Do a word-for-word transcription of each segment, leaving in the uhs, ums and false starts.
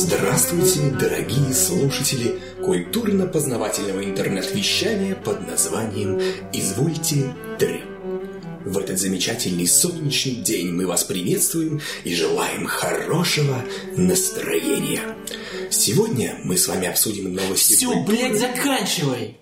Здравствуйте, дорогие слушатели культурно-познавательного интернет-вещания под названием «Извольте три». В этот замечательный солнечный день мы вас приветствуем и желаем хорошего настроения. Сегодня мы с вами обсудим новости... Все, культуры... блядь, заканчивай!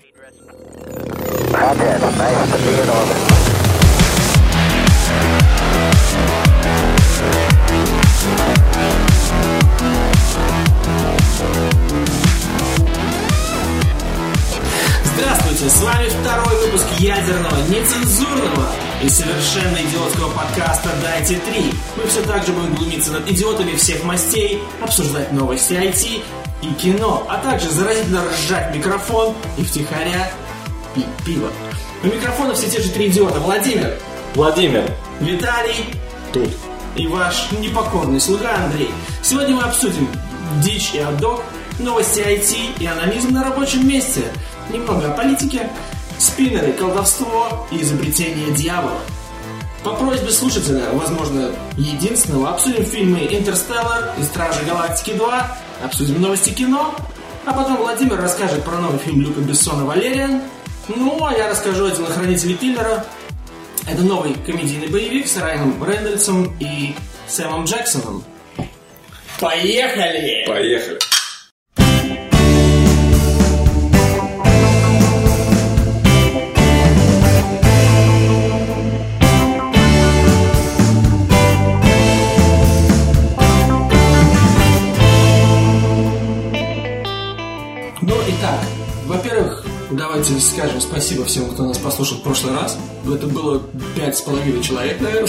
Здравствуйте, с вами второй выпуск ядерного, нецензурного и совершенно идиотского подкаста «Дайте три». Мы все так же будем глумиться над идиотами всех мастей, обсуждать новости ай ти и кино, а также заразительно ржать в микрофон и втихаря пить пиво. У микрофона все те же три идиота: Владимир, Владимир, Виталий тут и ваш непокорный слуга Андрей. Сегодня мы обсудим дичь и отдох, новости ай ти и анонизм на рабочем месте, немного о политике, спиннеры, колдовство и изобретение дьявола. По просьбе слушателя, возможно, единственного, обсудим фильмы «Интерстеллар» и «Стражи Галактики два», обсудим новости кино, а потом Владимир расскажет про новый фильм Люка Бессона «Валериан». Ну, а я расскажу о телохранителе Киллера. Это новый комедийный боевик с Райаном Рейнольдсом и Сэмом Джексоном. Поехали! Поехали! Ну, итак, во-первых, давайте скажем спасибо всем, кто нас послушал в прошлый раз. Это было пять с половиной человек, наверное.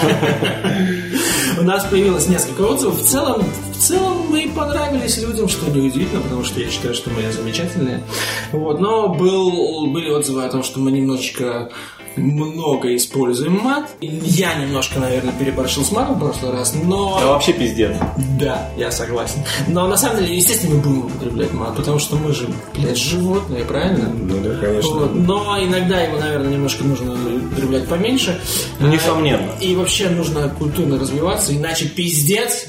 У нас появилось несколько отзывов. В целом, в целом мы понравились людям, что неудивительно, потому что я считаю, что мы замечательные. Вот, но был, были отзывы о том, что мы немножечко много используем мат. Я немножко, наверное, переборщил с матом в прошлый раз, но... Да вообще пиздец. Да, я согласен. Но на самом деле, естественно, мы будем употреблять мат, потому что мы же, блядь, животные, правильно? Ну да, конечно. Вот. Но иногда его, наверное, немножко нужно употреблять поменьше. Несомненно. И вообще нужно культурно развиваться, иначе пиздец.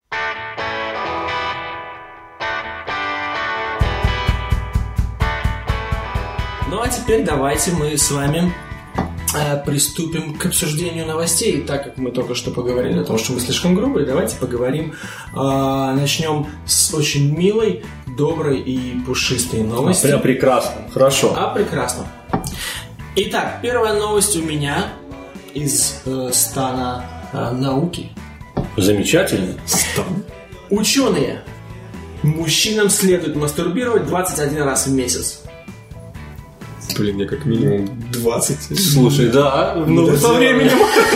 Ну а теперь давайте мы с вами э, приступим к обсуждению новостей. Так как мы только что поговорили о том, что мы слишком грубые, давайте поговорим. Э, начнем с очень милой, доброй и пушистой новости. А, прям прекрасно. Хорошо. А прекрасно. Итак, первая новость у меня из э, стана э, науки. Замечательно. Стан. Ученые. Мужчинам следует мастурбировать двадцать один раз в месяц. Блин, мне как минимум двадцать. Слушай, да, ну со временем.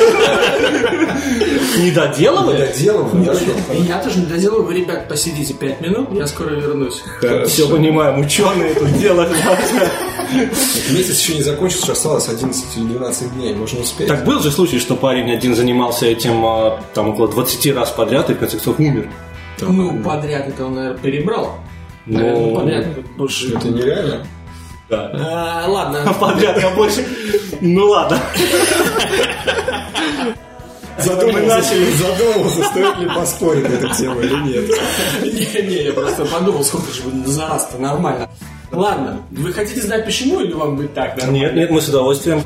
Не доделывай? Не доделывай. Я тоже не доделываю. Вы, ребят, посидите пять минут, я скоро вернусь. Все понимаем, ученые тут делают. Месяц еще не закончится, что осталось одиннадцать или двенадцать дней, можно успеть. Так был же случай, что парень один занимался этим там около двадцать раз подряд и в конце концов умер. Ну, подряд это он, наверное, перебрал. Наверное, подряд больше. Это нереально. Да. А, ладно. Подряд я больше. Ну ладно. Задумался, задумался, стоит ли поспорить на эту тему или нет. Не-не, я просто подумал, сколько же вы за раз-то нормально. Ладно, вы хотите знать почему или вам быть так нормально? Нет, нет, мы с удовольствием.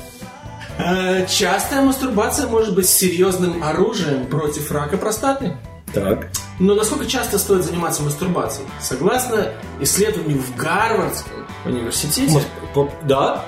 Частая мастурбация может быть серьезным оружием против рака простаты. Так. Но насколько часто стоит заниматься мастурбацией? Согласно исследованию в Гарвардском университете... Да?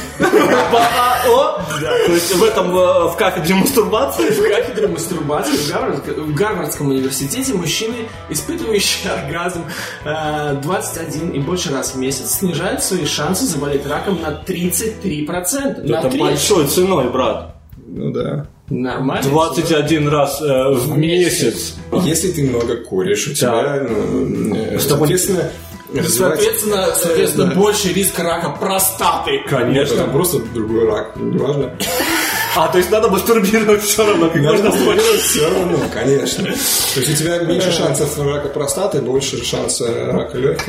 То есть в этом, в кафедре мастурбации? В кафедре мастурбации в Гарвардском университете мужчины, испытывающие оргазм двадцать один и больше раз в месяц, снижают свои шансы заболеть раком на тридцать три процента. Это большой ценой, брат. Ну да. Нормально. двадцать один раз э, в месяц. Если ты много куришь, у тебя, ну, соответственно, Соответственно, соответственно да. больше риск рака простаты. Конечно. Это просто другой рак, неважно. А, то есть надо мастурбировать все равно, как можно больше. Все равно, конечно. То есть у тебя меньше шансов рака простаты, больше шансов рака легких.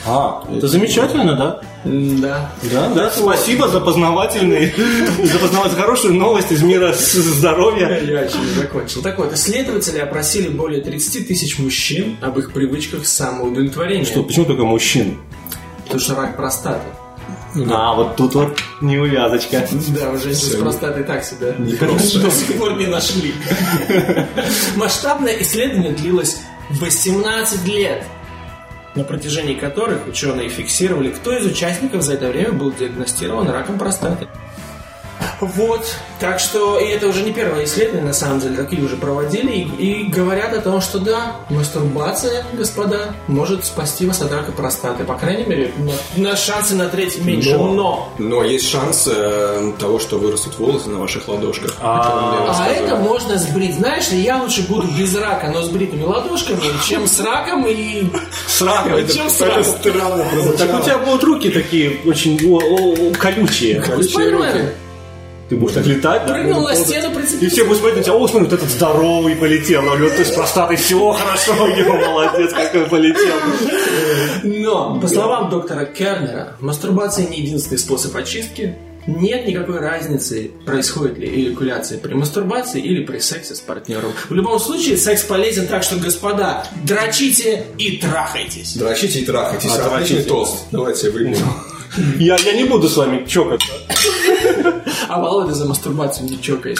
А, это замечательно, да? Да. Да, да, спасибо за познавательные, за познавательную хорошую новость из мира здоровья. Я еще не закончил. Так вот, исследователи опросили более тридцать тысяч мужчин об их привычках самоудовлетворения. Что, почему только мужчин? Потому что рак простаты. А, вот тут вот неувязочка. Да, уже с простатой так себя до сих пор не нашли. Масштабное исследование длилось восемнадцать лет, на протяжении которых ученые фиксировали, кто из участников за это время был диагностирован раком простаты. Вот, так что, и это уже не первое исследование, на самом деле, такие уже проводили, и, и говорят о том, что да, мастурбация, господа, может спасти вас от рака простаты, по крайней мере, на, на шансы на треть меньше, но... Но, но есть шанс э, того, что вырастут волосы на ваших ладошках. А, а это можно сбрить, знаешь ли, я лучше буду без рака, но с бритыми ладошками, чем с раком и... С раком? Чем с раком? Странно прозвучало. Так у тебя будут руки такие очень о, о, колючие. Колючие руки. Ты будешь так летать, да? Прыгнул на стену, прицепился. И все будут смотреть на тебя, о, смотри, вот этот здоровый полетел. А вот ты с простатой, все хорошо, его молодец, какой полетел. Но, по словам доктора Кернера, мастурбация не единственный способ очистки. Нет никакой разницы, происходит ли эякуляция при мастурбации или при сексе с партнером. В любом случае, секс полезен, так что, господа, дрочите и трахайтесь. Дрочите и трахайтесь. А, Отличный дрочите. тост. Давайте выпьем. Я, я не буду с вами чокаться. А Володя за мастурбацию не чокает.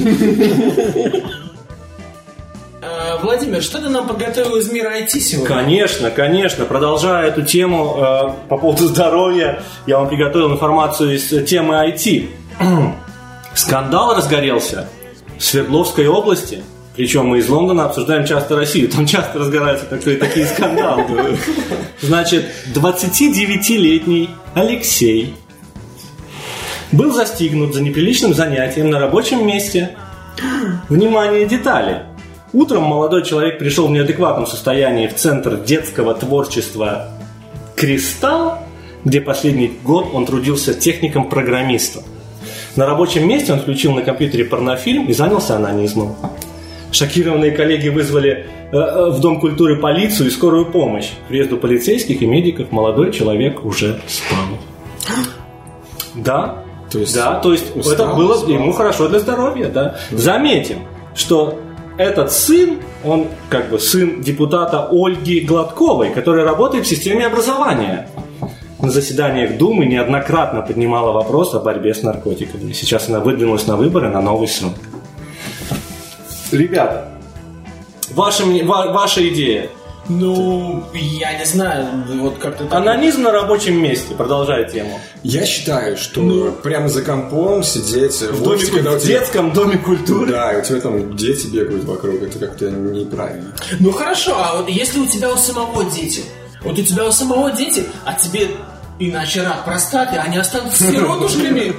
Владимир, что ты нам подготовил из мира ай ти сегодня? Конечно, конечно. Продолжая эту тему э, по поводу здоровья, я вам приготовил информацию из темы ай ти. Скандал разгорелся в Свердловской области. Причем мы из Лондона обсуждаем часто Россию. Там часто разгораются такие, такие скандалы. Значит, двадцатидевятилетний Алексей был застигнут за неприличным занятием на рабочем месте. Внимание, детали. Утром молодой человек пришел в неадекватном состоянии в Центр детского творчества «Кристалл», где последний год он трудился техником-программистом. На рабочем месте он включил на компьютере порнофильм и занялся онанизмом. Шокированные коллеги вызвали э, в Дом культуры полицию и скорую помощь. К приезду полицейских и медиков молодой человек уже спал. Да, То есть да, то есть устал, это было спал. ему хорошо для здоровья, да. Заметим, что этот сын, он как бы сын депутата Ольги Гладковой, которая работает в системе образования. На заседаниях Думы неоднократно поднимала вопрос о борьбе с наркотиками. Сейчас она выдвинулась на выборы на новый срок. Ребята, ваша, ва, ваша идея. Ну, я не знаю, вот как-то так. Онанизм на рабочем месте, продолжая тему. Я считаю, что прямо за компом сидеть в, В, доме, офисе, когда у в тебя... детском доме культуры. Да, и у тебя там дети бегают вокруг, это как-то неправильно. Ну хорошо, а вот если у тебя у самого дети, вот у тебя у самого дети, а тебе иначе рак простаты, они останутся сиротушками.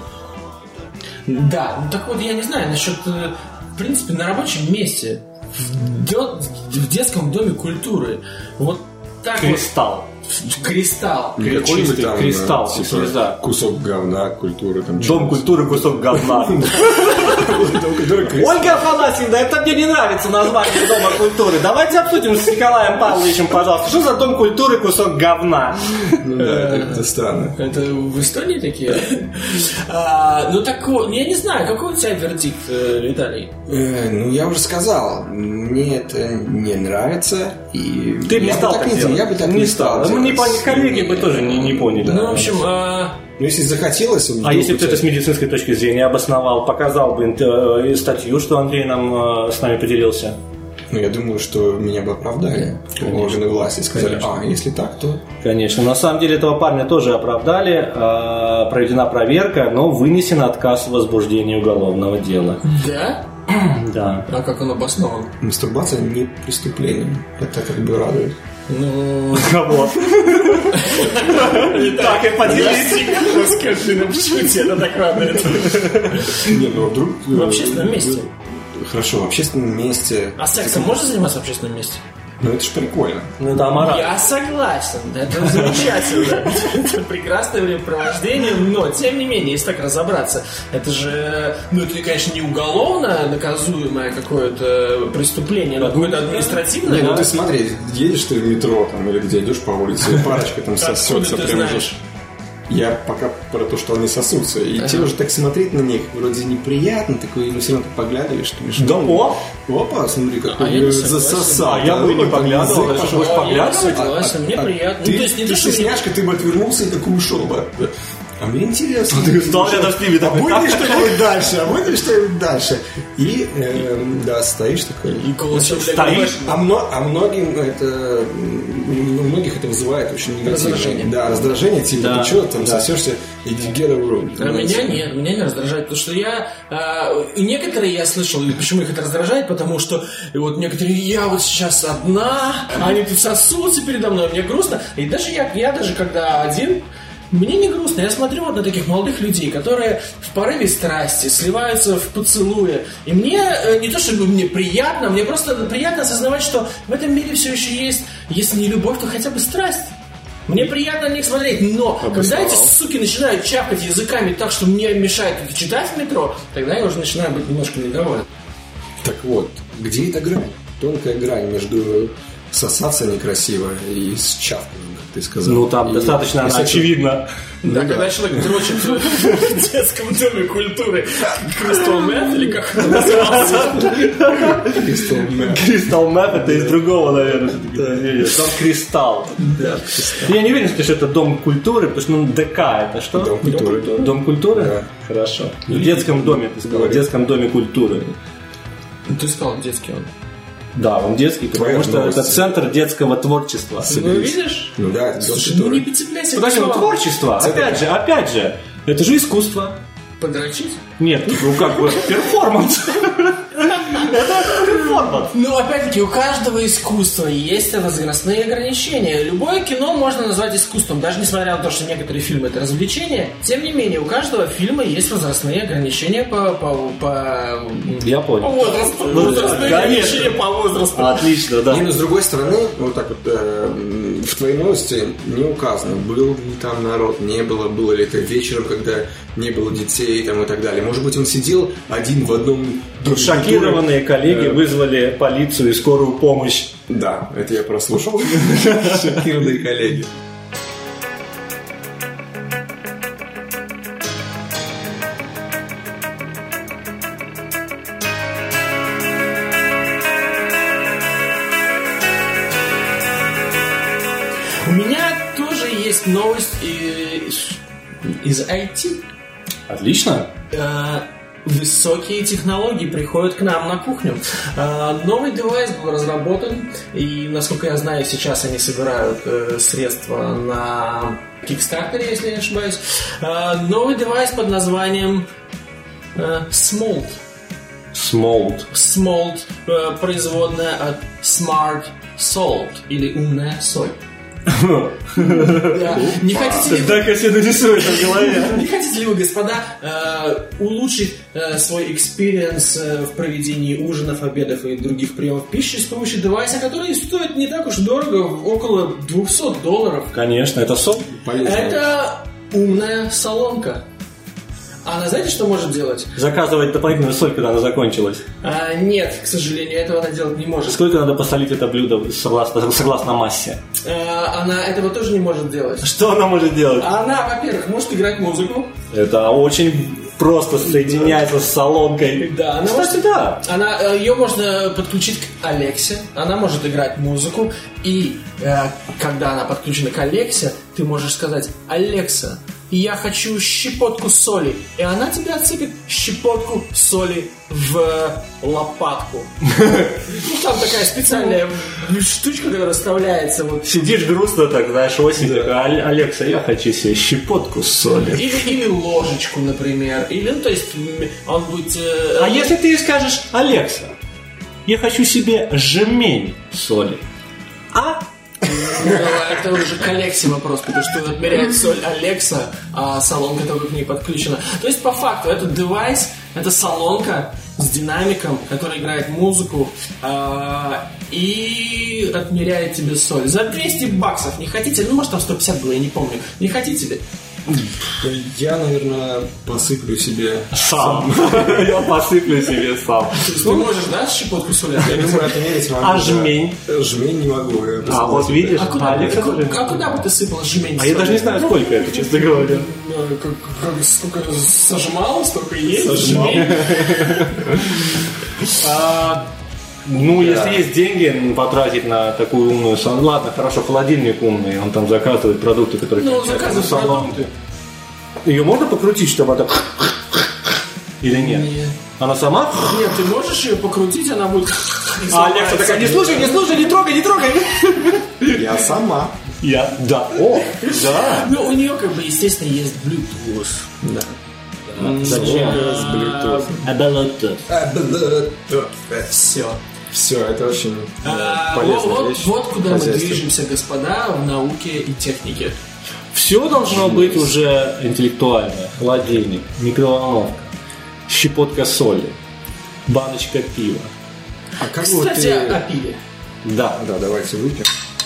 Да, ну так вот я не знаю насчет, в принципе, на рабочем месте, в, до- в детском доме культуры, вот так Кристалл. вот. Кристалл. Или Чистый какой-нибудь там, кристалл, типа, слеза. кусок говна, культуры там. Дом культуры, кусок говна. Ольга Афанасьевна, это мне не нравится название Дома культуры. Давайте обсудим с Николаем Павловичем, пожалуйста. Что за Дом культуры, кусок говна? Ну да, это, это странно. Это в Эстонии такие? А, ну так вот, я не знаю, какой у тебя вердикт, э, Виталий? Э, ну, я уже сказал, мне это не нравится. И Ты не я стал бы так не делать. делал. Я бы так не не стал. стал. Мы не делать. поняли, коллеги бы тоже не, не поняли. Ну, в общем, а, Ну, если захотелось... А вдруг если у бы ты тебя- это с медицинской точки зрения обосновал, показал бы э, статью, что Андрей нам э, с нами поделился? Ну, я думаю, что меня бы оправдали органы власти. Сказали, Конечно. а, если так, то... Конечно. На самом деле этого парня тоже оправдали, э, проведена проверка, но вынесен отказ в возбуждении уголовного дела. да? Да. А как он обоснован? Мастурбация не преступление. Это как бы радует. Ну... Кого? Так, и поделись. Скажи, ну почему тебе это так радует? Не, ну, а вдруг... В общественном месте. Хорошо, в общественном месте... А сексом можно заниматься в общественном месте? Ну это ж прикольно. Ну это аморально. Я согласен, это замечательно. Это прекрасное времяпровождение, но, тем не менее, если так разобраться, это же, ну, это, конечно, не уголовно наказуемое какое-то преступление, но какое-то административное. Не, ну ты смотри, едешь ты в метро там, или где идешь по улице, и парочка там сосется прям уже. Я пока про то, что они сосутся. И ага. тебе уже так смотреть на них вроде неприятно, такой, но все равно ты поглядываешь. Ты да, о! Опа, смотри, какой а засосал. А я бы не поглядывал, если будешь поглядывать. Согласен, мне приятно. Ты, ну, то есть, не ты стесняшка, ты бы отвернулся и такой ушел бы. А мне интересно. Ты стал рядом с ними, а будет ли что-нибудь дальше? А будет ли что-нибудь дальше? И, э, да, стоишь такой. И голосом стоишь. А, мно, а многим это, у многих это вызывает очень негативное. Раздражение. Да, раздражение, типа, да. ты что там да. сосешься, иди get a room. А меня нет, меня не раздражает, потому что я, э, некоторые я слышал, и почему их это раздражает, потому что вот некоторые, я вот сейчас одна, они тут сосутся передо мной, мне грустно, и даже я, я даже когда один, мне не грустно. Я смотрю вот на таких молодых людей, которые в порыве страсти сливаются в поцелуе. И мне не то, чтобы мне приятно, мне просто приятно осознавать, что в этом мире все еще есть, если не любовь, то хотя бы страсть. Мне приятно на них смотреть, но Обосновал. когда эти суки начинают чапать языками так, что мне мешает это читать в метро, тогда я уже начинаю быть немножко недоволен. Так вот, где эта грань? Тонкая грань между сосаться некрасиво и с чавканием, как ты сказал. Ну, там и, достаточно и, очевидно. Да, да, когда человек дрочит в детском доме культуры Crystal Meth, или как это назывался? Crystal Meth. Crystal Meth, это из другого, наверное. Там Кристалл. Я не уверен, что это дом культуры, потому что ну, ДК это что? Дом культуры. Дом культуры? Да. Хорошо. В детском доме, ты сказал, в детском доме культуры. Ты сказал, детский он. Да, он детский, потому что это центр детского творчества. Ну, видишь? Ну да, это Слушай, ну не подцепляйся. Подожди, ну творчество, опять же, опять же, это же искусство. Подрочить? Нет, ну как бы перформанс. Это перформанс. Ну, опять-таки, у каждого искусства есть возрастные ограничения. Любое кино можно назвать искусством, даже несмотря на то, что некоторые фильмы это развлечение. Тем не менее, у каждого фильма есть возрастные ограничения по... по, по... Я понял. По возрасту. Возрастные ограничения по возрасту. Отлично, да. И, но с другой стороны, вот так вот, э, в твоей новости не указано, был ли там народ, не было, было ли это вечером, когда не было детей там, и так далее. Может быть, он сидел один в одном... Тут шокированные коллеги вызвали полицию и скорую помощь. Да, это я прослушал. Шокированные коллеги. У меня тоже есть новость из, из ай ти. Отлично. Высокие технологии приходят к нам на кухню. Новый девайс был разработан, и, насколько я знаю, сейчас они собирают средства на Kickstarter, если я не ошибаюсь. Новый девайс под названием Smolt. Smolt. Smolt, производная от Smart Salt, или умная соль. Не хотите ли... Так я себе нарисую это в голове. Не хотите ли вы, господа, улучшить свой экспириенс в проведении ужинов, обедов и других приемов пищи с помощью девайса, который стоит не так уж дорого, около двести долларов? Конечно, это соль. Это умная солонка. Она, знаете, что может делать? Заказывать дополнительную соль, когда она закончилась. А, нет, к сожалению, этого она делать не может. Сколько надо посолить это блюдо согласно, согласно массе? А, она этого тоже не может делать. Что она может делать? Она, во-первых, может играть музыку. Это очень просто соединяется с солонкой. Да, она Кстати, может, да. Она, ее можно подключить к Алексе. Она может играть музыку. И э, когда она подключена к Алексе, ты можешь сказать: Алекса, я хочу щепотку соли. И она тебе отсыпет щепотку соли в лопатку. Ну, там такая специальная штучка, которая расставляется. Сидишь грустно так, знаешь, осень, такая: Алекса, я хочу себе щепотку соли. Или ложечку, например. Или, ну, то есть, он будет... А если ты скажешь: Алекса, я хочу себе жмень соли. А? Ну, это уже к Алексе вопрос, потому что отмеряет соль Алекса, а салонка только к ней подключена. То есть, по факту, этот девайс, это салонка с динамиком, который играет музыку а, и отмеряет тебе соль. За двести баксов не хотите? Ну, может, там сто пятьдесят было, я не помню. Не хотите ли? Я, наверное, посыплю себе сам. Я посыплю себе сам. Ты можешь, да, щепотку соли? Я думаю, отмерить могу. А жмень? Жмень не могу. А вот видишь? А куда, а куда бы ты сыпал жмень? А я даже не знаю, сколько это, честно говоря. Сколько сожмал, столько и есть. Сожмал. Ну, если есть деньги потратить на такую умную салон. Ладно, хорошо, холодильник умный, он там заказывает продукты, которые... Ну, он заказывает продукты. Ее можно покрутить, чтобы это... Или нет? Нет. Она сама? Нет, ты можешь ее покрутить, она будет... А Алекса такая, не слушай, не слушай, не трогай, не трогай. Я сама. Я? Да. О, да. Ну, у нее, как бы, естественно, есть Bluetooth. Да. Зачем? С Bluetooth. А Bluetooth. А Bluetooth. Все. Все, это очень а, полезная вот, вещь. Вот куда мы движемся, господа, в науке и технике. Все должно быть уже интеллектуально. Холодильник, микроволновка, щепотка соли, баночка пива. А как Кстати, ты... о пиве. Да. Да, давайте выпьем.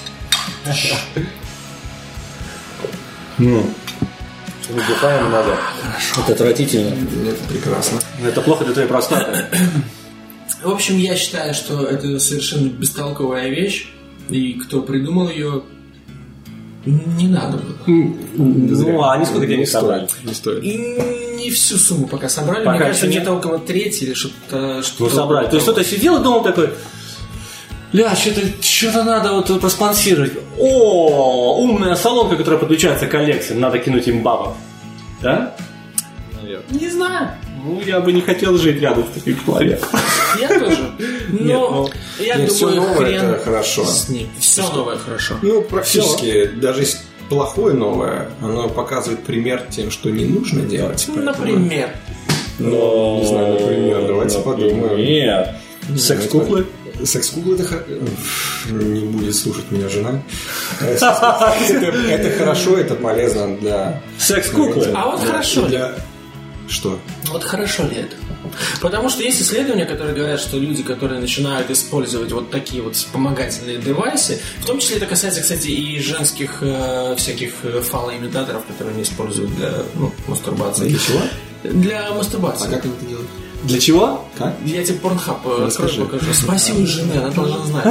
Ну, выдыхаем надо. Это отвратительно. Это прекрасно. Это плохо для твоей простаты. В общем, я считаю, что это совершенно бестолковая вещь, и кто придумал ее, не надо было. Ну, а они сколько денег собрали? Не стоит. И не всю сумму пока собрали. Пока Мне кажется, еще нет? где-то около трети или что-то... Ну, собрали. То есть кто-то сидел и думал такой... Ля, что-то, что-то надо вот проспонсировать. О, умная салонка, которая подключается к Алексе. Надо кинуть им бабок. Да? Наверное. Не знаю. Ну, я бы не хотел жить рядом с таким человеком. Я тоже. Но Нет, ну, я нет, думаю, все новое хрен это хорошо. с ним. Все новое хорошо. Ну, практически, даже если плохое новое, оно показывает пример тем, что не нужно делать. Поэтому... Например. Ну, не знаю, например, давайте подумаем. Нет. Секс-куклы? Секс-куклы это хо- не будет слушать меня жена. Это, это хорошо, это полезно для... Секс-куклы? А вот хорошо ли? Для... Что? Вот хорошо ли это? Потому что есть исследования, которые говорят, что люди, которые начинают использовать вот такие вот вспомогательные девайсы, в том числе это касается, кстати, и женских э, всяких фалоимитаторов, которые они используют для ну, мастурбации. Для чего? Для мастурбации. А как они это делают? Для чего? Как? Я тебе порнхаб открою, покажу. Спроси у жены, она должна знать.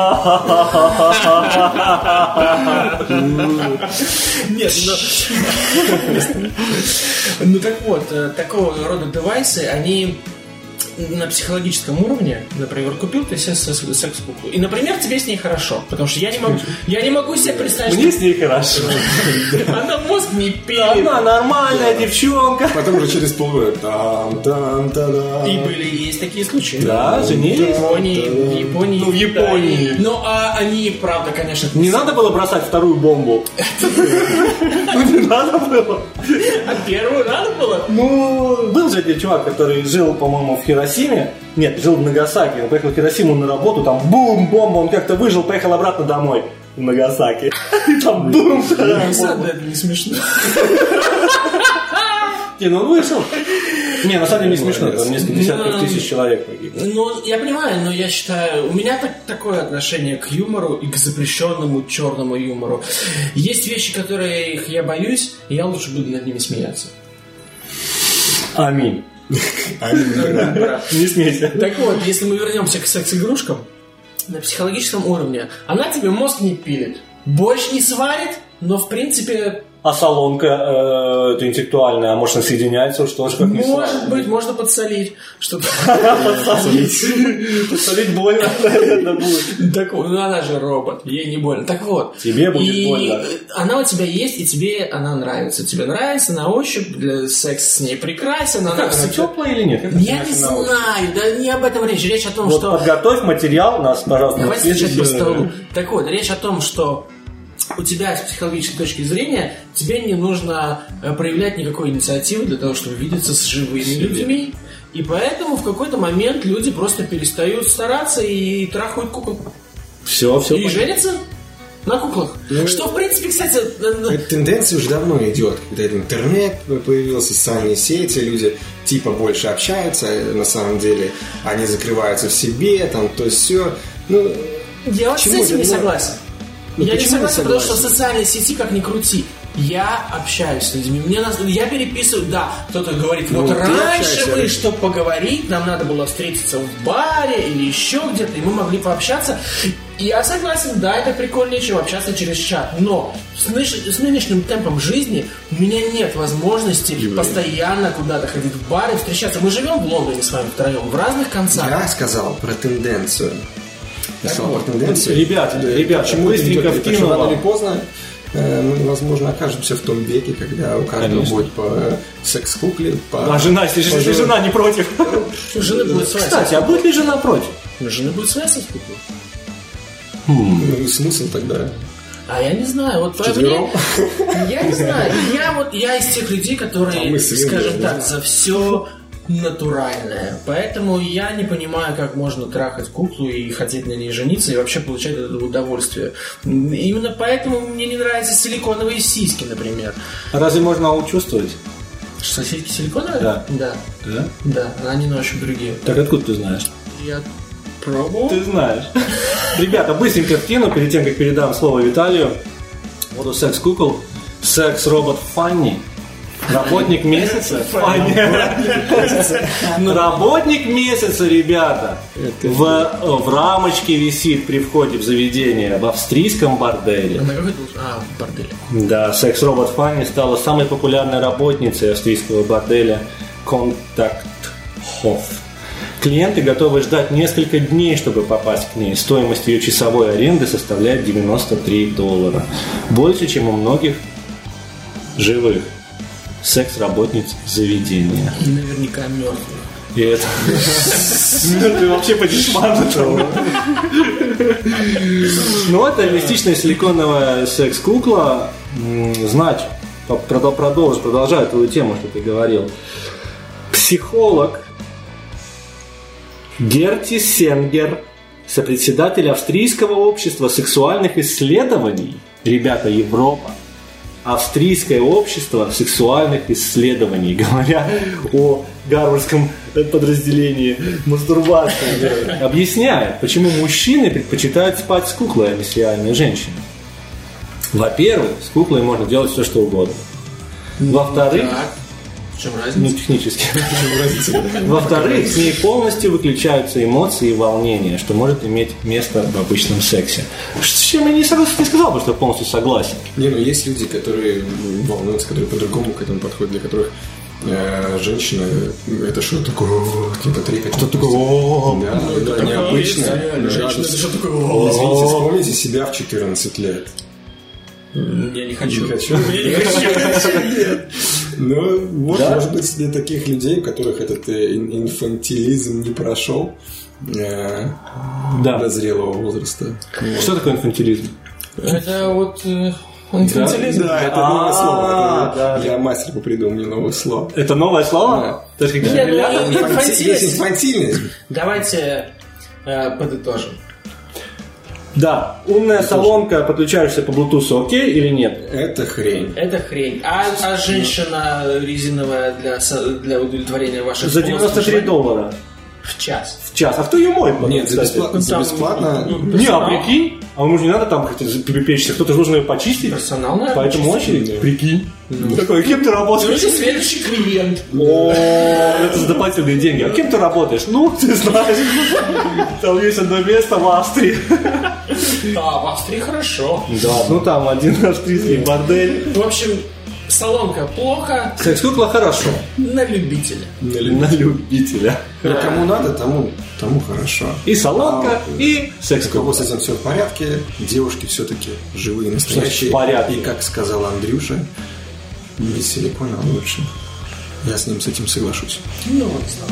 Нет, ну... Ну так вот, такого рода девайсы, они на психологическом уровне, например, купил ты себе секс-куклу, и, например, тебе с ней хорошо, потому что я не могу, я не могу себе представить, Мне с ней хорошо. она мозг не пилит. Она нормальная девчонка. Потом уже через полгода там, там, там, И были, есть такие случаи. Да, женились. В Японии, в Японии. Ну, в Японии. Ну, а они, правда, конечно... Не надо было бросать вторую бомбу. Не надо было. А первую надо было? Ну, был же один чувак, который жил, по-моему, в Хиросиме. Нет, жил в Нагасаки. Он поехал в Хиросиму на работу, там бум, бомба, он как-то выжил, поехал обратно домой в Нагасаки. И там бум, вторая бомба. Это не смешно. Не, ну он вышел. Не, на самом деле не смешно, там несколько десятков Ну, тысяч человек погибло. Ну, я понимаю, но я считаю, у меня так, такое отношение к юмору и к запрещенному черному юмору. Есть вещи, которые их я боюсь, и я лучше буду над ними смеяться. Аминь. Не смейся. Так вот, если мы вернемся к секс-игрушкам, на психологическом уровне, она тебе мозг не пилит, борщ не сварит, но в принципе... А солонка э, это интеллектуальная, а может она соединяется, что же как не Может быть, можно подсолить, чтобы... Подсолить. Подсолить больно, наверное, будет. Так вот, ну она же робот, ей не больно. Так вот. Тебе будет и больно. Она у тебя есть, и тебе она нравится. Тебе нравится на ощупь, для секс с ней прекрасен. Она Как, она теплая или нет? Как Я это не знаю? знаю, да не об этом речь. Речь о том, Вот что... подготовь материал нас, пожалуйста. Давайте на стучать по следующий- столу. Так вот, речь о том, что у тебя с психологической точки зрения тебе не нужно э, проявлять никакой инициативы для того, чтобы видеться с живыми людьми. И поэтому в какой-то момент люди просто перестают стараться и трахают кукол. Все, все. И женятся. На куклах. Ну, что, в принципе, кстати... Эта тенденция уже давно идет. Когда интернет появился, социальные сети, люди типа больше общаются, на самом деле они закрываются в себе, там, то есть все. Ну, я вот с этим не согласен. Ну, я не согласен, не согласен, потому что в социальной сети, как ни крути, я общаюсь с людьми. Мне нас... Я переписываю, да, кто-то говорит, вот ну, раньше мы, чтобы поговорить, нам надо было встретиться в баре или еще где-то, и мы могли пообщаться. И я согласен, да, это прикольнее, чем общаться через чат. Но с, ныш... с нынешним темпом жизни у меня нет возможности Юрий. постоянно куда-то ходить в бары, встречаться. Мы живем в Лондоне с вами втроем, в разных концах. Я сказал про тенденцию. Я сказал про тенденцию. Ребят, ребят, почему быстренько вкинул рано или поздно мы, возможно, окажемся в том веке, когда у каждого Конечно. будет по секс-кукле, по... А жена, если, если жена не против. У жены будет своя. Кстати, а будет ли жена против? У жены будет своя секс-кукла. Ну, смысл тогда? А я не знаю, вот Вчетвером? Я не знаю. Я вот я из тех людей, которые, а скажем так, за все натуральное. Поэтому я не понимаю, как можно трахать куклу и хотеть на ней жениться и вообще получать это удовольствие. Именно поэтому мне не нравятся силиконовые сиськи, например. А разве можно учувствовать? Что, сиськи силиконовые? Да. Да. Да? Да, они очень другие. Так откуда ты знаешь? Я пробовал. Ты знаешь. Ребята, быстренько вкину, перед тем, как передам слово Виталию. Вот у секс-кукол секс-робот Фанни. Работник месяца. Фанни. Работник месяца, ребята. В, в рамочке висит при входе в заведение в австрийском борделе. А, в борделе. Да, секс-робот Фанни стала самой популярной работницей австрийского борделя Контакт Хофф. Клиенты готовы ждать несколько дней, чтобы попасть к ней. Стоимость ее часовой аренды составляет девяносто три доллара. Больше, чем у многих живых секс-работниц заведения. И наверняка мертвых. И это... Мертвые вообще по дешману. Ну, это реалистичная силиконовая секс-кукла. Значит, продолжу, продолжаю твою тему, что ты говорил. Психолог Герти Сенгер, сопредседатель Австрийского общества сексуальных исследований, ребята, Европа, Австрийское общество сексуальных исследований, говоря о гарвардском подразделении мастурбации, объясняет, почему мужчины предпочитают спать с куклой, а не с реальной женщиной. Во-первых, с куклой можно делать все, что угодно. Во-вторых, в чем разница? Ну, технически. Во-вторых, с ней полностью выключаются эмоции и волнения, что может иметь место в обычном сексе. С чем я не, согла- не сказал бы, что полностью согласен. Не, ну есть люди, которые волнуются, которые по-другому к этому подходят, для которых э, женщина это что такое, типа трепет. Что такое? Да, да, необычно. Женщина, это что такое? Извините, вспомните себя в четырнадцать лет. Я не хочу. Не хочу. Я не хочу. Ну, вот, да? Может быть, для таких людей, у которых этот инфантилизм не прошел э, да. до зрелого возраста. Что такое инфантилизм? Это вот э, инфантилизм. Да, да, это новое слово. Я мастер по придумыванию новых слов. Это новое слово? Да. Есть инфантильность. Давайте э, подытожим. Да, умная соломка, подключаешься по Bluetooth, окей или нет? Это хрень. Это хрень. А, а женщина резиновая для, для удовлетворения ваших... За девяносто три доллара. В час. В час. А кто ее моет? Потом, Нет, за бесплатно. За бесплатно. Ну, не, а прикинь, а ему же не надо там перепечься, кто-то должен ее почистить. Персонал, наверное, поэтому очередь. Прикинь. Ну. Такой, кем ты работаешь? Ты следующий клиент. О, это за дополнительные деньги. А кем ты работаешь? Ну, ты знаешь, там есть одно место в Австрии. Да, в Австрии хорошо. Да, ну там один австрийский бордель. В общем, соломка плохо. Секс-кукла хорошо. На любителя. На любителя. На любителя. Но кому надо, тому, тому хорошо. И соломка, а, и секс-кукла. У кого с этим все в порядке, девушки все-таки живые, настоящие. В порядке. И как сказал Андрюша, без силикона лучше. Я с ним с этим соглашусь. Ну вот, слава.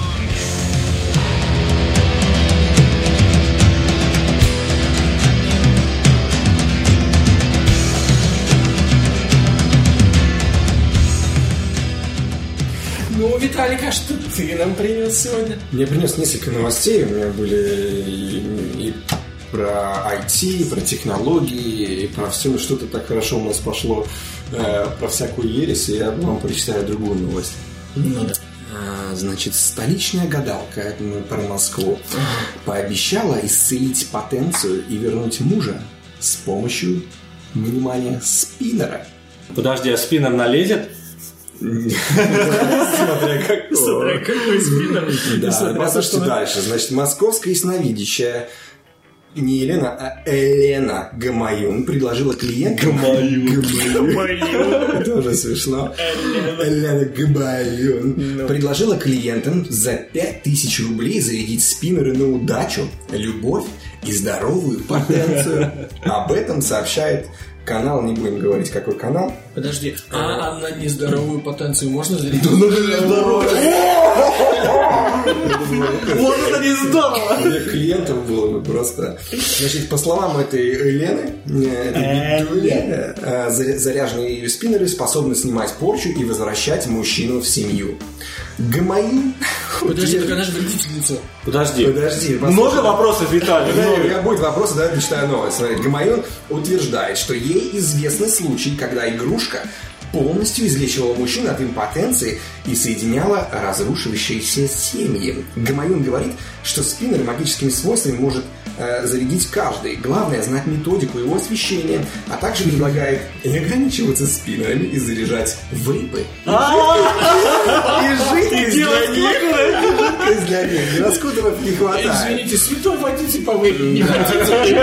Ну, Виталик, а что ты нам принес сегодня? Я принес несколько новостей. У меня были и, и про ай ти, про технологии, про все, что-то так хорошо у нас пошло, э, про всякую ересь, и я вам прочитаю другую новость. Ну да. А, значит, столичная гадалка, это мы про Москву, пообещала исцелить потенцию и вернуть мужа с помощью, внимание, спиннера. Подожди, а спиннер налезет? Смотря какой. Смотря какой спиннер. Да, послушайте дальше. Значит, московская ясновидящая не Елена, а Елена Гамаюн предложила клиентам... Гамаюн. Гамаюн. Тоже смешно. Елена Гамаюн. Предложила клиентам за пять тысяч рублей зарядить спиннеры на удачу, любовь и здоровую потенцию. Об этом сообщает канал, не будем говорить, какой канал. Подожди, а на нездоровую потенцию можно зарядить? Вот это не здорово! Для клиентов было бы просто. Значит, по словам этой Елены, заряженные ее спиннеры способны снимать порчу и возвращать мужчину в семью. Гамаюн. Подожди, так она же вредительница. Подожди. Подожди. Много вопросов, Виталий. Ну, я будет вопросы, давай дочитаю новость. Смотри, Гамаюн утверждает, что ей известны случаи, когда игрушка полностью излечивала мужчин от импотенции и соединяла разрушивающиеся семьи. Гамаюн говорит, что спиннер магическими свойствами может э, зарядить каждый. Главное знать методику его освещения, а также предлагает не ограничиваться спиннерами и заряжать вейпы. И жидкость для них. Жидкость для них. Раскутеров не хватает. Извините, святой водите по вейпу не хотите.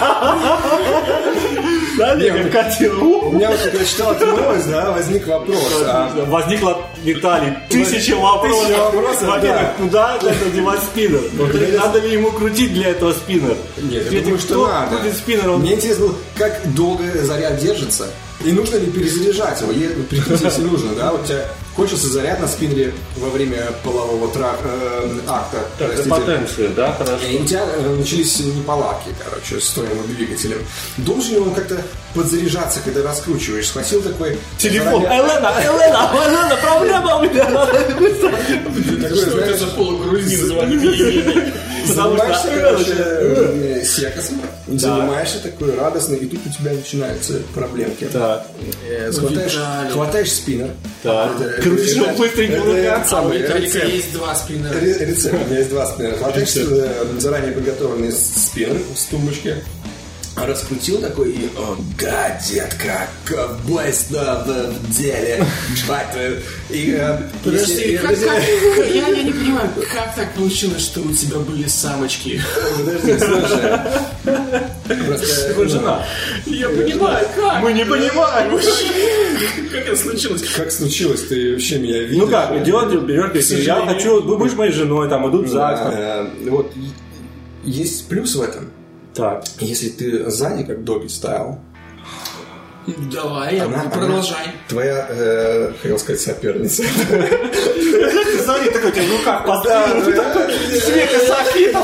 Да, нет, катил. У меня вот, когда читал эту новость, да, возник вопрос. А... Возникла, Виталий, тысяча вопросов. Тысяча вопросов, Во-первых, да. куда надо девать спиннер? Во-вторых, надо ли ему крутить для этого спиннер? Нет, я Ведь думаю, что кто надо. крутит спиннер, он... Мне интересно было, как долго заряд держится. И нужно ли перезаряжать его? Е- Прикиньте, если нужно, да? Вот у тебя кончился заряд на спиннере во время полового трак, э, акта. Так, за простите. потенцию, да, хорошо. И у тебя э, начались неполадки, короче, с твоим двигателем. Должен ли он как-то подзаряжаться, когда раскручиваешь? Схватил такой... Телефон. заранее- Елена, Елена, Елена, проблема у меня. Такой, Что это знаешь, за полугрузин звонит Елене? Занимаешься, что- короче, э, секосом, занимаешься такой радостный, и тут у тебя начинаются проблемки. Так, Э, Хватаешь, Виталий. хватаешь спиннер. так. Это- Крутишь это- его быстренько в это руках. этот А у самый Виталика рецепт. есть два спиннера. Ре- Рецепт. У меня есть два спиннера. Хватаешь э, заранее приготовленный спиннер с тумбочки, раскрутил такой и, о, да, детка, ковбойство в деле. Бать твою. И, э, Подожди, если- как, если- как- я, я не понимаю, как так получилось, что у тебя были самочки? Подожди, слушай. Просто, Такой жена. Я понимаю, как? Мы не понимаем. Как это случилось? как случилось? Ты вообще меня видишь? Ну как, идет, берет, говорит, я сожалению. хочу, вы будешь моей женой, там идут в ЗАГС. там. Э, Вот есть плюс в этом. Так. Если ты сзади, как доги стайл, Давай, я Она- продолжай. твоя, э, хотел сказать, соперница. Смотри, такой у тебя в руках Да, поставил. да. Свека Софитов.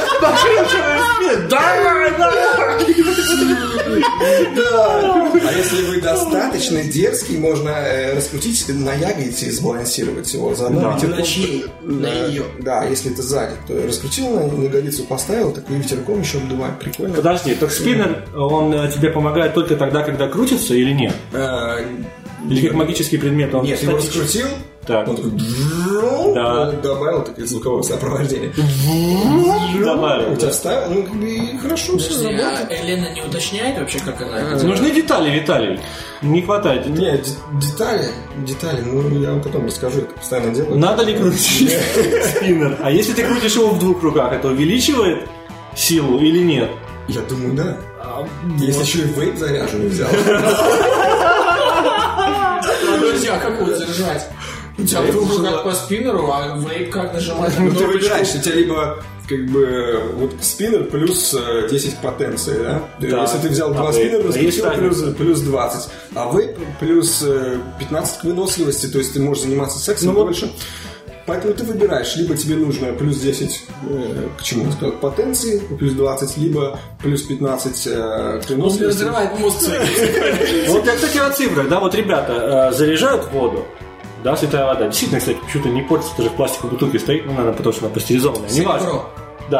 Давай, давай. А если вы достаточно дерзкий, можно э, раскрутить на ягодице и сбалансировать его. Заодно Да. ветерком- На чьей? На Да, её. Да, если ты сзади, то раскрутил на на ягодицу, поставил, так и ветерком еще обдувает. Прикольно. Подожди, так спиннер, он э, тебе помогает только тогда, когда крутится или нет? Э, Или как магический предмет он Нет, ты его статичный? раскрутил, Так. он такой Да. добавил такое звуковое сопровождение. Добавил, У тебя да. вставил, ну как бы и хорошо все Подожди, работает. а Елена не уточняет вообще, как она это делает? Нужны детали, Виталий. Не хватает. Нет, д- детали, детали, ну я вам потом расскажу, это постоянно делаю. Надо ли крутить спиннер? А если ты крутишь его в двух руках, это увеличивает силу или нет? Я думаю, да. Если еще и вейп заряженный взял. Подожди, а как его заряжать? У тебя в двух руках по спиннеру, а вейп как нажимать? Ну ты выбираешь, у тебя либо как бы вот спиннер плюс э, десять потенции, да? Да. Если ты взял А два вейп? спиннера, А есть раскрутил плюс, разница? плюс двадцать. А вейп плюс э, пятнадцать к выносливости, то есть ты можешь заниматься сексом Ну вот. больше. Поэтому ты выбираешь, либо тебе нужно плюс десять э, к чему я сказал, к потенции, плюс двадцать, либо плюс пятнадцать э, к Он выносливости. разрывает мозг своим. Вот я, кстати, о цифрах, да, вот ребята э, заряжают воду, да, святая вода. Действительно, кстати, почему-то не портится, даже в пластиковой бутылке стоит, ну, наверное, потому что она пастеризованная. Не важно. Серебро. Да.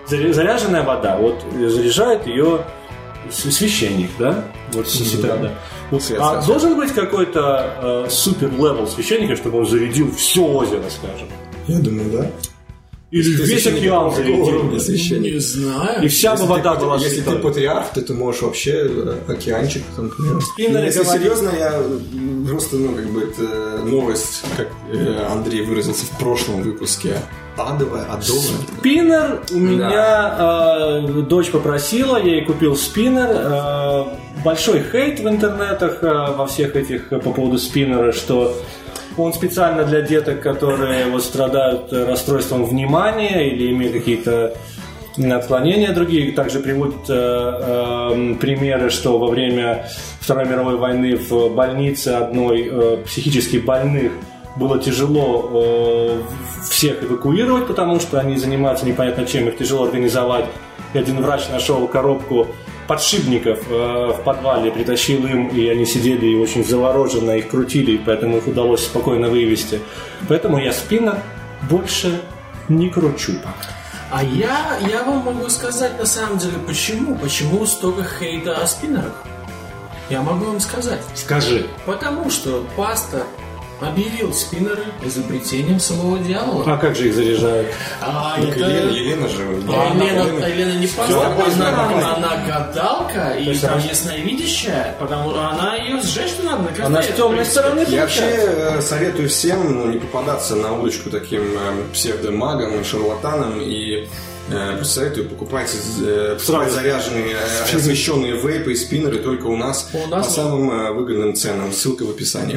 заряженная вода, вот заряжает ее священник, да? Вот mm-hmm. да. Вот, свет, а свет. Должен быть какой-то э, супер-левел священника, чтобы он зарядил все озеро, скажем? Я думаю, да. Или весь океан зарядил. Не знаю. И вся бы вода ты, была Если святой. ты патриарх, то ты можешь вообще океанчик, там, например. Спиннеры если говорят... серьезно, я просто, ну, как бы, это новость, как Андрей выразился в прошлом выпуске. Адовая, адовая. Спиннер у меня да. э, дочь попросила, я ей купил спиннер. Э, большой хейт в интернетах э, во всех этих по поводу спиннера, что он специально для деток, которые вот страдают расстройством внимания или имеют какие-то отклонения другие. Также приводят э, э, примеры, что во время Второй мировой войны в больнице одной э, психически больных было тяжело э, всех эвакуировать, потому что они занимаются непонятно чем, их тяжело организовать. И один врач нашел коробку подшипников э, в подвале, притащил им, и они сидели и очень завороженно их крутили, поэтому их удалось спокойно вывести. Поэтому я спиннер больше не кручу. А я, я вам могу сказать на самом деле, почему. Почему столько хейта о спиннерах? Я могу вам сказать. Скажи. Потому что пастор объявил спиннеры изобретением самого дьявола. А как же их заряжают? А, ну, это... Елена, Елена же... А, да, Елена, Елена... Елена не пастор, она, она гадалка и там ясновидящая, потому что она ее сжечь надо на костре. Она с темной стороны. Я вообще советую всем, ну, не попадаться на удочку таким псевдомагам, шарлатанам и Просто советую покупать сразу заряженные, освещенные вейпы и спиннеры только у нас, у нас по самым выгодным ценам. Ссылка в описании.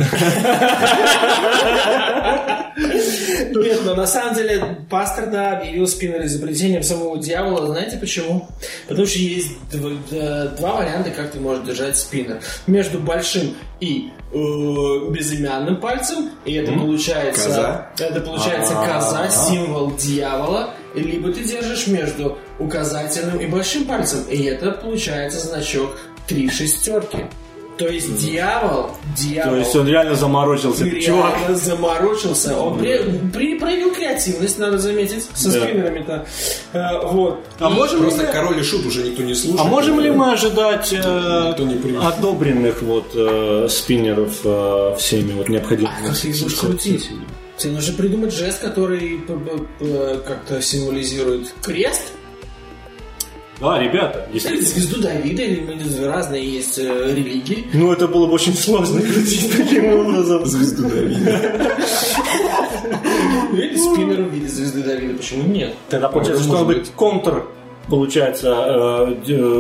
Нет, но на самом деле пастор, да, объявил спиннер изобретением самого дьявола. Знаете почему? Потому что есть два, два варианта, как ты можешь держать спиннер. Между большим и э, безымянным пальцем, и это mm-hmm. получается коза. это получается коза, символ дьявола. Либо ты держишь между указательным и большим пальцем, и это получается значок три шестерки. То есть mm. дьявол, дьявол... То есть он реально заморочился. Реально чувак. заморочился. Он при, при, проявил креативность, надо заметить, со да. спиннерами-то. А, вот. А и можем просто мы... король и шут уже никто не слушает. А можем ли мы ожидать э, одобренных вот э, спиннеров э, всеми вот необходимыми? А как ты их будешь крутить? Тебе нужно придумать жест, который как-то символизирует крест. Да, ребята, действительно. Звезду Давида, или разные есть э, религии. Ну, это было бы очень сложно крутить таким образом. Звезду Давида. Или спиннер в виде звезды Давида, почему нет? Тогда получается, что быть контр, получается,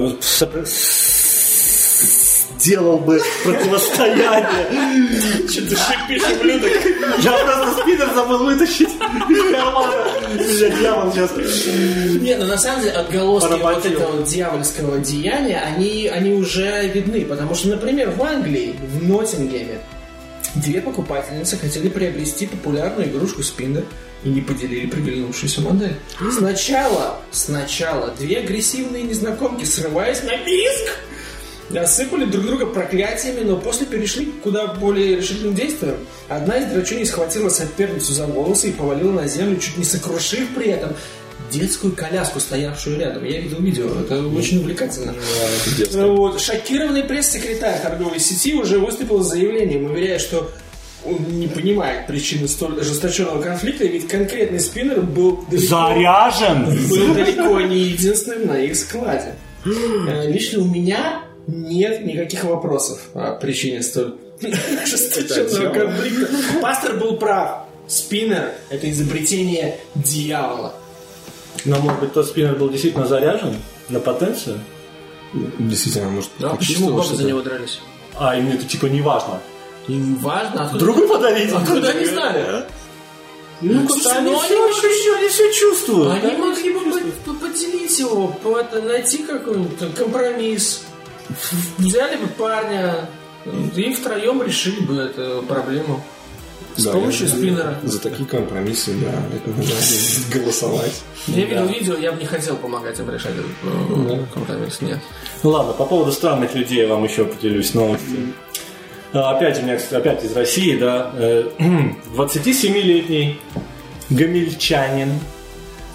делал бы противостояние. Что ты шипишь, ублюдок? Я просто спиннер забыл вытащить из кармана. Меня дьявол сейчас... Не, ну на самом деле отголоски вот этого дьявольского деяния, они, они уже видны. Потому что, например, в Англии, в Ноттингеме, две покупательницы хотели приобрести популярную игрушку спиннер и не поделили приглянувшуюся модель. Сначала, сначала две агрессивные незнакомки, срываясь на визг, осыпали друг друга проклятиями, но после перешли к куда более решительным действиям. Одна из драчуней схватила соперницу за волосы и повалила на землю, чуть не сокрушив при этом детскую коляску, стоявшую рядом. Я видел видео, это mm. очень увлекательно. Mm, вот. Шокированный пресс-секретарь торговой сети уже выступил с заявлением, уверяя, что он не понимает причины столь ожесточенного конфликта, ведь конкретный спиннер был далеко, заряжен, был далеко не единственным на их складе. Лично у меня нет никаких вопросов о причине столь ожесточенного конфликта. Пастор был прав. Спиннер – это изобретение дьявола. Но, может быть, тот спиннер был действительно заряжен на потенцию? Действительно, может, да, почему бабы за него дрались? А, им это типа не важно. Им важно? Откуда другу подарить? Откуда они знали? А? Ну, кстати, они, они, все, они все чувствуют. Они да? могли бы поделить его, найти какой-нибудь компромисс. Взяли бы парня и втроем решили бы эту проблему. С да, помощью я, спиннера. За такие компромиссы, да, это нужно голосовать. Я видел видео, я бы не хотел помогать им решать этот компромисс, нет. Ну ладно, по поводу странных людей я вам еще поделюсь новостью. Опять у меня, опять из России, да, двадцатисемилетний гомельчанин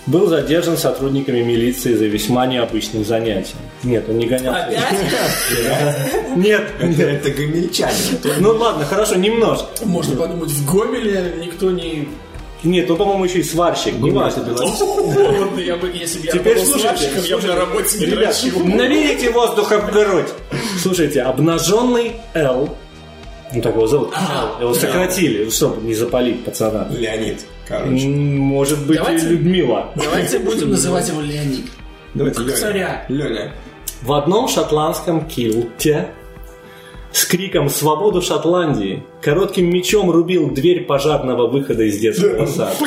был задержан сотрудниками милиции за весьма необычным занятием. Нет, он не гонялся. Опять? Нет, Это гомельчанин. ну ладно, хорошо, немножко. Можно подумать, в Гомеле никто не... Нет, он, по-моему, еще и сварщик. Не важно. Вот, я бы, если бы я Теперь был слушайте, сварщиком, я бы на работе не Ребят, дрочил. наберите воздуха в грудь. Слушайте, обнаженный Л, ну так его зовут, Л, его сократили, чтобы не запалить пацана. Леонид, короче. М, Может быть, Давайте- и Людмила. Давайте будем называть его Леонид. Давайте Как Леня. царя. Леня. В одном шотландском килте с криком «Свободу Шотландии» коротким мечом рубил дверь пожарного выхода из детского сада.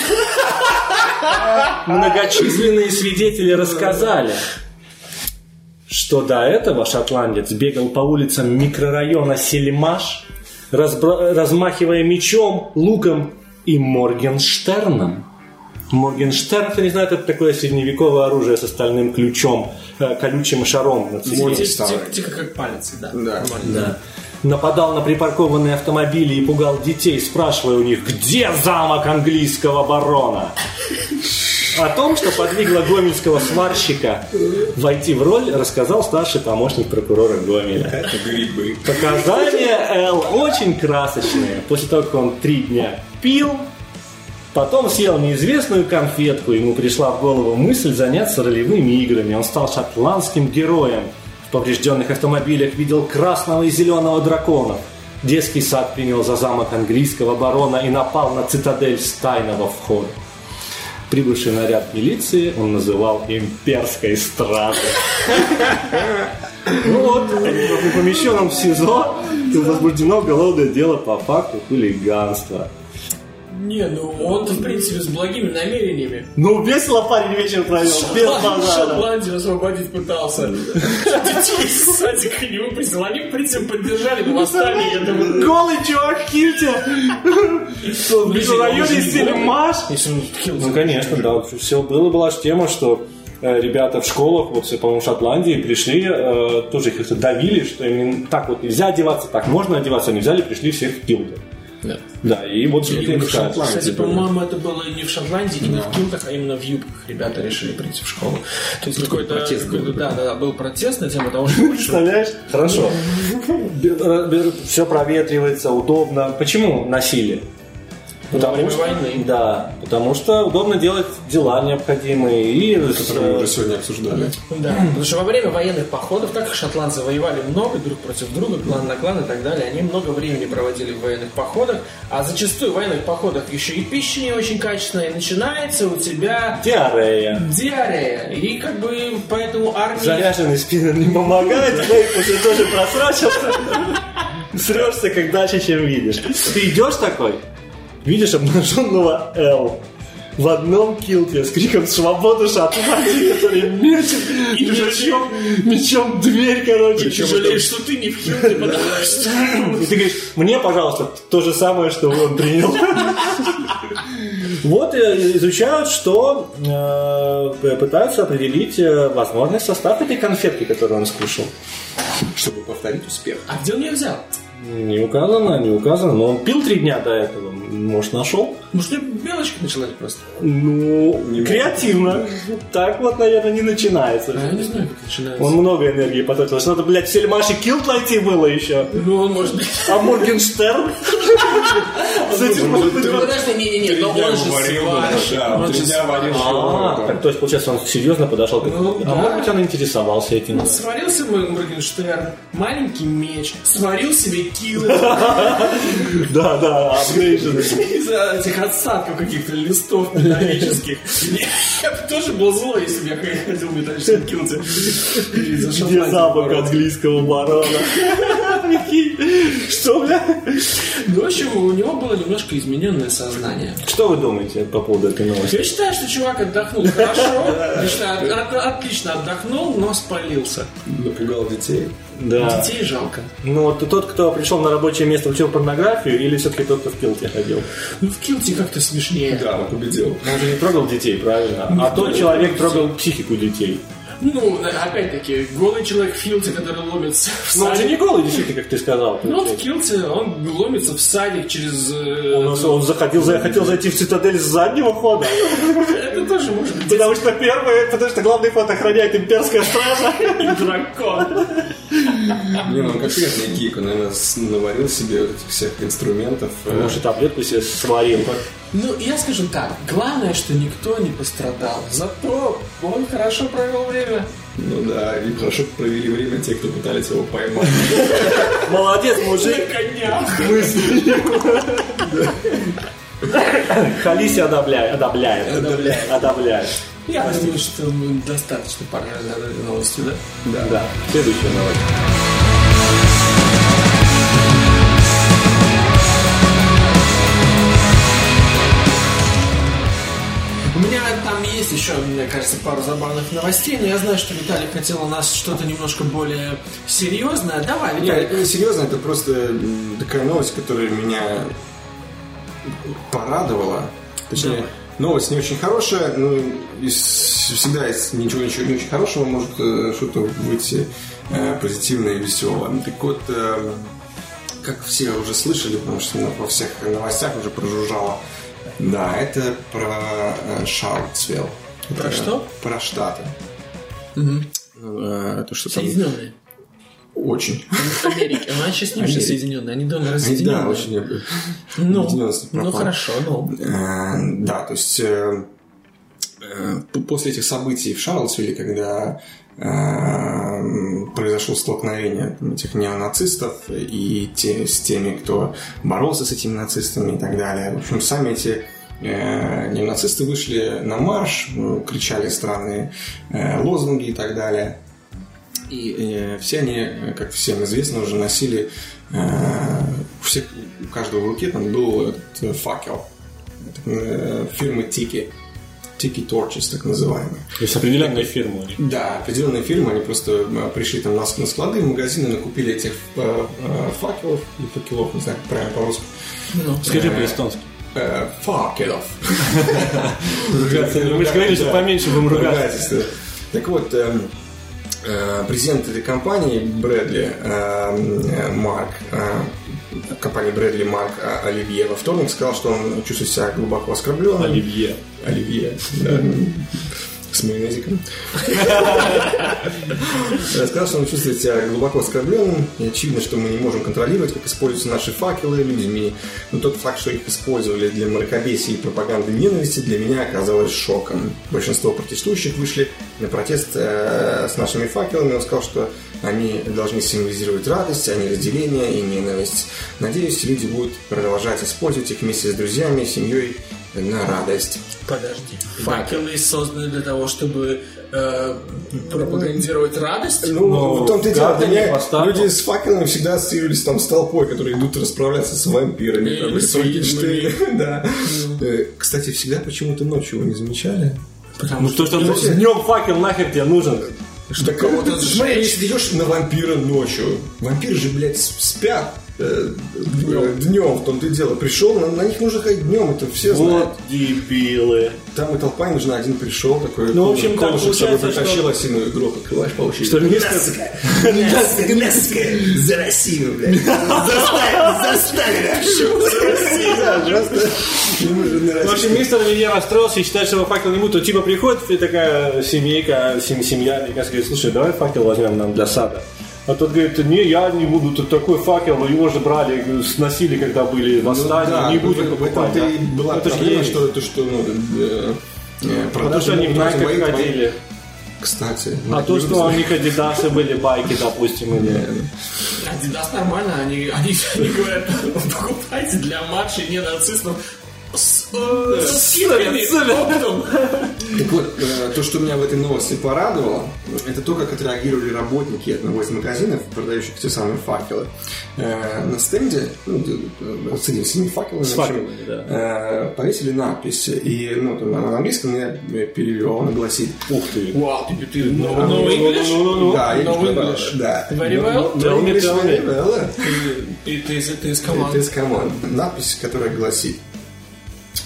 Многочисленные свидетели рассказали, что до этого шотландец бегал по улицам микрорайона Сельмаш, разбра- размахивая мечом, луком и Моргенштерном. Моргенштерн, кто не знает, это такое средневековое оружие с остальным ключом, э, колючим шаром на цепи. Моргенштерн. Тихо, тихо, тихо, как палец, да. Да. Да. Нападал на припаркованные автомобили и пугал детей, спрашивая у них, где замок английского барона? О том, что подвигло гомельского сварщика войти в роль, рассказал старший помощник прокурора Гомеля. Это грибы. Показания Эл очень красочные. После того, как он три дня пил, потом съел неизвестную конфетку, ему пришла в голову мысль заняться ролевыми играми. Он стал шотландским героем. В поврежденных автомобилях видел красного и зеленого драконов. Детский сад принял за замок английского барона и напал на цитадель с тайного входа. Прибывший наряд милиции он называл имперской стражей. Ну вот, помещен он в СИЗО, и возбуждено уголовное дело по факту хулиганства. Не, ну он-то, в принципе, с благими намерениями. Ну, весело парень вечер провел, без базара. Шотландию освободить пытался. Детей из садика не выпустил. Они, в принципе, поддержали бы восстание. Я думаю, Голый чувак в кильте. В микрорайоне Сельмаш. если он в килте. Ну, конечно, да. Все было, была же тема, что э, ребята в школах, вот, по-моему, в Шотландии пришли, э, тоже их как-то давили, что им так вот нельзя одеваться, так можно одеваться, они взяли, пришли всех в килты. Да. Да, и вот что Или им в сказать. Шотландии. Кстати, по-моему, это было не в Шотландии, не в килтах, а именно в юбках. Ребята решили прийти в школу. То есть какой-то протест был. какой-то- Да, да, да, был протест на тему того, что лучше. Представляешь? Хорошо. Все проветривается, удобно. Почему носили? Во время войны. Да, потому что удобно делать дела необходимые. И, Которые мы уже сегодня обсуждали. Да, потому что во время военных походов, так как шотландцы воевали много друг против друга, клан на клан и так далее, они много времени проводили в военных походах, а зачастую в военных походах еще и пища не очень качественная, и начинается у тебя диарея. диарея. И как бы поэтому армия... Заряженный спиннер не помогает, Фейк уже тоже просрочился. Срешься, как дальше, чем видишь. Ты идешь такой, видишь обнаженного Л в одном килте с криком «Свободу Шотландии», который мечет и мечом, мечом дверь, короче. И ты жалеешь, что ты не в килте, потому что... И ты говоришь, мне, пожалуйста, то же самое, что он принял. Вот э, изучают, что э, пытаются определить э, возможный состав этой конфетки, которую он скушал. Чтобы повторить успех. А где он ее взял? Не указано, не указано, но он пил три дня до этого, может, нашел. Может, у него белочка началась просто? Ну, креативно. Так вот, наверное, не начинается. А я не знаю, как начинается. Он много энергии потратил. Что надо, блядь, в Сельмаше килт найти было еще. Ну, он может быть... А Моргенштерн? С этим может быть... Подожди, не-не-не, но он же сварщик. Да, Он три же дня варил. А, так, то есть, получается, он серьезно подошел к этому. Ну, А да. может быть, он интересовался этим. Сварился мой Моргенштерн, маленький меч, сварил себе килл Да, да, апгрейдженный. из-за этих отсадков каких-то листов металлических. Я бы тоже был злой, если бы я ходил в металлическом килте. Из-за Где шотландского замок барона. английского барона? Прикинь. Что, бля? Ну, в общем, у него было немножко измененное сознание. Что вы думаете по поводу этой новости? Я считаю, что чувак отдохнул хорошо. Я считаю, от- от- отлично отдохнул, но спалился. Напугал детей. Да. Детей жалко. Ну, вот тот, кто пришел на рабочее место, учил порнографию, или все-таки тот, кто в килте ходил? Ну, в килте как-то смешнее. Да, он победил. Он же не трогал детей, правильно? А тот человек трогал психику детей. Ну, опять-таки, голый человек в килте, который ломится в Ну, он же садик. не голый, действительно, как ты сказал. Ну, он в килте, он ломится в садик через... э, Он, он заходил, за- хотел зайти в цитадель с заднего хода. Это тоже может быть Потому что первый, потому что главный ход охраняет имперская стража. дракон. Не, ну он конкретный гик, он, наверное, с- наварил себе вот этих всех инструментов. э, Может, и таблетку себе сварил. Ну, я скажу так, главное, что никто не пострадал. Зато он хорошо провел время. Ну да, и хорошо провели время те, кто пытались его поймать. Молодец, мужик. На конях. Халиси одобряет. Одобряет. Одобряет. Одобряет. Я думаю, что мы достаточно пора разглядывать новости, да? Да. Да. Следующая новость. У меня там есть еще, мне кажется, пару забавных новостей, но я знаю, что Виталий хотел у нас что-то немножко более серьезное. Давай, Нет, Виталий. это не серьезно, это просто м, такая новость, которая меня порадовала. Точнее, Давай. новость не очень хорошая, но из, всегда из ничего, ничего не очень хорошего может э, что-то выйти э, позитивное и веселое. Так вот, э, как все уже слышали, потому что во всех новостях уже прожужжало, да, это про э, Шарлотсвилл. Про Это что? Про Штаты. Ну, э, то, что там Соединенные. очень. Америки. Она сейчас не очень Америка. соединенные, они давно Они, разъединенные. да, очень э, Ну, объединенность ну пропала. хорошо, ну. Э, Да, то есть э, э, п- после этих событий в Шарлотсвилле, когда э, произошло столкновение там, этих неонацистов и те, с теми, кто боролся с этими нацистами и так далее. В общем, сами эти э, неонацисты вышли на марш, э, кричали странные э, лозунги и так далее. И э, все они, э, как всем известно, уже носили э, у всех, у каждого в руке там был этот э, факел э, фирмы Tiki. Tiki Torches, так называемые. То есть определенная фирма у них. Да, определенные фирмы, они просто э, пришли там на, на склады, в магазины, накупили этих э, э, факелов, или факелов, не знаю, как правильно по-русски. Ну, Скажи по-эстонски. Э, факелов. Мы же говорили, что поменьше будем ругаться. Ругательство. Так вот, эм, э, президент этой компании Брэдли э, Марк, э, компания Брэдли Марк э, Оливье во вторник сказал, что он чувствует себя глубоко оскорбленным. Оливье. Оливье, да. С майонезиком. Сказал, что он чувствует себя глубоко оскорбленным. И очевидно, что мы не можем контролировать, как используются наши факелы людьми. Но тот факт, что их использовали для мракобесия и пропаганды ненависти, для меня оказалось шоком. Большинство протестующих вышли на протест э, с нашими факелами. Он сказал, что они должны символизировать радость, а не разделение и ненависть. Надеюсь, люди будут продолжать использовать их вместе с друзьями, семьей на радость. Подожди. Факелы созданы для того, чтобы э, пропагандировать радость? Ну, Но в том-то и в дело, для Гардене меня поставил. люди с факелами всегда ассоциировались там с толпой, которые идут расправляться с вампирами. Или там, с Франкенштейном, ведьмами. да. Э, Кстати, всегда почему-то ночью вы не замечали? Ну что ж там днем факел нахер тебе нужен? Что кого-то... Смотри, если ты идешь на вампира ночью, вампиры же, блядь, спят днем, в том-то и дело. Пришел, на, на них нужно ходить днем, это все знают. Вот дебилы. Там и толпа не нужна, один пришел, такой... Ну, в общем, там колышек с собой получается, притащил осиновый гроб, открываешь по очереди. Что ли, Неска, за Россию, блядь. Заставили. В общем, мистер Вилья расстроился и считает, что его факел не будет. То типа приходит и такая семейка, сем- семья, мне кажется, говорит, слушай, давай факел возьмем нам для сада. А тот говорит, не, я не буду, тут такой факел, его же брали, сносили, когда были восстания, не будем в этом покупать. Да? и была Это ж проблема, ересь. что это что, ну, э, э, Потому что они в продажи Найках бои- ходили. Кстати. А то, что у них адидасы были, байки, допустим, или... Адидас нормально, они, они, они говорят, покупайте для матчей не нацистов с, э, с скидками, оптом. Так вот, э, то, что меня в этой новости порадовало, это то, как отреагировали работники одного из магазинов, продающих те самые факелы. Э, на стенде, ну, э, с этими всеми факелами, С в общем, факелами, да. э, повесили надпись. И ну, там, на английском я перевел, она гласит: Ух ты. Вау, ты, ты, А, no, ну, no English? Да, я No не English? Да. Very well? No Tell me, English, tell me. very well. Ты, ты, из- ты из Это команды. из команд. Надпись, которая гласит: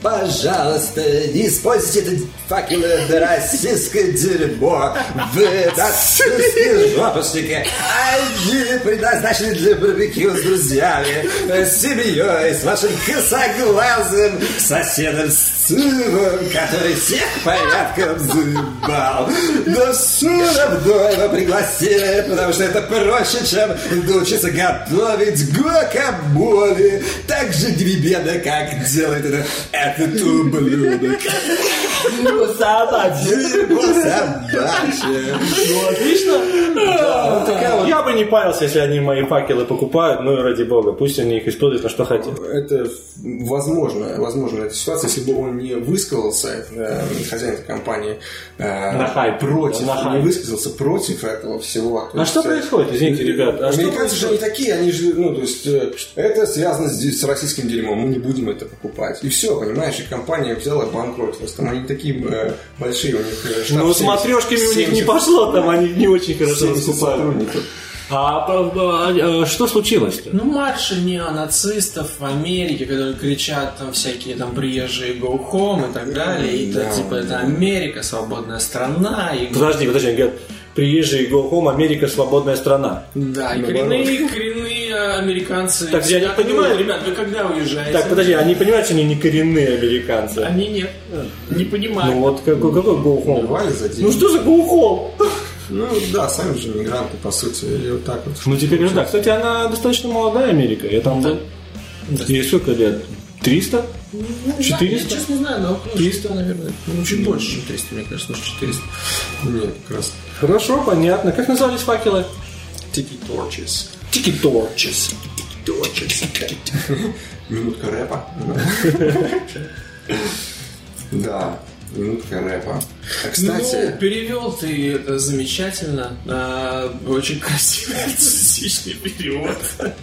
Пожалуйста, не используйте это факеловое российское дерьмо. Вы нацистские жопушники. Они предназначены для барбекю с друзьями, с семьей, с вашим косоглазым соседом Стивом, который всех порядком заебал. Но все равно его пригласили, потому что это проще, чем научиться готовить гуакамоле так же гребенно, как делает это этот ублюдок. Дерьмо собачье. Дерьмо собачье. Ну, отлично. Я бы не парился, если они мои факелы покупают. Ну и ради бога, пусть они их используют на что хотят. Это возможно, возможно, эта ситуация, если бы он не высказался, э, хозяин этой компании, э, на хайп. против, на не хайп. высказался против этого всего. А что происходит, извините, ребят? А Американцы же не такие, они же, ну, то есть, э, это связано с, с российским дерьмом, мы не будем это покупать. И все, понимаешь, и компания взяла банкротилась. Там они такие э, большие, у них э, штат Ну, с матрешками у них не пошло, там они не очень хорошо раскупают. А, а, а что случилось-то? Ну, марши неонацистов в Америке, которые кричат там всякие там приезжие go home и так далее. И Да, это, типа, это Америка, свободная страна. И... Подожди, подожди, они говорят, приезжие go home, Америка свободная страна. Да, и коренные, коренные американцы. Так, я не всегда понимаю. говорят, ребят, вы когда уезжаете? Так, подожди, они понимают, что они не коренные американцы? Они нет, не понимают. Ну вот, какой, какой go home? Рвали за деньги. Ну что за go home? Ну да, сами же мигранты, по сути, и вот так вот. Ну теперь уже да. Кстати, она достаточно молодая, Америка. Я там... Да. Ей сколько лет? триста? Ну, четыреста? Я честно не знаю, но около триста, наверное. Ну, чуть больше, чем триста, мне кажется, может, четыреста. Нет, как раз. Хорошо, понятно. Как назывались факелы? Tiki Torches. Tiki Torches. Torches. Минутка рэпа. Да, минутка рэпа. А, кстати... Ну, перевел ты это замечательно. А, очень красивый артистичный перевод.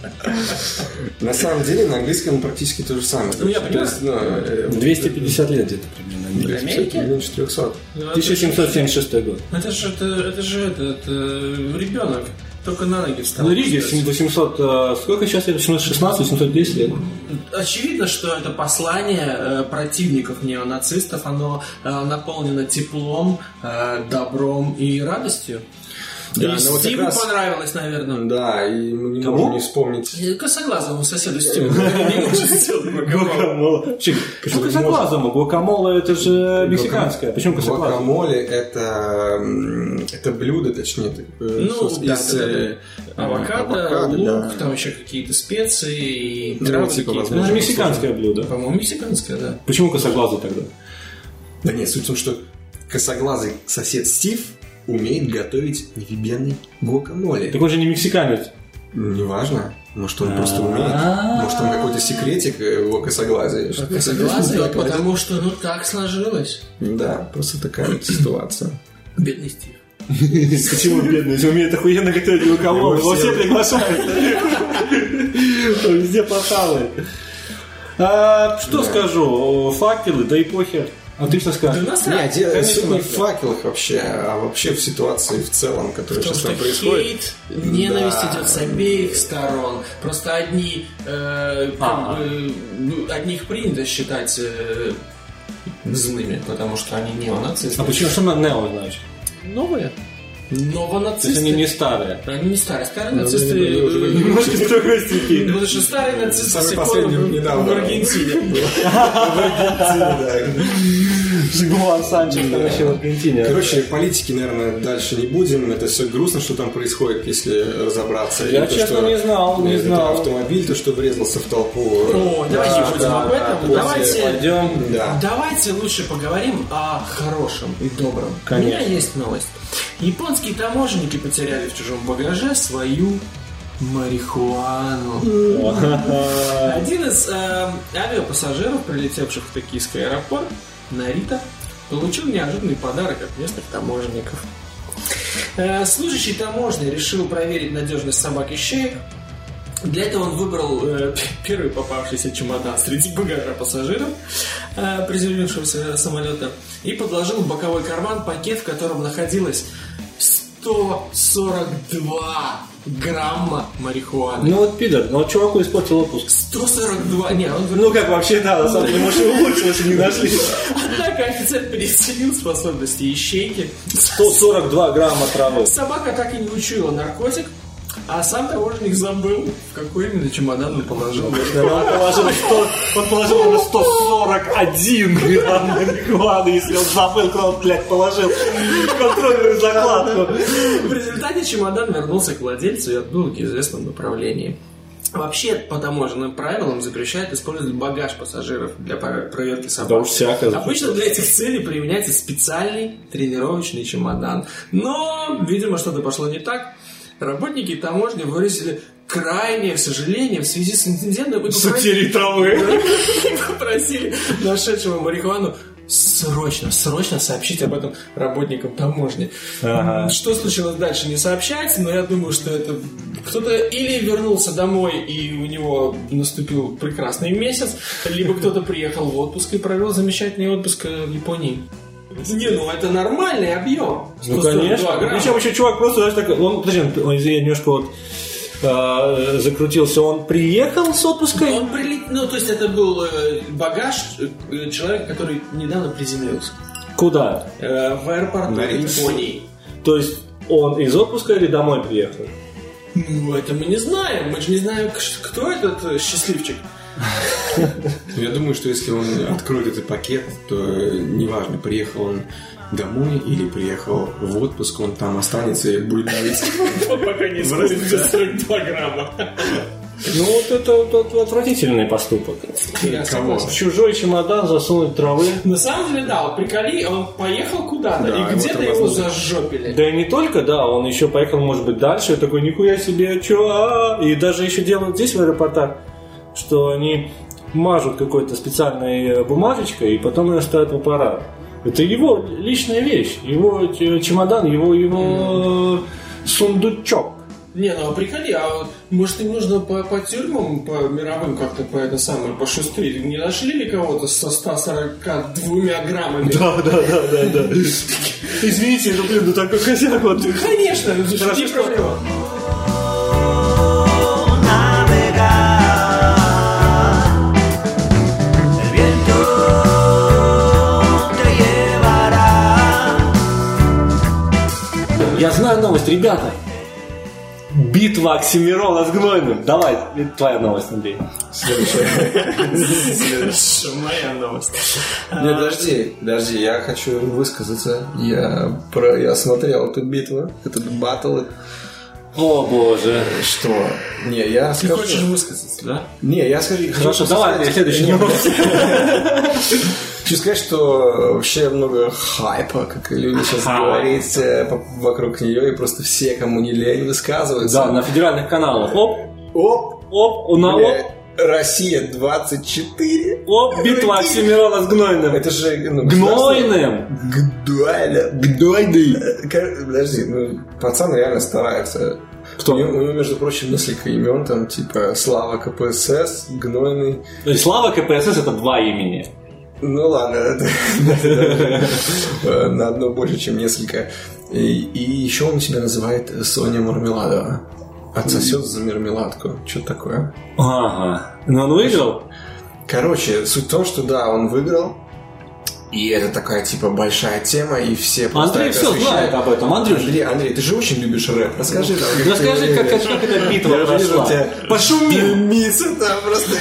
На самом деле, на английском практически то же самое. Ну, я То понимаю. есть, ну, э, двести пятьдесят лет где-то примерно. Для Америки? Миллион четырехсот. тысяча семьсот семьдесят шестой год. Это же, это, это же это, это ребенок. Только на ноги встал. В Риге восемьсот... э, Сколько сейчас лет? восемьсот шестнадцать, восемьсот десять лет. Очевидно, что это послание э, противников неонацистов, оно э, наполнено теплом, э, добром и радостью. Да, И ну вот Стиву как раз- понравилось, наверное. Да, и мы не Кому? можем не вспомнить. И Косоглазому соседу Стиву не может сделать гуакамоле. Что косоглазому? Гуакамоле это же мексиканское. Почему косоглазому? Гуакамоле это, м, это блюдо, точнее, это, э, Ну, соус да, из да, э, да. Авокадо, авокадо, лук, да. там еще какие-то специи и Ну, травы типа, какие-то. Это же мексиканское блюдо. По-моему, мексиканское, да. Почему косоглазый тогда? Да нет, суть в том, что косоглазый сосед Стив умеет готовить невиданный гуакамоле. Так он же не мексиканец. Неважно. Может, он просто умеет. Может, там какой-то секретик его косоглазия. что- Косоглазый, потому что, ну, так сложилось. Да, просто такая вот ситуация. Бедный Стив. Почему бедный? Если умеет охуенно готовить гуакамоле, его все приглашают. Он везде похавает. А, Что скажу? Факелы, да и похер. А ты что Да скажешь? насрать. Нет, дело Конечно, суть не в насрать. факелах вообще, а вообще в ситуации в целом, которая Потому сейчас что там происходит. хейт, ненависть Да. идет с обеих сторон. Просто одни, э, как Ага. бы, ну, одних принято считать э, злыми, потому что они неонацисты. А почему? Что на нео значит? Новые? То есть Новонацисты. они не старые. Они не старые. Старые Ну, нацисты... они уже э, Немножко строгостики. Потому что старые нацисты Самый с тех пор последний в недавно. в Аргентине. Жигуан Санчес, короче, в Аргентине. Короче, политики, наверное, дальше не будем. Это все грустно, что там происходит, если разобраться. Я, И то, честно, что не знал, не этот знал. Автомобиль, то, что врезался в толпу. О, давайте Да, будем да, об этом. да, Давайте... Пойдем. Да. Давайте лучше поговорим о хорошем и добром. Конечно. У меня есть новость. Японские таможенники потеряли в чужом багаже свою марихуану. Один из э, авиапассажиров, прилетевших в токийский аэропорт, Нарита, получил неожиданный подарок от местных таможенников. Э, служащий таможни решил проверить надежность собак и щеек. Для этого он выбрал э, первый попавшийся чемодан среди багажа пассажиров, э, приземлившегося самолета, и подложил в боковой карман пакет, в котором находилось сто сорок два грамма марихуаны. Ну вот пидор, но вот чуваку испортил отпуск. сто сорок два, не, он... Ну как вообще, да, на самом деле, может, и улучшилось, и не нашли. Однако офицер переоценил способности ищейки. сто сорок два грамма травы. Собака так и не учуяла наркотик, а сам таможенник забыл, в какой именно чемодан он положил. Он положил, он положил на сто сорок один грамм марихуаны, если он забыл, куда он, блядь, положил контрольную закладку. В результате чемодан вернулся к владельцу и отбыл к известному направлении. Вообще, по таможенным правилам запрещают использовать багаж пассажиров для проверки собак. Да уж всякое. Обычно для этих целей применяется специальный тренировочный чемодан. Но, видимо, что-то пошло не так. Работники таможни выразили крайнее сожаление в связи с инцидентом и с утерей травы. Попросили нашедшего марихуану срочно, срочно сообщить об этом работникам таможни. Ага. Что случилось дальше, не сообщается, но я думаю, что это кто-то или вернулся домой и у него наступил прекрасный месяц, либо кто-то приехал в отпуск и провел замечательный отпуск в Японии. Не, ну это нормальный объем. Ну конечно. Причем еще чувак просто даже так, он, подожди, он, я немножко вот э, закрутился. Он приехал с отпуска? Он прилет, ну то есть это был э, багаж э, человека, который недавно приземлился. Куда? Э, в аэропорту Японии. То есть он из отпуска или домой приехал? Ну это мы не знаем. Мы же не знаем, кто этот счастливчик. Я думаю, что если он откроет этот пакет, то неважно, приехал он домой или приехал в отпуск, он там останется и будет жить. Пока не использует сорок два грамма. Ну вот это вот отвратительный поступок. В чужой чемодан засунуть травы. На самом деле, да, вот приколи, он поехал куда-то, да, и где-то его зажопили. Да и не только, да, он еще поехал, может быть, дальше, и такой, нихуя себе, чё? И даже еще делают здесь в аэропортах, что они мажут какой-то специальной бумажечкой и потом ее ставят в аппарат. Это его личная вещь, его чемодан, его, его mm. сундучок. Не, ну а приколи, а вот, может им нужно по, по тюрьмам, по мировым как-то по это самое, пошустрить? Не нашли ли кого-то со ста сорока двумя граммами? Да, да, да, да, да. Извините, ну блин, ну такой косяк вот. Конечно, это же не проблема. Я знаю новость, ребята. Битва Оксимирона с Гнойным. Давай, твоя новость, Андрей. Следующая. Моя новость. Нет, подожди, подожди, я хочу высказаться. Я, про, я смотрел эту битву, этот баттл. О боже. Что? Не, я Ты скажу... хочешь высказаться, да? Не, я скажу... Хорошо, давай, следующий новость. Хочу сказать, что вообще много хайпа, как люди сейчас говорить, вокруг нее, и просто все, кому не лень, высказываются. Да, на федеральных каналах. Оп, оп, оп, на оп. Россия двадцать четыре. Оп, битва Оксимирона с Гнойным. Это же... Ну, Гнойным. Гнойным. Гнойный. Подожди, ну, пацан реально старается. Кто? У него, у него, между прочим, несколько имен, там, типа, Слава КПСС, Гнойный. То есть Слава КПСС это два имени. Ну ладно, на одно больше, чем несколько. И, и еще он себя называет Соня Мармеладова. Отсосет за мармеладку. Что такое? Ага. Но он выиграл? Короче, суть в том, что да, он выиграл. И это такая, типа, большая тема, и все просто Андрей все знает об этом. Андрюш. Андрей, Андрей, ты же очень любишь рэп. Расскажи нам. Расскажи, как, как, как эта битва я прошла. Пошуми. Дымится там просто.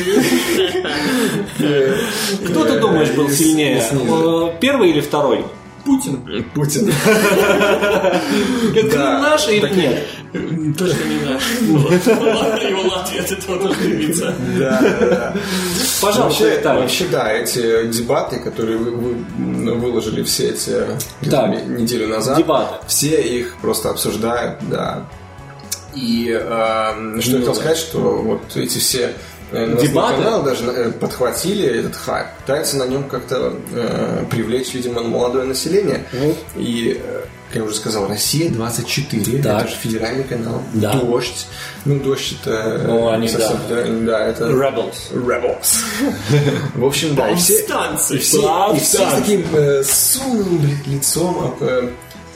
Кто ты думаешь был сильнее? Первый или второй? Путин. Путин. Это наш или нет? Точно не наш. Его Латвия от этого тоже дымится. Да, да. Пожалуйста, Виталий. Вообще, да, эти дебаты, которые вы выложили все эти неделю назад, дебаты. Все их просто обсуждают, да. И что я хотел сказать, что вот эти все дебаты каналы даже подхватили этот хайп, пытаются на нем как-то э, привлечь, видимо, молодое население. Вот. И, э, как я уже сказал, Россия двадцать четыре, так. это же федеральный канал. Да. Дождь. Ну, Дождь это... Ну, они, совсем да. федеральный, да, это... Rebels. Rebels. В общем, да. И все, и все, и все с таким э, сумным, блядь, лицом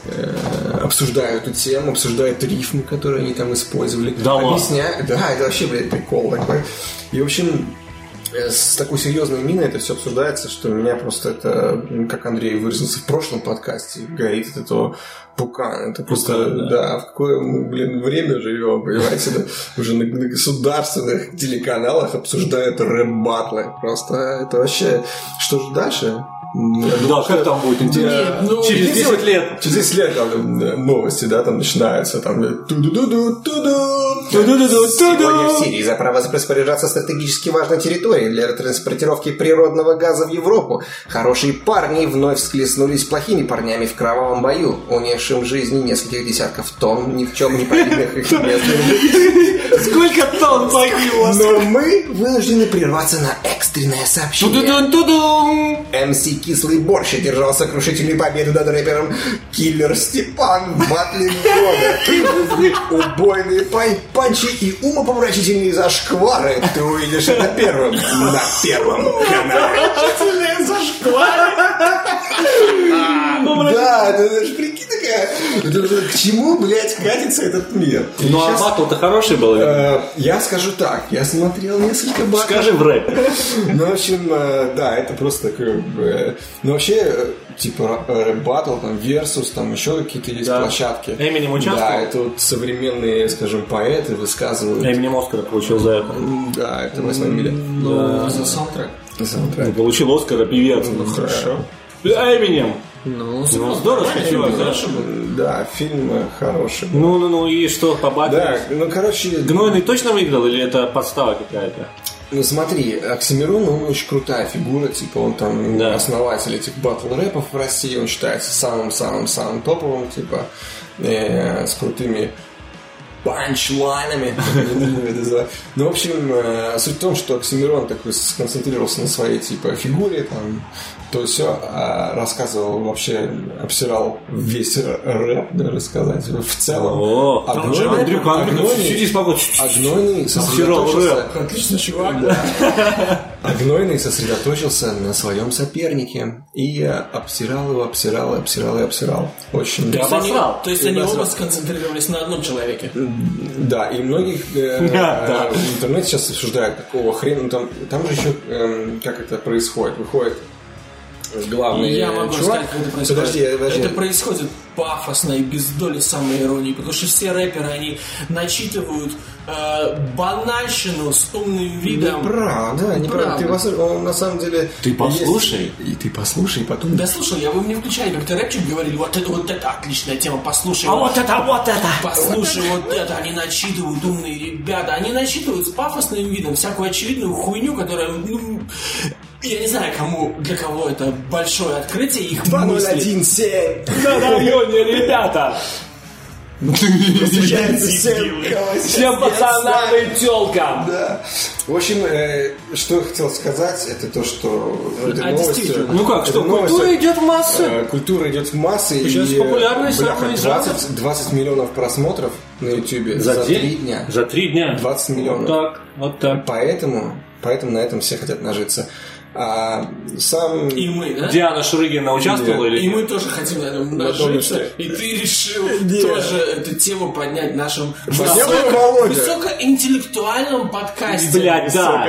э, обсуждаю эту тему, обсуждают рифмы, которые они там использовали. Да ладно? Объясняю. Да, это вообще, блядь, прикол такой. И, в общем, с такой серьезной миной это все обсуждается, что меня просто это, как Андрей выразился в прошлом подкасте, горит от этого пукан. Это просто, пукан, да. да, в какое мы, блин, время живем, понимаете, да? Уже на, на государственных телеканалах обсуждают рэп-баттлы. Просто это вообще... Что же дальше? Да, думаю, как там будет интересно? Ну, через десять лет. Через десять лет там новости, да, там начинаются. Там ту-ду-ду-ду-ду-ду. Ту-ду-ду-ду-ду. Сегодня в Сирии за право распоряжаться стратегически важной территорией для транспортировки природного газа в Европу. Хорошие парни вновь схлестнулись с плохими парнями в кровавом бою, унесшим жизни нескольких десятков тонн ни в чем не повинных их местных. Сколько тонн погибло? Но мы вынуждены прерваться на экстренное сообщение. Ту-ду-ду-ду-ду. эм си Кислый Борщ одержал сокрушительную победу над рэпером Киллер Степан в батле года. Убойные панчи и умопомрачительные зашквары ты увидишь это первым на Первом канале. Зашквары? Да, это же прикинь такая. К чему, блядь, катится этот мир? Ну а батл-то хороший был? Я скажу так, я смотрел несколько батлов. Скажи в рэп. Ну, в общем, да, это просто такое... Ну, вообще, типа рэп-баттл, там, Versus, там еще какие-то есть да. площадки. Эминем участвовал? Да, это вот современные, скажем, поэты высказывают. Эминем Оскара получил за это. Да, это восьмая миля. Да. За саундтрек. За саундтрек. Получил Оскара певец. Ну, хорошо. Эминем. Ну, ну здорово, чувак, хорошо. Да, фильм хороший. Ну, ну, ну, и что, побатывались? Да, ну, короче... Гнойный точно выиграл или это подстава какая-то? Ну смотри, Оксимирон, он очень крутая фигура, типа он там да. основатель этих батл-рэпов в России, он считается самым-самым-самым топовым, типа э, с крутыми панчлайнами. Ну, в общем, суть в том, что Оксимирон такой сконцентрировался на своей типа фигуре, там, то все, а рассказывал вообще, обсирал весь рэп, даже сказать, в целом. О, а Гнойный сосредоточился... Отличный чувак. А Гнойный сосредоточился на своем сопернике и обсирал его, обсирал, обсирал и обсирал. Очень... То есть они оба сконцентрировались на одном человеке. Да, и многих в интернете сейчас обсуждают, какого хрена, там же еще, как это происходит, выходит главный Я могу чувак. сказать, как это происходит. Подожди, подожди. Это происходит пафосно и без доли самой иронии, потому что все рэперы, они начитывают э, банальщину с умным видом. Неправда, неправда. Ты послушай, он на самом деле... Ты послушай. Есть... И ты послушай, потом... Да слушай, я вы мне включали, как-то рэпчик говорили, вот это, вот это отличная тема, послушай. А вот это, вот это! Послушай, вот это, они начитывают, умные ребята. Они начитывают с пафосным видом всякую очевидную хуйню, которая... Ну, я не знаю, кому, для кого это большое открытие их два ноль один семь На районе, ребята! Всем пацанам и тёлкам! Да. В общем, э, что я хотел сказать, это то, что а новости, ну как, что культура идет в массы? Э, культура идет в массы. Сейчас и, популярность бляха, двадцать, двадцать миллионов просмотров на Ютубе за, за три дня. За три дня. двадцать миллионов. Вот так, вот так. Поэтому, поэтому на этом все хотят нажиться. А сам... И мы, да? Диана Шурыгина участвовала? Или и мы тоже хотим на этом нажиться. И ты решил Нет. тоже эту тему поднять в нашем высоко... высокоинтеллектуальном подкасте. Блядь, да.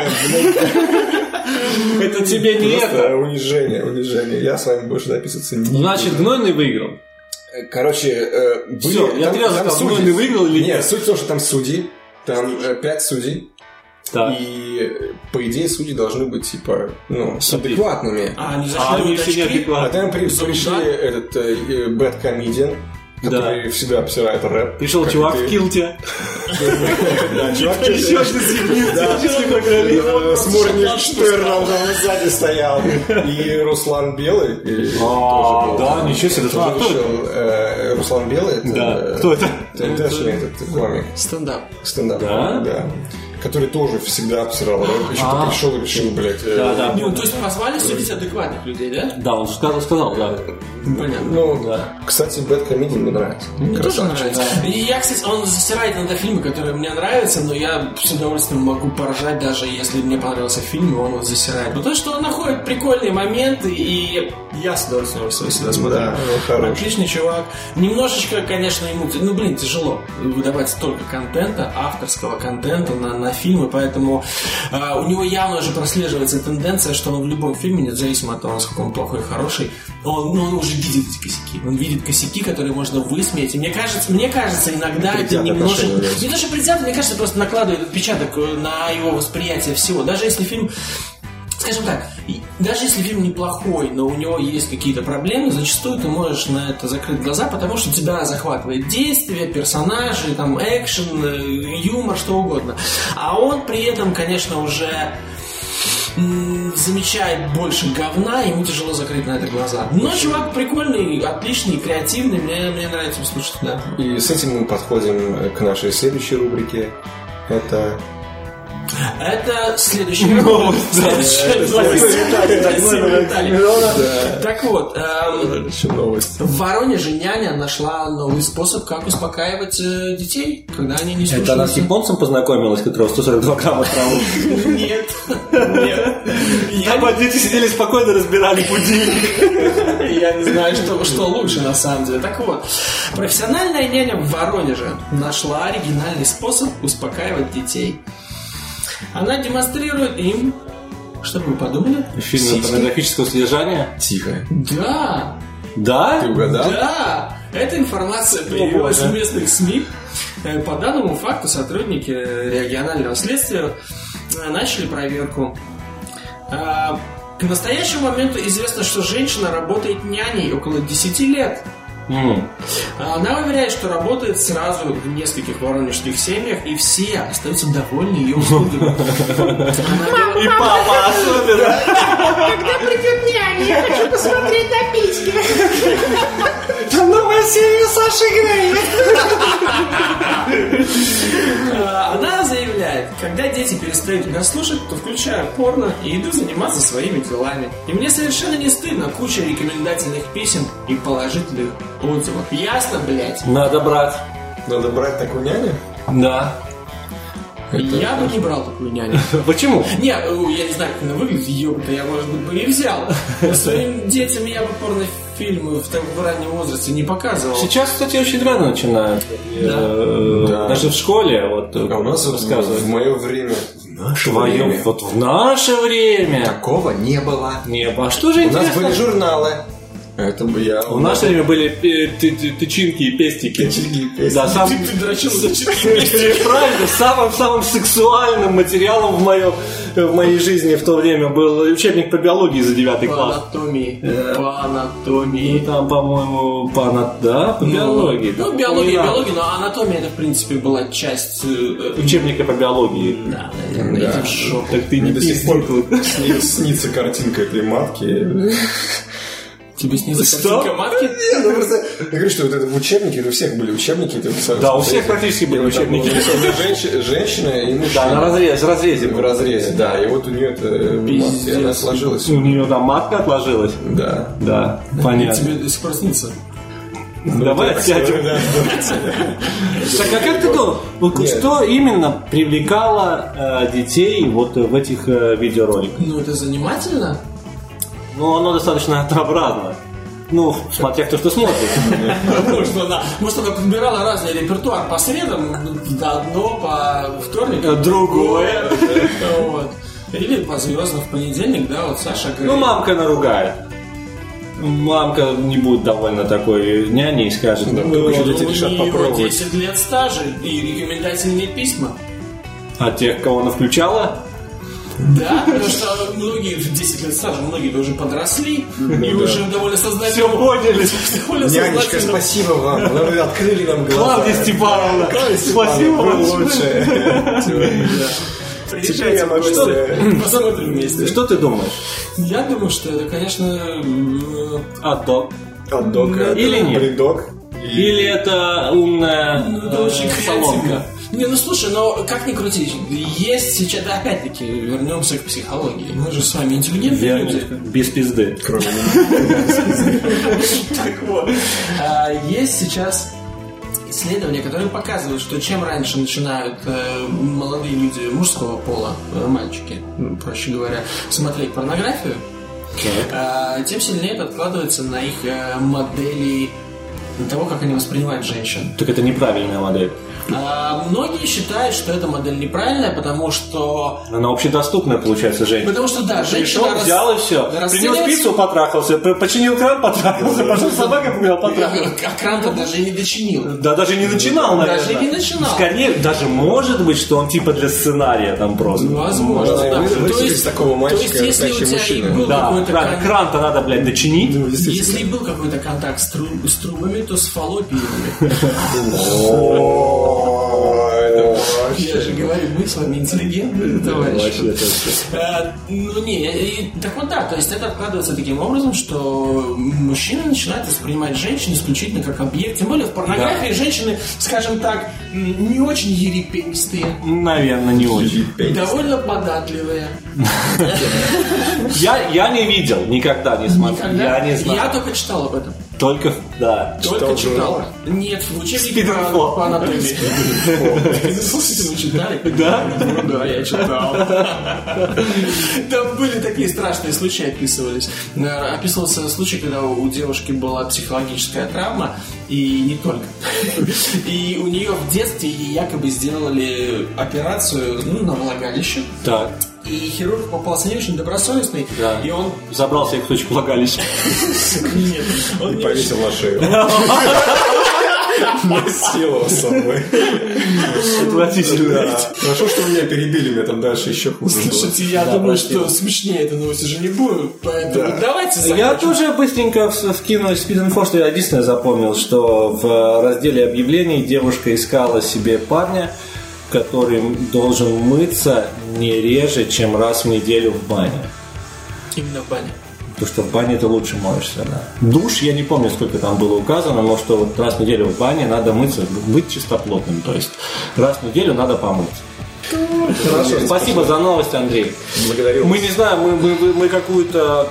Это тебе не это. Унижение, унижение. Я с вами больше записываться не буду. Значит, Гнойный выиграл. Короче, были... Все, я три раза сказал, Гнойный выиграл или нет? Нет, суть в том, что там судьи. Там пять судей. Так. И, по идее, судьи должны быть, типа, ну, адекватными. А, они а они все неадекватные. А там при, пришли этот э, Bad Comedian, который да. всегда обсирает рэп. Пришел чувак в килте. Да, чувак в килте. С Моргенштерном там сзади стоял. И Руслан Белый. А, да, ничего себе. Руслан Белый. Да. Кто это? Это этот комик. Стендап. Стендап. Да. который тоже всегда обсирал. Еще пришел и решил, блядь. Да, да. Ну, то есть позвали судить адекватных людей, да? Да, он сказал, сказал, да. Понятно. Ну, Да. кстати, Bad Comedian мне нравится. Мне тоже нравится. И я, кстати, он засирает иногда фильмы, которые мне нравятся, но я с удовольствием могу поржать, даже если мне понравился фильм, и он его засирает. Потому что он находит прикольные моменты, и я с удовольствием его всегда смотрю. Да, ну, хороший. Отличный чувак. Немножечко, конечно, ему, ну, блин, тяжело выдавать столько контента, авторского контента на, на фильмы, поэтому э, у него явно уже прослеживается тенденция, что он в любом фильме, независимо от того, насколько он плохой и хороший, он, ну, он уже видит эти косяки. Он видит косяки, которые можно высмеять. И мне кажется, мне кажется, иногда Предвзято это немножко... отношение. Не то, что предвзято, мне кажется, просто накладывает отпечаток на его восприятие всего. Даже если фильм... Скажем так, даже если фильм неплохой, но у него есть какие-то проблемы, зачастую ты можешь на это закрыть глаза, потому что тебя захватывает действие, персонажи, там, экшен, юмор, что угодно. А он при этом, конечно, уже м- замечает больше говна, ему тяжело закрыть на это глаза. Но чувак прикольный, отличный, креативный, мне, мне нравится его слушать, да. И с этим мы подходим к нашей следующей рубрике. Это... Это следующая новость. Так вот, в Воронеже няня нашла новый способ, как успокаивать детей, когда они не слушаются. Это она с японцем познакомилась, которого сто сорок два грамма травы? Нет, нет. Там дети сидели спокойно, разбирали будильник. Я не знаю, что, что лучше на самом деле. Так вот, профессиональная няня в Воронеже нашла оригинальный способ успокаивать детей. Она демонстрирует им, что вы подумали? Фильм порнографического содержания? Тихо. Да. Да? Ты угадал? Да. Эта информация появилась в местных СМИ. По данному факту сотрудники регионального следствия начали проверку. К настоящему моменту известно, что женщина работает няней около десяти лет. Mm. Она уверяет, что работает сразу в нескольких воронежских семьях, и все остаются довольны ее услугами. И папа особенно. Когда придет няня, я хочу посмотреть на письки. Новая серия Саши Грей. Она заявляет, когда дети перестают меня слушать, то включаю порно и иду заниматься своими делами. И мне совершенно не стыдно, куча рекомендательных писем и положительных отзывов. Ясно, блядь? Надо брать. Надо брать такую няню? Да. Я бы не брал такую няню. Почему? Не, я не знаю, как она выглядит, ее-то я, может быть, бы и взял. Своим детям я бы порнофильмы в таком раннем возрасте не показывал. Сейчас, кстати, очень рано начинают. Да. Э, Да. Даже в школе. Вот, А у нас рассказывают. в мое время... В наше Твоё- время. Вот в наше время. Такого не было. Не, а что же У нас интересно? были журналы. Это бы я... В наше время были э, ты- ты- тычинки и пестики. Тычинки и пестики. Да, сам... Ты, ты дрочил за четыре. Правильно, самым-самым сексуальным материалом в, моем, в моей жизни в то время был учебник по биологии за девятый По класс. анатомии. По Ну, анатомии. там, по-моему, по, ана- да, по биологии. Ну, да. биология, Не надо. биология, но анатомия это, в принципе, была часть... э, Учебника по биологии. Да, наверное, Да. иди в жопу. Так ты не Мне до сих пор пизди. сни- снится картинка этой матки. Тебе снизу Что? картинка матки? Ну, просто, я говорю, что вот это в учебнике, это у всех были учебники. это абсолютно- Да, у всех практически были И вот там учебники. было нарисовано женщ- Женщина и Да, на мужчина. разрез, в разрезе. В разрезе, да. И вот у нее это Пиздец. она сложилась. У нее там матка отложилась. Да. Да, понятно. Тебе до сих пор снится. Давай отсядем. Да. Так, а как ты думал, вот Нет. что именно привлекало э, детей вот в этих э, видеороликах? Ну, это занимательно. Ну, оно достаточно однообразно. Ну, смотря кто что смотрит. Может, она, может, она подбирала разный репертуар по средам, одно, по вторникам. Другое. Вот. Или по звездам в понедельник, да, вот Саша Грей. Ну, мамка наругает. Мамка не будет довольна такой няней и скажет, Да, ну, как Ну, дети у решат нее попробовать. десять лет стажа и рекомендательные письма. а тех, кого она включала, Да, потому что многие в десять лет стажа, многие уже подросли и уже довольно все сознательно. поняли. довольно Нянечка, сознательно- спасибо вам. Вы открыли нам глаза. Клавдия Степановна, спасибо Вы вам. лучшие. Теперь я могу... Что? Посмотрим вместе. Что ты думаешь? Я думаю, что это, конечно, э, Хот-дог. Хот-дог. Или нет? Бридок. Или это умная ну, это э, очень соломка? креативно. Не, ну слушай, но как ни крути, есть сейчас, да, опять-таки, вернемся к психологии. Мы же с вами интеллигентные люди. Без пизды. Кроме меня. Так вот, есть сейчас исследования, которые показывают, что чем раньше начинают молодые люди мужского пола, мальчики, проще говоря, смотреть порнографию, тем сильнее это откладывается на их модели того, как они воспринимают женщин. Так это неправильная модель. А, многие считают, что эта модель неправильная, потому что... Она общедоступная, получается, женщина. Потому что, да, женщина... Пришел, взял и все. Принес пиццу, потрахался, починил кран, потрахался, пошел собака погулял, потрахался. А кран-то даже и не дочинил. Да, даже не начинал, наверное. Даже не начинал. Скорее, даже может быть, что он типа для сценария там просто. Возможно, да. То есть, такого мальчика, то есть, если у тебя и был да, какой-то... кран, кран-то надо, блядь, дочинить. Ну, если и был какой-то контакт с, тру... с трубами, то с фаллопиями. Я же говорю, мы с вами интеллигентные товарищи. Ну не, так вот да, то есть это откладывается таким образом, что мужчины начинают воспринимать женщин исключительно как объект. Тем более в порнографии женщины, скажем так, не очень ерепенистые. Наверное, не очень. Довольно податливые. Я, я не видел, никогда не смотрел. Никогда? Я не знаю. Я только читал об этом. Только, да. Только читал. Нет, в учебнике по, по анатомии. Слушайте, вы читали? Да? Да, я читал. Там были такие страшные случаи, описывались. Описывался случай, когда у девушки была психологическая травма, и не только. И у нее в детстве якобы сделали операцию, ну, на влагалище. Так. И хирург попался не очень добросовестный, да. И он... Забрал себе кусочек влагалища. Нет, он и повесил на шею. Носил с собой. Отвратительно. Хорошо, что меня перебили, меня там дальше еще хуже. Слушайте, я думаю, что смешнее этой новости же не будет, поэтому давайте закончим. Я тоже быстренько вкину спид-инфо, что я единственное запомнил, что в разделе объявлений девушка искала себе парня, который должен мыться не реже, чем раз в неделю в бане. Именно в бане. Потому что в бане ты лучше моешься, да. Душ, я не помню, сколько там было указано, но что вот раз в неделю в бане надо мыться, быть чистоплотным. То есть раз в неделю надо помыться. Хорошо, спасибо за новость, Андрей. Благодарю. Мы не знаем, мы, мы, мы какую-то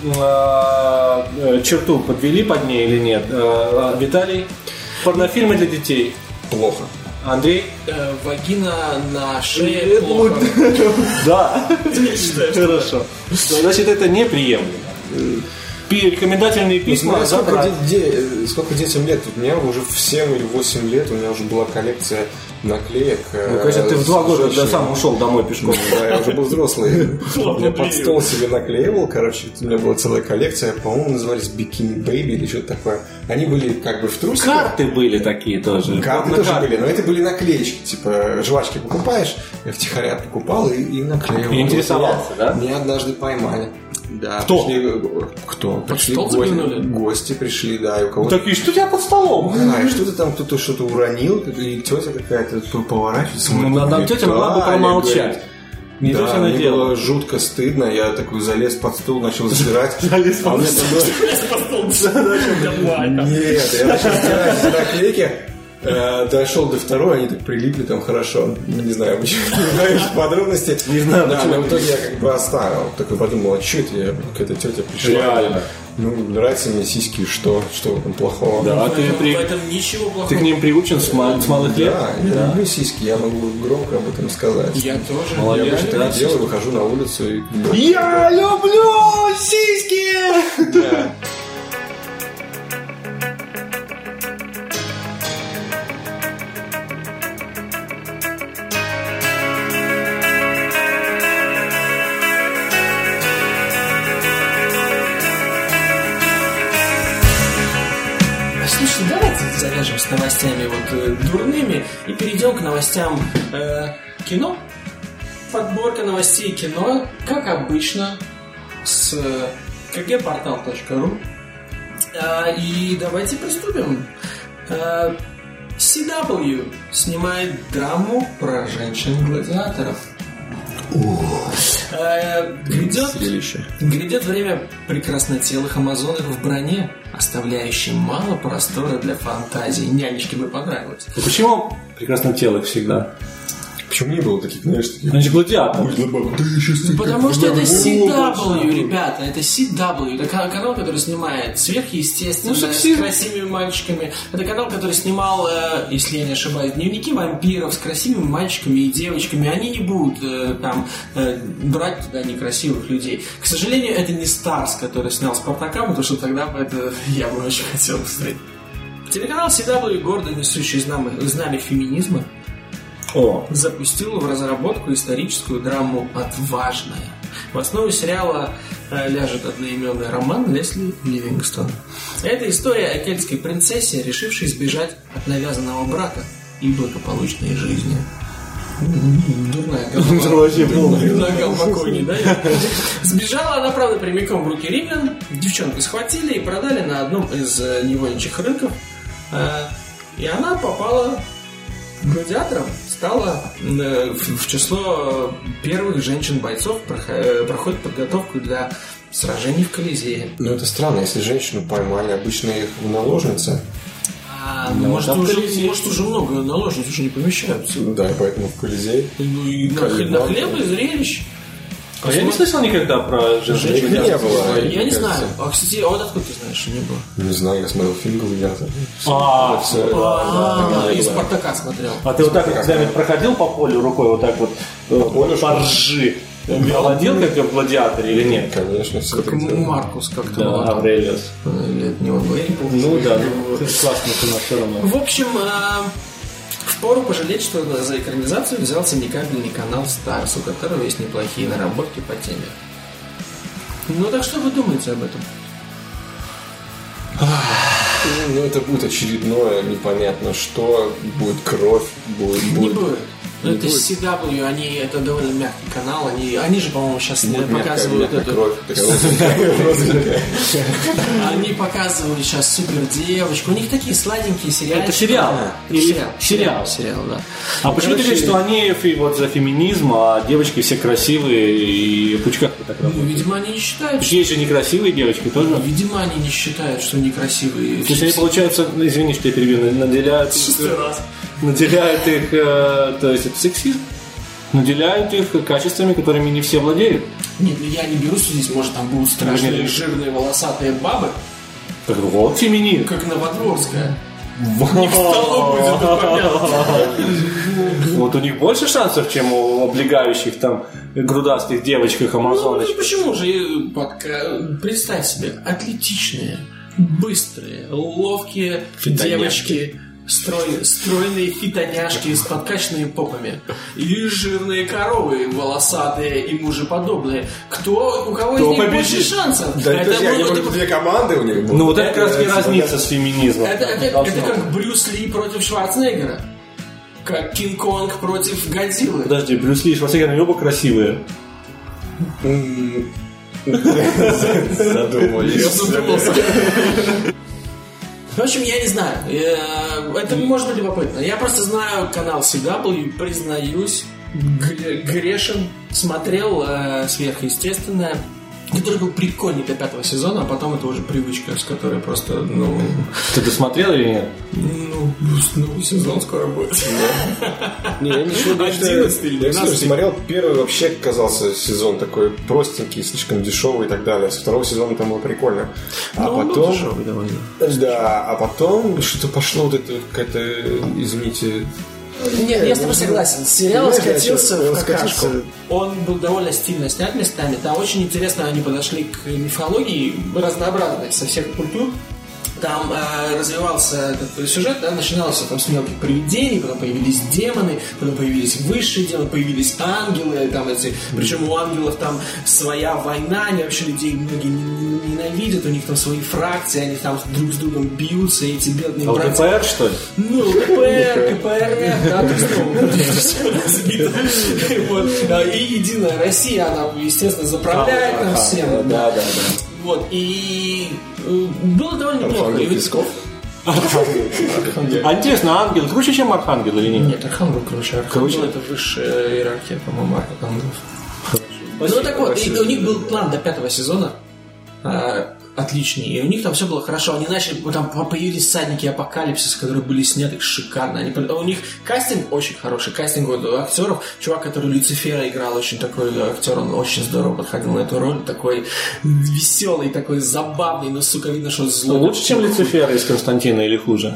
э, черту подвели под ней или нет. Э, Виталий, порнофильмы для детей. Плохо. Андрей? Э, вагина на шее плохо. Да. Хорошо. Значит, это неприемлемо. Рекомендательные письма. Ну, сколько, де- сколько детям лет? У меня уже в семь или восемь лет у меня уже была коллекция наклеек. Ну, конечно, ты в два года когда сам ушел домой пешком. Да, я уже был взрослый. Я под стол себе наклеивал, короче, у меня была целая коллекция, по-моему, назывались Бикини Бэйби или что-то такое. Они были как бы в трусиках. Карты были такие тоже. Карты тоже были, но это были наклеечки, типа жвачки покупаешь, я втихаря покупал и, и наклеивал. И интересовался, да? Меня однажды поймали. Да, кто? Пришли, кто? Пришли гости, гости пришли, да, и у кого-то... Такие, что у тебя под столом? Да, и что-то там кто-то что-то уронил, и тетя какая-то поворачивается. Ну, надо тетя могла бы промолчать. Не то, что она делала. Мне было жутко стыдно, я такой залез под стул, начал забирать. Залез под стул. Нет, я начал стирать эти наклейки. Дошел до второй, они так прилипли там хорошо. Не знаю, почему, не знаю подробности. Не знаю, да, но в итоге я как бы оставил. Такой подумал, а что это я, какая-то тетя пришла. Реально. Ну, нравятся мне сиськи, что? Что в этом плохого? Да, в, ты, этом, при... в этом ничего плохого. Ты к ним приучен с, мал... с малых лет? Да, я да. люблю сиськи, я могу громко об этом сказать. Я тоже. Молодец. Я обычно так делаю, выхожу на улицу и... Я люблю сиськи! Да. Завяжем с новостями вот э, дурными и перейдем к новостям э, кино. Подборка новостей кино, как обычно, с э, кей джи портал точка ру. Э, и давайте приступим. Э, си дабл ю снимает драму про женщин-гладиаторов. Грядет, грядет время прекраснотелых амазонок в броне, оставляющим мало простора для фантазии. Нянечке бы понравилось. А почему прекраснотелых всегда? Почему не было таких, знаешь, таких... Они же гладиаторы. Потому что это си дабл ю, ребята, это си дабл ю. Это канал, который снимает сверхъестественно, ну, с красивыми мальчиками. Это канал, который снимал, если я не ошибаюсь, дневники вампиров с красивыми мальчиками и девочками. Они не будут там брать туда некрасивых людей. К сожалению, это не Старс, который снял Спартака, потому что тогда бы это я бы очень хотел посмотреть. Телеканал си дабл ю, гордо несущий знамя, знамя феминизма, О. запустил в разработку историческую драму «Отважная». В основу сериала э, ляжет одноименный роман Лесли Ливингстон. Это история о кельтской принцессе, решившей избежать от навязанного брака и благополучной жизни. Дурная голова. Дурная голова кони, да? Сбежала она, правда, прямиком в руки римлян. Девчонку схватили и продали на одном из невольничьих рынков. И она попала гладиатором, стала в число первых женщин-бойцов, проходит подготовку для сражений в Колизее. Но это странно, если женщину поймали, обычно их в наложнице. А, может, уже, может, уже много наложниц уже не помещаются. Да, и поэтому в Колизее. Ну и на, на хлеб и зрелищ. А я не слышал никогда про женщин. Не было. Я не знаю. А, кстати, а вот откуда ты знаешь, что не было? Не знаю, я смотрел фильм «Гладиатор». А, и «Спартака» смотрел. А ты вот так когда-нибудь проходил по полю рукой, вот так вот по ржи? Владел как в «Гладиаторе» или нет? Конечно, все как Маркус, как-то. Да, Аврелиус. Нет, не он был. Ну да, классно кино все равно. В общем, впору пожалеть, что за экранизацию взялся не кабельный канал Старс, у которого есть неплохие наработки по теме. Ну так что вы думаете об этом? Ну это будет очередное, непонятно что, будет кровь, будет... Не будет. Но это си дабл ю, они, это довольно мягкий канал, они, они же, по-моему, сейчас Нет, показывают мягкая, эту... кровь. Они показывают сейчас супер девочку, у них такие сладенькие сериалы. Это сериал. Сериал. Сериал. Сериал, да. А почему ты говоришь, что они вот за феминизм, а девочки все красивые и в пучках так Ну, работают? видимо, они не считают, Есть же некрасивые девочки тоже? Видимо, они не считают, что они красивые. То есть они, получается, извини, что я перебью, наделяют... Шестой раз. Наделяют их, э, то есть это сексизм, наделяют их качествами, которыми не все владеют. Нет, ну я не беру судить, может там будут страшные, Нет. жирные, волосатые бабы, Так вот, феминизм. как Новодворская. Вот у них больше шансов, чем у облегающих там грудастых девочек амазоночек. Ну, почему же? Подка- Представь себе, атлетичные, быстрые, ловкие девочки, строй, стройные фитоняшки с подкачанными попами и жирные коровы, волосатые и мужеподобные. Кто, у кого Кто из них победит? больше шансов? Да это это я не было- могу, две команды у них будут. Ну вот это как раз не разница с феминизмом. Это, это, Должно это быть. как Брюс Ли против Шварценеггера. Как Кинг-Конг против Годзиллы. Подожди, Брюс Ли и Шварценеггер, они оба красивые. Задумались. Я задумался. В общем, я не знаю. Э, Это может быть любопытно. Я просто знаю канал си дабл ю, признаюсь, гре- грешен. Смотрел э, «Сверхъестественное», который был прикольный до пятого сезона, а потом это уже привычка, с которой просто, ну... Ты досмотрел или нет? Ну, новый сезон скоро будет. Не, я ничего не одиннадцатый или Я все двенадцатый. смотрел, первый вообще казался сезон такой простенький, слишком дешевый и так далее. Со второго сезона там было прикольно. А Ну, он был потом... дешевый довольно. Да, а потом что-то пошло вот это какая-то, извините... Нет, я с тобой согласен. Сериал Понимаешь, скатился он в какашку. скатился. Он был довольно стильно снят местами. Там очень интересно они подошли к мифологии разнообразной со всех культур. Там э, развивался этот сюжет, да, начинался там с мелких привидений, потом появились демоны, потом появились высшие демоны, появились ангелы, там эти, причем у ангелов там своя война, они вообще людей многие ненавидят, у них там свои фракции, они там друг с другом бьются, и эти бедные А братья. ЛДПР, что ли? Ну, ЛДПР, КПРФ, да, то есть, ну, разбито. Вот. А, И Единая Россия, она, естественно, заправляет нам всем. Да, да, да. Вот, и э, было довольно неплохо. И Архангел вот- Песков. А интересно, ангел круче, чем архангел или нет? Нет, Архангел круче. Архангел Круче? это высшая иерархия, по-моему, архангелов. Ну так вот, и у них был план до пятого сезона. Отличный. И у них там все было хорошо. Они начали, там появились всадники Апокалипсиса, которые были сняты шикарно. Они, у них кастинг очень хороший. Кастинг вот, актеров. Чувак, который Люцифера играл, очень такой актер, он очень здорово подходил на эту роль. Такой веселый, такой забавный, но, сука, видно, что злой. Лучше, чем Люцифера из Константина или хуже?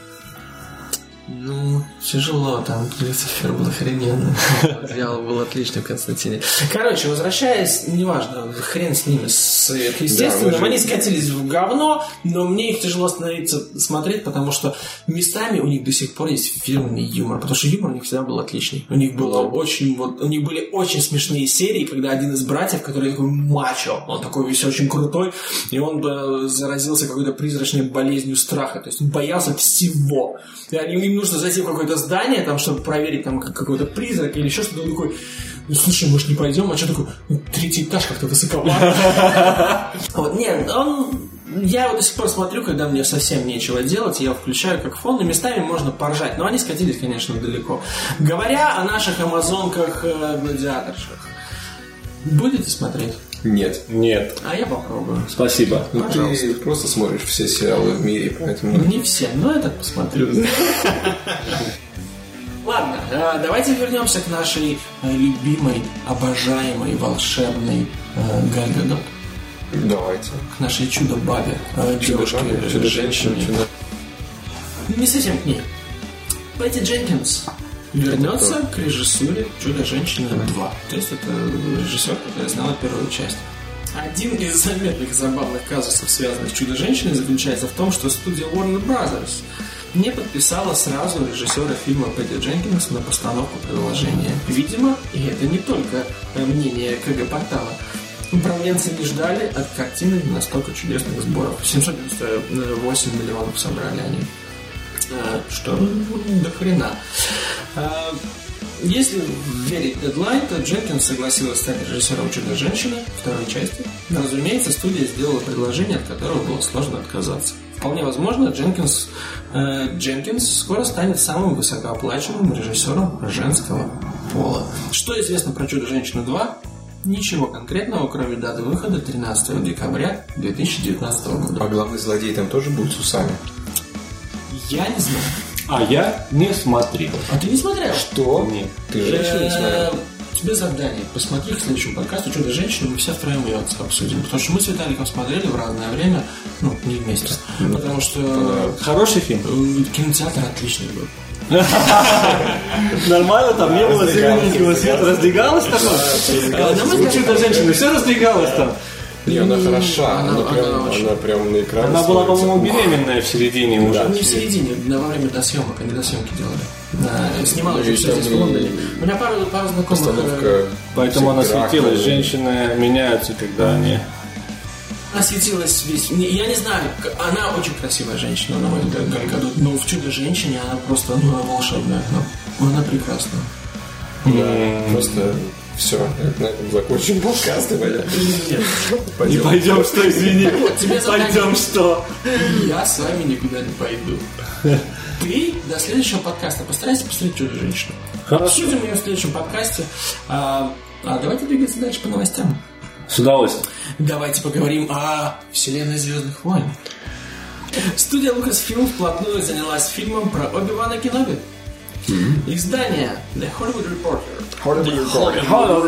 Ну, тяжело, там Люцифер был охрененный. Дьявол был отличный в Константине. Короче, возвращаясь, неважно, хрен с ними, с естественным, да, они скатились в говно, но мне их тяжело становиться смотреть, потому что местами у них до сих пор есть фирменный юмор, потому что юмор у них всегда был отличный. У них было очень, вот, у них были очень смешные серии, когда один из братьев, который такой мачо, он такой весь очень крутой, и он бы заразился какой-то призрачной болезнью страха, то есть он боялся всего. И они, им нужно зайти в какое-то здание, там, чтобы проверить там какой-то призрак или еще что-то. Он такой, ну слушай, может не пойдем? А что такое? Ну, третий этаж как-то высоковато. Вот, нет, он... Я его до сих пор смотрю, когда мне совсем нечего делать, я его включаю как фон, и местами можно поржать. Но они скатились, конечно, далеко. Говоря о наших амазонках-гладиаторшах, будете смотреть? Нет. Нет. А я попробую. Спасибо. Ну, ты просто смотришь все сериалы в мире, поэтому... Не все, но этот посмотрю. Ладно, давайте вернемся к нашей любимой, обожаемой, волшебной Галь Гадот. Давайте. К нашей чудо-бабе, девушке, женщине. Не совсем к ней. Пэтти Дженкинс вернется к режиссуре «Чудо-женщины два». То есть это режиссер, который снял первую часть. Один из заметных забавных казусов, связанных с «Чудо-женщиной», заключается в том, что студия Warner Brothers не подписала сразу режиссера фильма Пэтти Дженкинс на постановку предложения. Видимо, и это не только мнение КГ-портала, управленцы не ждали от картины настолько чудесных сборов. семьсот девяносто восемь миллионов собрали они. Что до хрена. Если верить Deadline, то Дженкинс согласилась стать режиссером «Чудо-женщины» второй части. Но, разумеется, студия сделала предложение, от которого было сложно отказаться. Вполне возможно, Дженкинс, э, Дженкинс скоро станет самым высокооплачиваемым режиссером женского пола. Что известно про «Чудо-женщину два»? Ничего конкретного, кроме даты выхода тринадцатого декабря две тысячи девятнадцатого года. А главный злодей там тоже будет с усами? Я не знаю. А я не смотрел. А ты не смотрел? Что? Нет. Ты женщину не смотрел? Тебе задание. Посмотри к следующему подкасту «Чудо-женщину», мы все втроем ее обсудим. Потому что мы с Виталиком смотрели в разное время, ну, не вместе. Потому что... Хороший фильм? Кинотеатр отличный был. Нормально, там не было зелененького света, раздвигалось такое? Чудо-женщина, все раздвигалось там. Не, она хороша, она, она, прям, она, она прям на экране. Она была, по-моему, беременная в середине уже. Да. Не в середине, во время досъемок, они досъемки делали. Да, снимала уже все здесь в Лондоне. У меня пару, пару знакомых. Поэтому она светилась. Женщины меняются, когда они... Она светилась весь... Я не знаю, она очень красивая женщина, на мой взгляд, Галь Гадот, но в «Чудо-женщине» она просто, ну, она волшебная. Она, она прекрасна. Да, просто... Все, на этом закончим подкаст. Не пойдем, что, извини. Пойдем, что? Я с вами никуда не пойду. Ты до следующего подкаста постарайся посмотреть «Чудо-женщину». Обсудим ее в следующем подкасте. А, а давайте двигаться дальше по новостям. С удовольствием. Давайте поговорим о вселенной «Звездных войн». Студия Lucasfilm вплотную занялась фильмом про Оби-Вана Кеноби. Mm-hmm. Издание The Hollywood Reporter. Hollywood Reporter.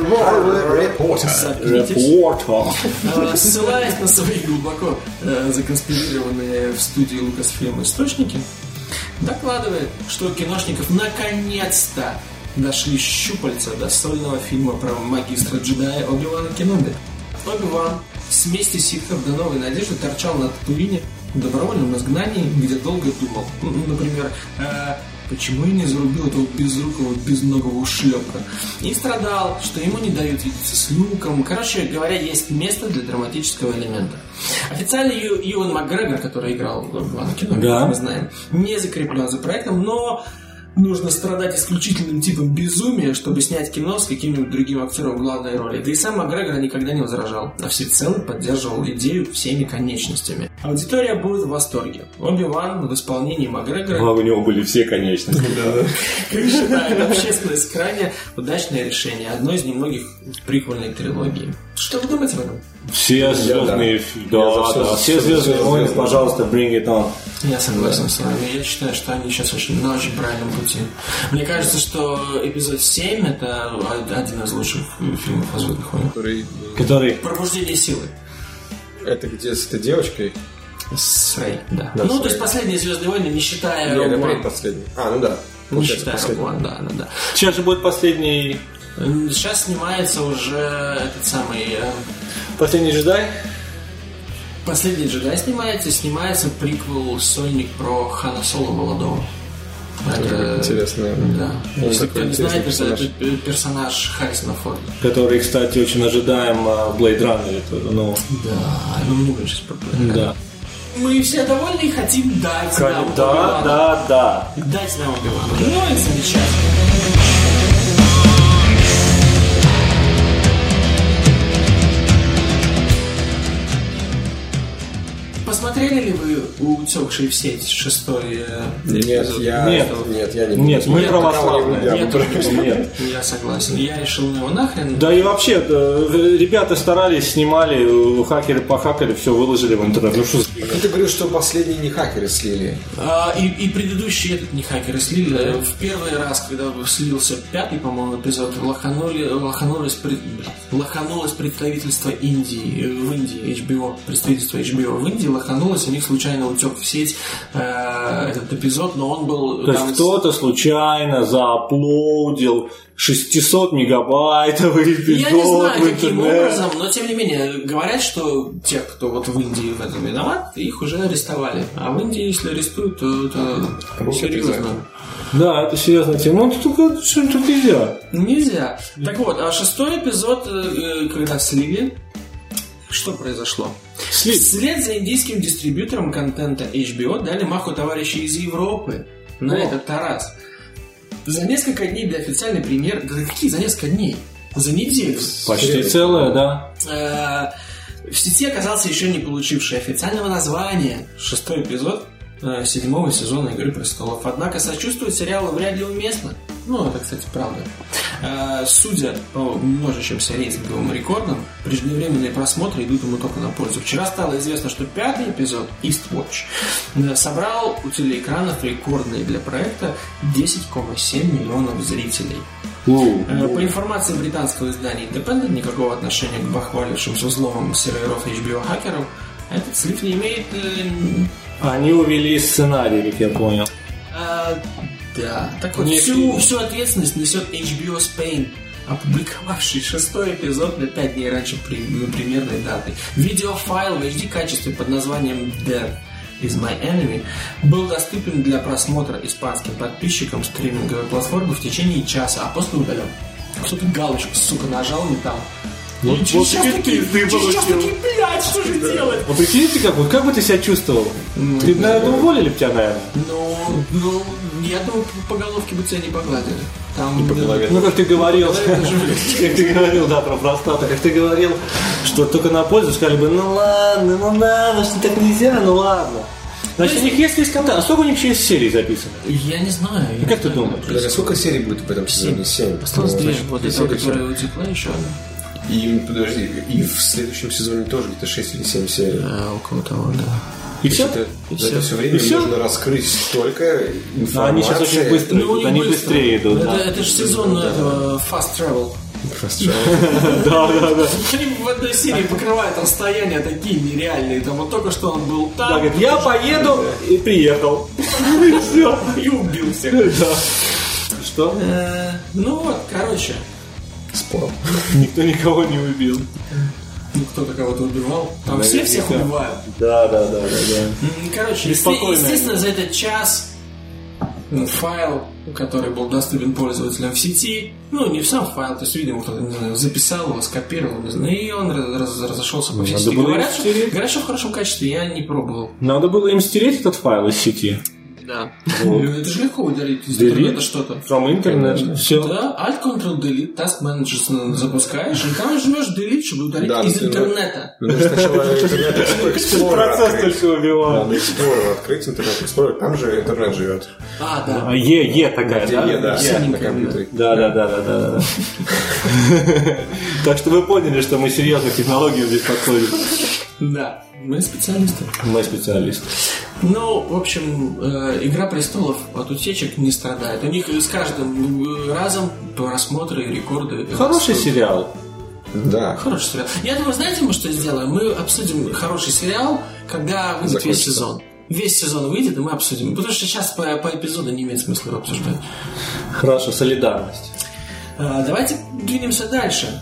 Hollywood Reporter. Ссылаясь на свои глубоко э, законспирированные в студии Lucasfilm источники, докладывает, что киношников наконец-то дошли щупальца до сольного фильма про магистра джедая Оби-Вана Кеноби. Оби-Ван с мести ситхов до новой надежды торчал на Татуине в добровольном изгнании, где долго думал. Ну, например, э, почему я не зарубил этого безрукого, безногого ушлепка? И страдал, что ему не дают видеться с Люком. Короче говоря, есть место для драматического элемента. Официально Ю, Юэн Макгрегор, который играл в Оби-Вана Кеноби, да, мы знаем, не закреплен за проектом, но нужно страдать исключительным типом безумия, чтобы снять кино с каким-нибудь другим актером в главной роли. Да и сам Макгрегор никогда не возражал, а всецело поддерживал идею всеми конечностями. Аудитория будет в восторге. Оби-Ван в исполнении Макгрегора... А у него были все конечности. Как считает общественность, крайне удачное решение. Одно из немногих в приквельной трилогии. Что вы думаете об этом? Все звездные... Да, да, все звездные войны, пожалуйста, bring it on. Я согласен с вами. Я считаю, что они сейчас очень, на очень правильном пути. Мне кажется, что эпизод семь это один из лучших фильмов о «Звездных войнах». Который... Который... Пробуждение силы. Это где с этой девочкой? С Рэй, да. Да, ну, с то Рэй. есть последние «Звездные войны», не считая Не, Rogue это One. предпоследний. А, ну да. Не Получается, считая последний. Rogue One, да, да, да. Сейчас же будет последний... Сейчас снимается уже этот самый... э, Последний джедай? Последний джедай снимается, снимается приквел сольник про Хана Соло молодого. Это интересно, наверное. Да. Он Если такой кто не знает, это, интересный это персонаж. персонаж Харрисона Форда. Который, кстати, очень ожидаем а, в Blade Runner. Ну, Да, ну много сейчас про Blade Runner. да. Мы все довольны и хотим дать нам Да, Оби-Вана. да, да. Дать нам Оби-Вана. Ну и замечательно. Посмотрели ли вы «Утекший в сеть» шестой э, Нет, эпизод? я... Нет. Нет, я не Нет, буду. мы Я православные. пока не Я буду. тоже не Нет. Я согласен. Я решил его нахрен. Да и вообще, да, ребята старались, снимали, хакеры похакали, все выложили в интернет. Ну что за фигня? А ты говорил, что последние не хакеры слили. А, и, и предыдущий этот не хакеры слили. В первый раз, когда слился пятый, по-моему, эпизод, лоханули, лоханулось, пред- лоханулось представительство Индии, э, в Индии, эйч би о, представительство эйч би о в Индии лоханулось, у них случайно утек в сеть э, этот эпизод, но он был... То там есть с- кто-то случайно зааплодил шестьсот мегабайтовый эпизод Я не знаю, в каким интернет. образом, но тем не менее, говорят, что те, кто вот в Индии в этом виноват, их уже арестовали. А в Индии, если арестуют, то это Руки серьезно. Ну, Да, это серьезная тема. Ну, только что тут нельзя. Нельзя. Так вот, а шестой эпизод, э, когда слили, что произошло? Слили. Вслед за индийским дистрибьютором контента эйч би о дали маху товарищи из Европы на этот раз. За несколько дней до официальной премьеры... Да какие за несколько дней? За неделю. Почти целая, да. Э, В сети оказался еще не получивший официального названия шестой эпизод э, седьмого сезона «Игры престолов». Однако сочувствовать сериалу вряд ли уместно. Ну, это, кстати, правда. Э, Судя по множащимся рейтинговым рекордам, преждевременные просмотры идут ему только на пользу. Вчера стало известно, что пятый эпизод «Eastwatch» э, собрал у телеэкранов рекордные для проекта десять целых семь миллионов зрителей. Э, По информации британского издания Independent, никакого отношения к бахвалившимся взломам серверов эйч би о хакеров этот слив не имеет. э, Они увели сценарий, как я понял. а, да. Так вот, Нет, всю, нет. всю ответственность несет эйч би о Spain, опубликовавший шестой эпизод на пять дней раньше при- премьерной даты. Видеофайл в эйч ди качестве под названием Death is my enemy был доступен для просмотра испанским подписчикам стриминговой платформы в течение часа, а после удален. Кто-то галочку, сука, нажал не там. Вот- И вот через час теперь такие, ты через час получил. такие, блядь, что же делать? Вы прикиньте, как, вот как бы ты себя чувствовал? Ты, наверное, уволили бы тебя, наверное. Ну, ну, я думаю, по головке бы тебя не погладили. Там, по да, голове. Ну, как ты говорил, Да, это же, блядь. как ты говорил, да, про простату, как ты говорил, что только на пользу сказали бы, ну ладно, ну ладно, что так нельзя, ну ладно. Значит, у них есть ли скандал? А сколько у них еще есть серий записано? Я не знаю. И как ты думаешь? Подожди, сколько серий будет в этом сезоне? Семь. Осталось Ну, две. значит, Вот две это, серии которая всё. утекла еще одна. И, подожди, и в следующем сезоне тоже где-то шесть или семь серий. А, около того, да. И То все? есть это, И за всё. это все время И всё? нужно раскрыть столько А информации. они сейчас очень быстро Ну, идут, не они быстро. быстрее идут. Это, да. это же сезон этого Fast Travel. Да, да, да. Они в одной серии покрывают расстояния такие нереальные. Там вот только что он был Да, там говорит, я поеду и приехал. И все. и убил всех. Да. Что? Э, Ну вот, короче. Спор. Никто никого не убил. Ну, кто-то кого-то убивал. Там все Наверняка. всех убивают. Да, да, да, да, да. М, Короче, Беспокойно. есте- естественно, за этот час м, файл, который был доступен пользователям в сети, ну, не в сам файл, то есть, видимо, кто-то, не знаю, записал его, скопировал, не знаю, и он раз- раз- разошелся по всей Надо сети. было Говорят, их что, стереть. говорят, что в хорошем качестве, я не пробовал. Надо было им стереть этот файл из сети. Да. Вот. Это же легко удалить из Delete. интернета что-то. From интернет. Все. Да, Alt-Ctrl-Delete, Task Manager запускаешь, и там жмешь Delete, чтобы удалить Да, из ну, интернета. Ну, сначала интернет Explorer Процесс открыть. только убивал. Надо Explorer открыть, интернет Explorer, там же интернет живет. А, да. А, Е, Е такая, Где да? Е, да, Синенькая, на компьютере. Да, да, да, да, да, да. Так что вы поняли, что мы серьезно к технологиям здесь подходим. Да, мы специалисты. Мы специалисты. Ну, в общем, э, «Игра престолов» от утечек не страдает. У них с каждым разом просмотры и рекорды. Хороший сериал. Да. Хороший сериал. Я думаю, знаете, мы что сделаем? Мы обсудим хороший сериал, когда выйдет весь Закончится. сезон. Весь сезон выйдет, и мы обсудим. Потому что сейчас по, по эпизоду не имеет смысла его обсуждать. Хорошо, солидарность. А, давайте двинемся дальше.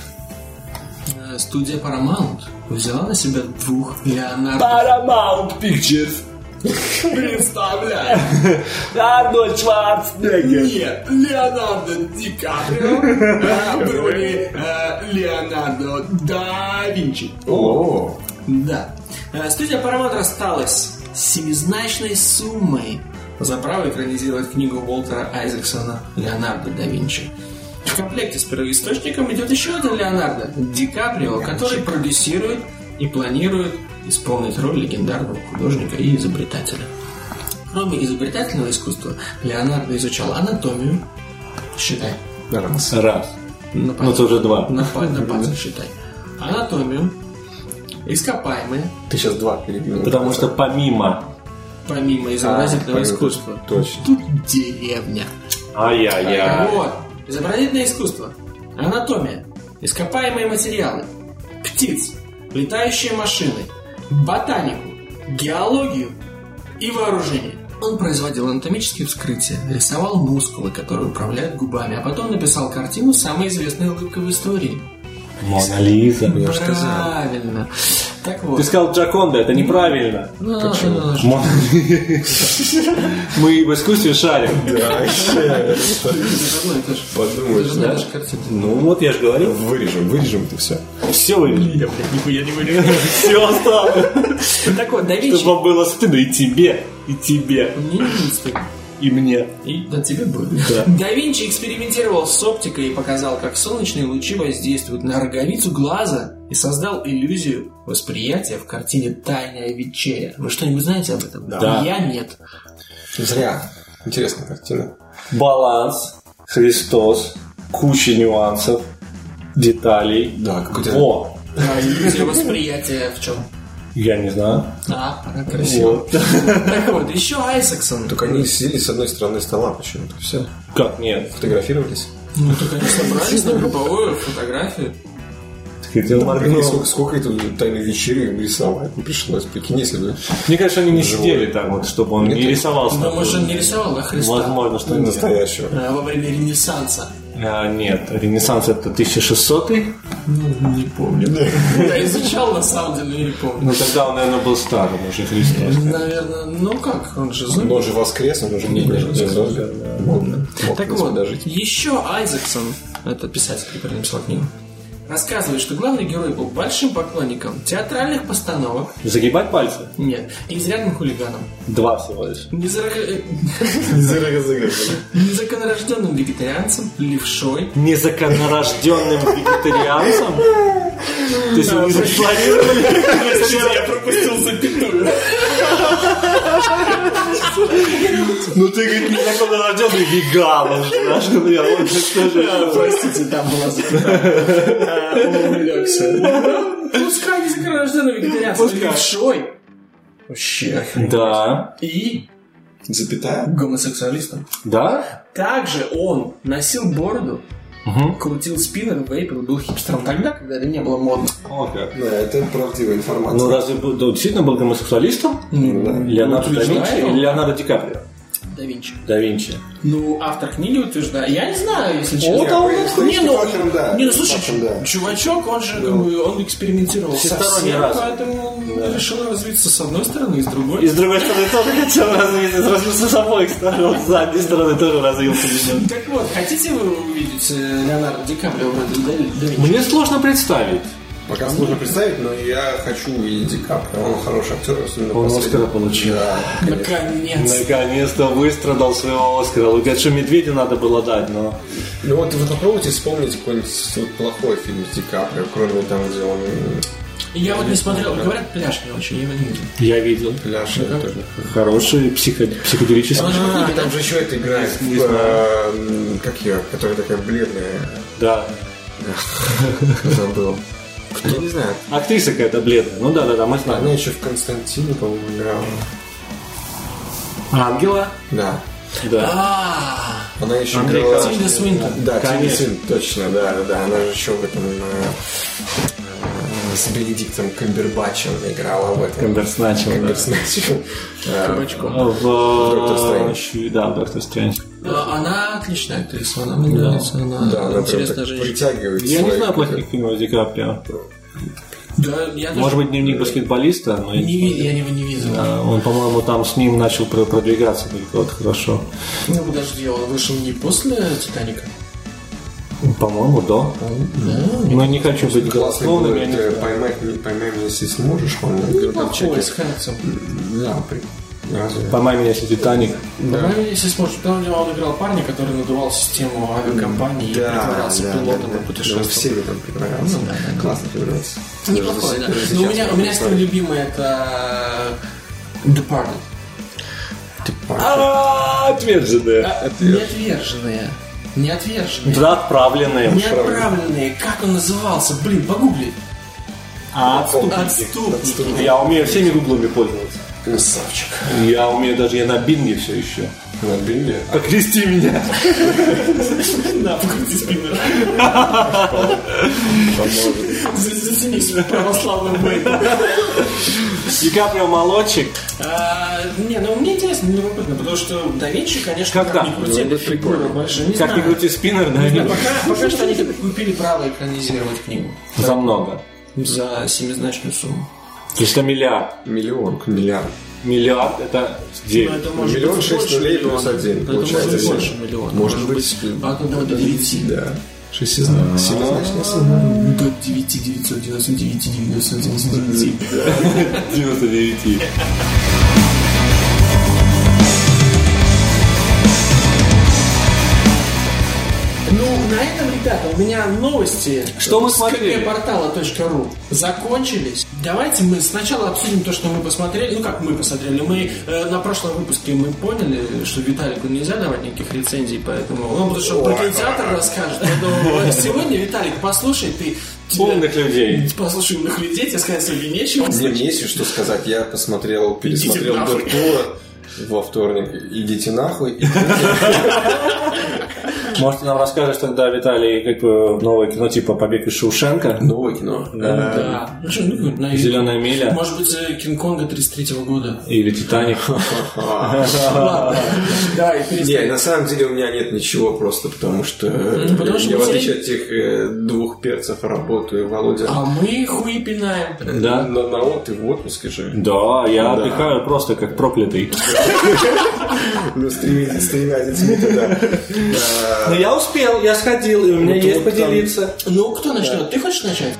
А, Студия Paramount взяла на себя двух Леонардо. Paramount Pictures. Представляю! Арнольд Шварценеггер. Нет, Леонардо Ди Каприо а, в роли а, Леонардо да Винчи. О, Да. А, Студия Paramount рассталась с семизначной суммой за право экранизировать книгу Уолтера Айзексона «Леонардо да Винчи». В комплекте с первоисточником идет еще один Леонардо Ди Каприо, который продюсирует и планирует исполнить роль легендарного художника и изобретателя. Кроме изобретательного искусства, Леонардо изучал анатомию, считай, раз. Раз. на Ну, это уже два. на, паль- на пальцах считай, анатомию, ископаемые, Ты сейчас два перебил. Потому что помимо... помимо изобразительного А, искусства. точно. Тут деревня. Ай-яй-яй. Вот. Изобразительное искусство, анатомия, ископаемые материалы, птиц, летающие машины, ботанику, геологию и вооружение. Он производил анатомические вскрытия, рисовал мускулы, которые управляют губами, а потом написал картину самой известной улыбкой в истории. Мона Лиза. Я же сказал. Правильно. Так вот. Ты сказал Джаконда, это неправильно. Ну, Почему? ну, Мона- Мы в искусстве шарим. Да, вообще. это одно и то же. Подумаешь, Это же одна да? и та же картина. Ну вот я же говорил. Вырежем, вырежем это все. Все вырежем. Я, блядь, нихуя не вырежу. Все оставлю. Так вот, да Винчи... Чтобы вам было стыдно и тебе, и тебе, Мне не будет стыдно. и мне. И да тебе будет. Да. Да Винчи экспериментировал с оптикой и показал, как солнечные лучи воздействуют на роговицу глаза и создал иллюзию восприятия в картине «Тайная вечеря». Вы что-нибудь знаете об этом? Да. Я нет. Зря. Интересная картина. Баланс, Христос, куча нюансов, деталей. Да, какой-то... О, А иллюзия восприятия в чем? я не знаю. А, красиво. Вот. Так вот, еще Айзексон. Только они сидели с одной стороны стола почему-то. Все. Как нет? Фотографировались. Ну, так они собрались на групповую фотографию. Хотел Да, моргнул. прикинь, сколько, сколько эту тайную вечерю им рисовать не пришлось. Прикинь, если бы... Мне кажется, они не Живой. сидели так вот, чтобы он Нет, не рисовал. Ну, может, он не рисовал, а Христа. Возможно, что нет. Настоящего. А, во время Ренессанса. А, нет, Ренессанс это тысяча шестисотый. Ну, не помню. Я изучал, на самом деле, но не помню. Ну тогда он, наверное, был старым уже Христос. Наверное, ну как, он же зомби. Но он же воскрес, он уже не Не, не зомби. Мог- мог Так нас вот, подожить. еще Айзексон, это писатель, который написал книгу, рассказывает, что главный герой был большим поклонником театральных постановок, Загибать пальцы? нет, и изрядным хулиганом, Два всего лишь. незаро- незаконорожденным вегетарианцем, левшой, Незаконнорожденным вегетарианцем? То есть вы не планировали? Я пропустил запятую. Ну ты, говорит, незаконнорожденный веган. Простите, там была запятая. Увлекся. Пускай незаконорожденным вегетарианцем, левшой. Вообще охренеть. Да. И Запятая? гомосексуалистом. Да? Также он носил бороду, крутил спиннер, вейпил, был хипстером тогда, когда это не было модно. О, как. Да, это правдивая информация. Ну разве был- да, действительно был гомосексуалистом? Ну, да. Леонардо да Винчи утверждаю. или Леонардо Ди Каприо? Да Винчи. Да Винчи. Ну, автор книги утверждает. Я не знаю, если честно. Вот, а он не, ну, фактом, да. не, ну слушай, Фактом, да. чувачок, он же как бы, он экспериментировал со Всесторонний всем, раз. поэтому он решил развиться с одной стороны и с другой. И с другой стороны тоже хотел развиться, развился с обоих сторон. С задней стороны тоже развился. немного. Так вот, хотите вы увидеть э, Леонардо Ди Каприо вроде да, да Винчи? Мне сложно представить. Пока сложно представить, но я хочу увидеть Ди Каприо. Он хороший актер, особенно Он последний. Оскара получил. Да, Наконец. Наконец-то выстрадал своего Оскара. Вы говорите, что Медведю надо было дать, но... Ну вот вы попробуйте вспомнить какой-нибудь вот плохой фильм с Ди Каприо, кроме там, где он... Я вот не смотрел, говорят, пляж не очень, я его не видел. Я видел. Пляж, это тоже. Хороший психо... психоделический. А, там же еще это играет, Не в, знаю. э, как ее, которая такая бледная. Да. Забыл. Я не знаю. Актриса какая-то бледная. Ну да-да-да, мы знаем. Она еще в Константине, по-моему, играла. Ангела? Да. Да. А, Она еще Андрей играла... Костин. Тильда Свинтон. Да, Тильда Конечно. Свинтон, точно, да, да, да. Она же еще в этом... э, э, с Бенедиктом Камбербатчем играла в этом. Камберсначем, да. Камберсначем. Э, Кабачком. В... Доктор Стрэндж. Да, Доктор Стрэндж. Она отличная актриса, она мне нравится, она Да, она прям интересная так женщина. притягивает. Я не своих- знаю плохих фильмов Ди Каприо. Да, я даже Может быть, дневник баскетболиста, но не ви- я его не видел. а, он, по-моему, там с ним начал про- продвигаться вот хорошо. Ну подожди, он вышел не после Титаника? По-моему, да. Да. Но не хочу быть Классный голословным, был, я не это знаю. поймай, поймай меня, если сможешь, по-моему, там Неплохой, чеки. с Хэнксом. Да, при- разве? Поймай меня, если Титаник. По-моему, если сможешь, там где он играл парня, который надувал систему авиакомпании и притворялся пилотом и Ну, путешествовал. всеми там притворялся. Ну, да, да. Классно притворялся. Неплохой, да. Но у меня, у меня с ним любимый это Departed. А, отверженные. А, Неотверженные. Неотверженные. Да, отправленные. Неотправленные. Как он назывался? Блин, погугли. А, Отступники. Я умею всеми гуглами пользоваться. Красавчик. Я умею даже, я на бинге все еще. На Бинге? Окрести меня. Да, покрути спиннер. Заценись православным бейтом. Ди Каприо молодчик. А, Не, ну мне интересно, мне любопытно, потому что Да Винчи, конечно, Как-то. как ни крути, Ну, это фигура прикольно. большая. Не Как ни знаю. крути спиннер, да, Не знаю, они- пока, пока что они купили право экранизировать книгу за много. за семизначную сумму. Если миллиард. Миллион, миллиард. Миллиард это Ну, девять. это может Миллион быть шесть больше нулей миллиона. плюс один, Это получается может быть семь. больше миллиона. Может быть, от одного до девяти. Да. Шестизна- Семизначная сумма. До девяти девятьсот девяносто девять девятьсот девяносто девять. девяносто девять. Ну, на этом, ребята, у меня новости Что мы с смотрели? портала точка ру закончились. Давайте мы сначала обсудим то, что мы посмотрели. Ну, как мы посмотрели. Мы э, на прошлом выпуске мы поняли, что Виталику нельзя давать никаких рецензий, поэтому... Ну, потому что он про кинотеатр расскажет. Поэтому сегодня, Виталик, послушай, ты... тебе- Умных людей. Послушай умных людей, тебе сказать сегодня нечего. Мне есть что сказать. Я посмотрел, пересмотрел Идите нахуй. Дуртура во вторник. Идите нахуй. И- Может, ты нам расскажешь тогда, Виталий, как бы новое кино типа «Побег из Шоушенка»? Новое кино. Да. Ну, что, ну, на- «Зеленая миля» Может быть, э, Кинг-Конга тридцать третьего года. или «Титаник». Ладно. Давай, Не, перестань. на самом деле у меня нет ничего, просто потому что Ну, потому что я, в мы отличие тебе- от тех э, двух перцев, работаю, Володя. А мы хуи пинаем. Да? На, на отдых в отпуске же. Да, я Да. отдыхаю просто как проклятый. Ну, стремитесь, стремитесь туда. Но я успел, я сходил, и у меня Вот- есть вот там- поделиться. Ну, кто начнет? Ты хочешь начать?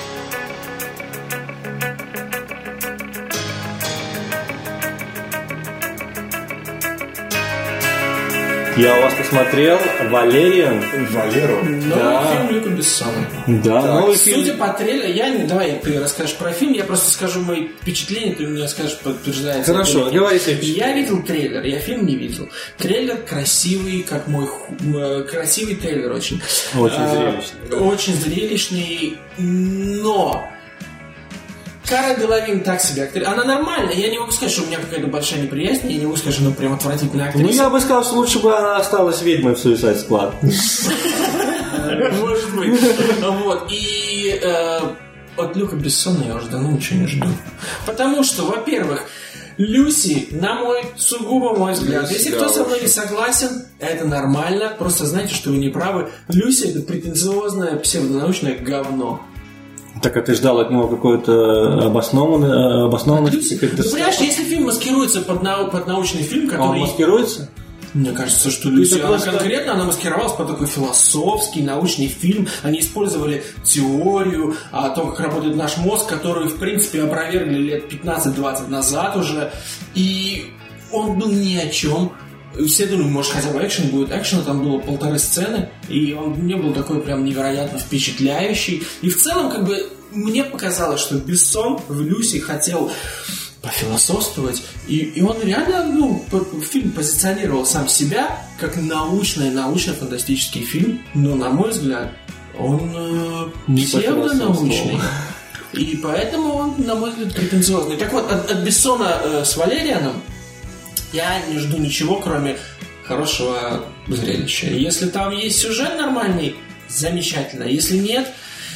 Я у вас посмотрел «Валериан». Валеру. Новый Да. фильм Люка Бессона. Да, новый Судя фильм. по трейлеру, я не... Давай ты расскажешь про фильм, я просто скажу мои впечатления, ты мне скажешь, подтверждается. Хорошо, или нет. говори себе. Я видел трейлер, я фильм не видел. Трейлер красивый, как мой... ху- э, Красивый трейлер очень. Очень А, зрелищный. Очень зрелищный, но... Кара Делавин так себе актриса. Она нормальная, я не могу сказать, что у меня какая-то большая неприязнь, я не могу сказать, что она прям отвратительная Ну, актриса. я бы сказал, что лучше бы она осталась ведьмой в Suicide Squad. Может быть. Вот. И э, от Люка Бессона я уже давно ничего не жду. Потому что, во-первых, Люси, на мой, сугубо мой взгляд, Люси, если да, кто со мной вообще. не согласен, это нормально, просто знайте, что вы не правы. Люси — это претенциозное псевдонаучное говно. Так, а ты ждал от него какой-то обоснованный, обоснованности? Люси, как-то ну, понимаешь, если фильм маскируется под, нау- под научный фильм, А он который... маскируется? Мне кажется, что Люси, она просто... конкретно она маскировалась под такой философский, научный фильм. Они использовали теорию о том, как работает наш мозг, которую, в принципе, опровергли лет пятнадцать-двадцать назад уже. И он был ни о чем. Все думали, может, хотя бы экшен будет. Экшена там было полторы сцены, и он не был такой прям невероятно впечатляющий. И в целом, как бы, мне показалось, что Бессон в Люси хотел пофилософствовать, и, и он реально, ну, фильм позиционировал сам себя как научный, научно-фантастический фильм, но, на мой взгляд, он э, псевдонаучный. И поэтому он, на мой взгляд, претенциозный. Так вот, от, от Бессона э, с Валерианом я не жду ничего, кроме хорошего зрелища. Если там есть сюжет нормальный, замечательно. Если нет,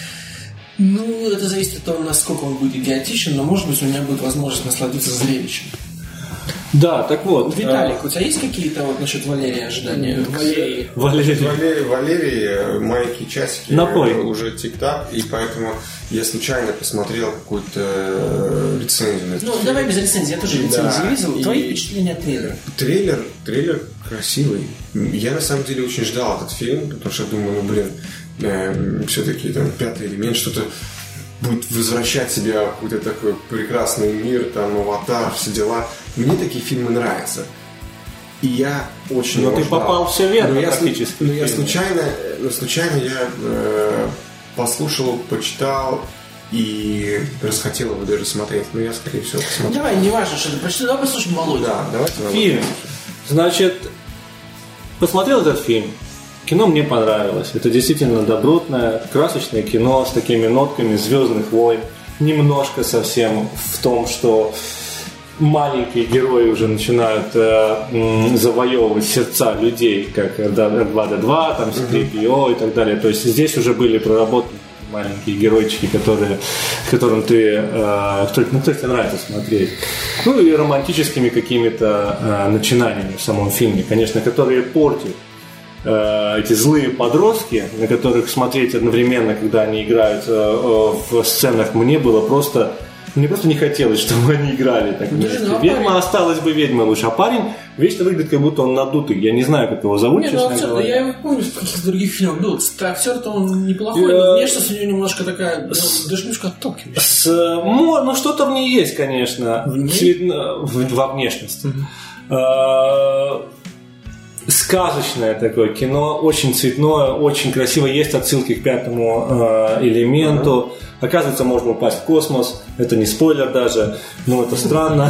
ну, это зависит от того, насколько он будет идиотичен, но, может быть, у меня будет возможность насладиться зрелищем. Да, так вот. Виталик, у тебя есть какие-то вот насчет Валерии ожидания? Валерии. Валерий. Валерий, Валерий, майки, часики Напой. уже тик-так, и поэтому я случайно посмотрел какую-то рецензию. Ну, давай без рецензии, я тоже рецензию да, видел. Твои и... впечатления от трейлера? Трейлер, трейлер красивый. Я на самом деле очень ждал этот фильм, потому что думаю, ну, блин, э, все-таки там пятый элемент, что-то будет возвращать себя в какой-то такой прекрасный мир, там, аватар, все дела. Мне такие фильмы нравятся. И я очень Но его ты ждал. попал все верно, но я, практически. но я случайно, но случайно я э, послушал, почитал и расхотел его даже смотреть. Но я, скорее всего, посмотрю. Давай, не важно, что ты прочитал, давай послушаем Володю. Да, давайте. Фильм. Значит, посмотрел этот фильм. Кино мне понравилось. Это действительно добротное, красочное кино с такими нотками «Звездных войн». Немножко совсем в том, что маленькие герои уже начинают э, м, завоевывать сердца людей, как эр два дэ два, там, си три пи о и так далее. То есть здесь уже были проработаны маленькие геройчики, которые, которым ты, э, кто, ну, кто тебе нравится смотреть. Ну и романтическими какими-то э, начинаниями в самом фильме, конечно, которые портят эти злые подростки, на которых смотреть одновременно, когда они играют э, в сценах, мне было просто... Мне просто не хотелось, чтобы они играли так вместе. Ну, Ведьма парень... осталась бы ведьмой лучше, а парень вечно выглядит, как будто он надутый. Я не знаю, как его зовут, не, честно ну, актер, говоря. я его помню в каких-то других фильмах. Ну, актер-то он неплохой, я... но внешность у него немножко такая, с... даже немножко отталкивающая. С... Ну, ну, что-то в ней есть, конечно. В Цвет... Во внешности. Mm-hmm. Сказочное такое кино, очень цветное, очень красиво. Есть отсылки к пятому э, элементу. Uh-huh. Оказывается, можно упасть в космос. Это не спойлер даже, но это странно.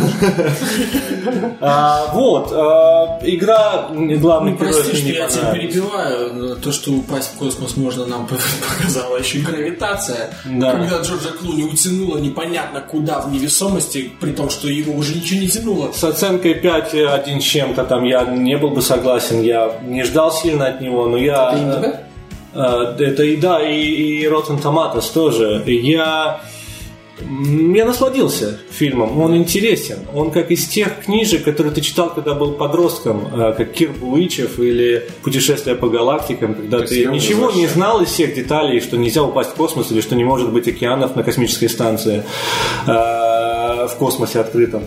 Вот. Игра главный герой. Прости, что я тебя перебиваю. То, что упасть в космос можно, нам показала еще и гравитация. Когда Джорджа Клуни утянуло непонятно куда в невесомости, при том, что его уже ничего не тянуло. С оценкой пять один чем-то там я не был бы согласен. Я не ждал сильно от него, но я... Это ИМДб? Это и да, и, и Rotten Tomatoes тоже. Я, я насладился фильмом, он интересен. Он как из тех книжек, которые ты читал, когда был подростком, как Кир Буичев или «Путешествие по галактикам», когда ты ничего не знал из всех деталей, что нельзя упасть в космос или что не может быть океанов на космической станции в космосе открытом.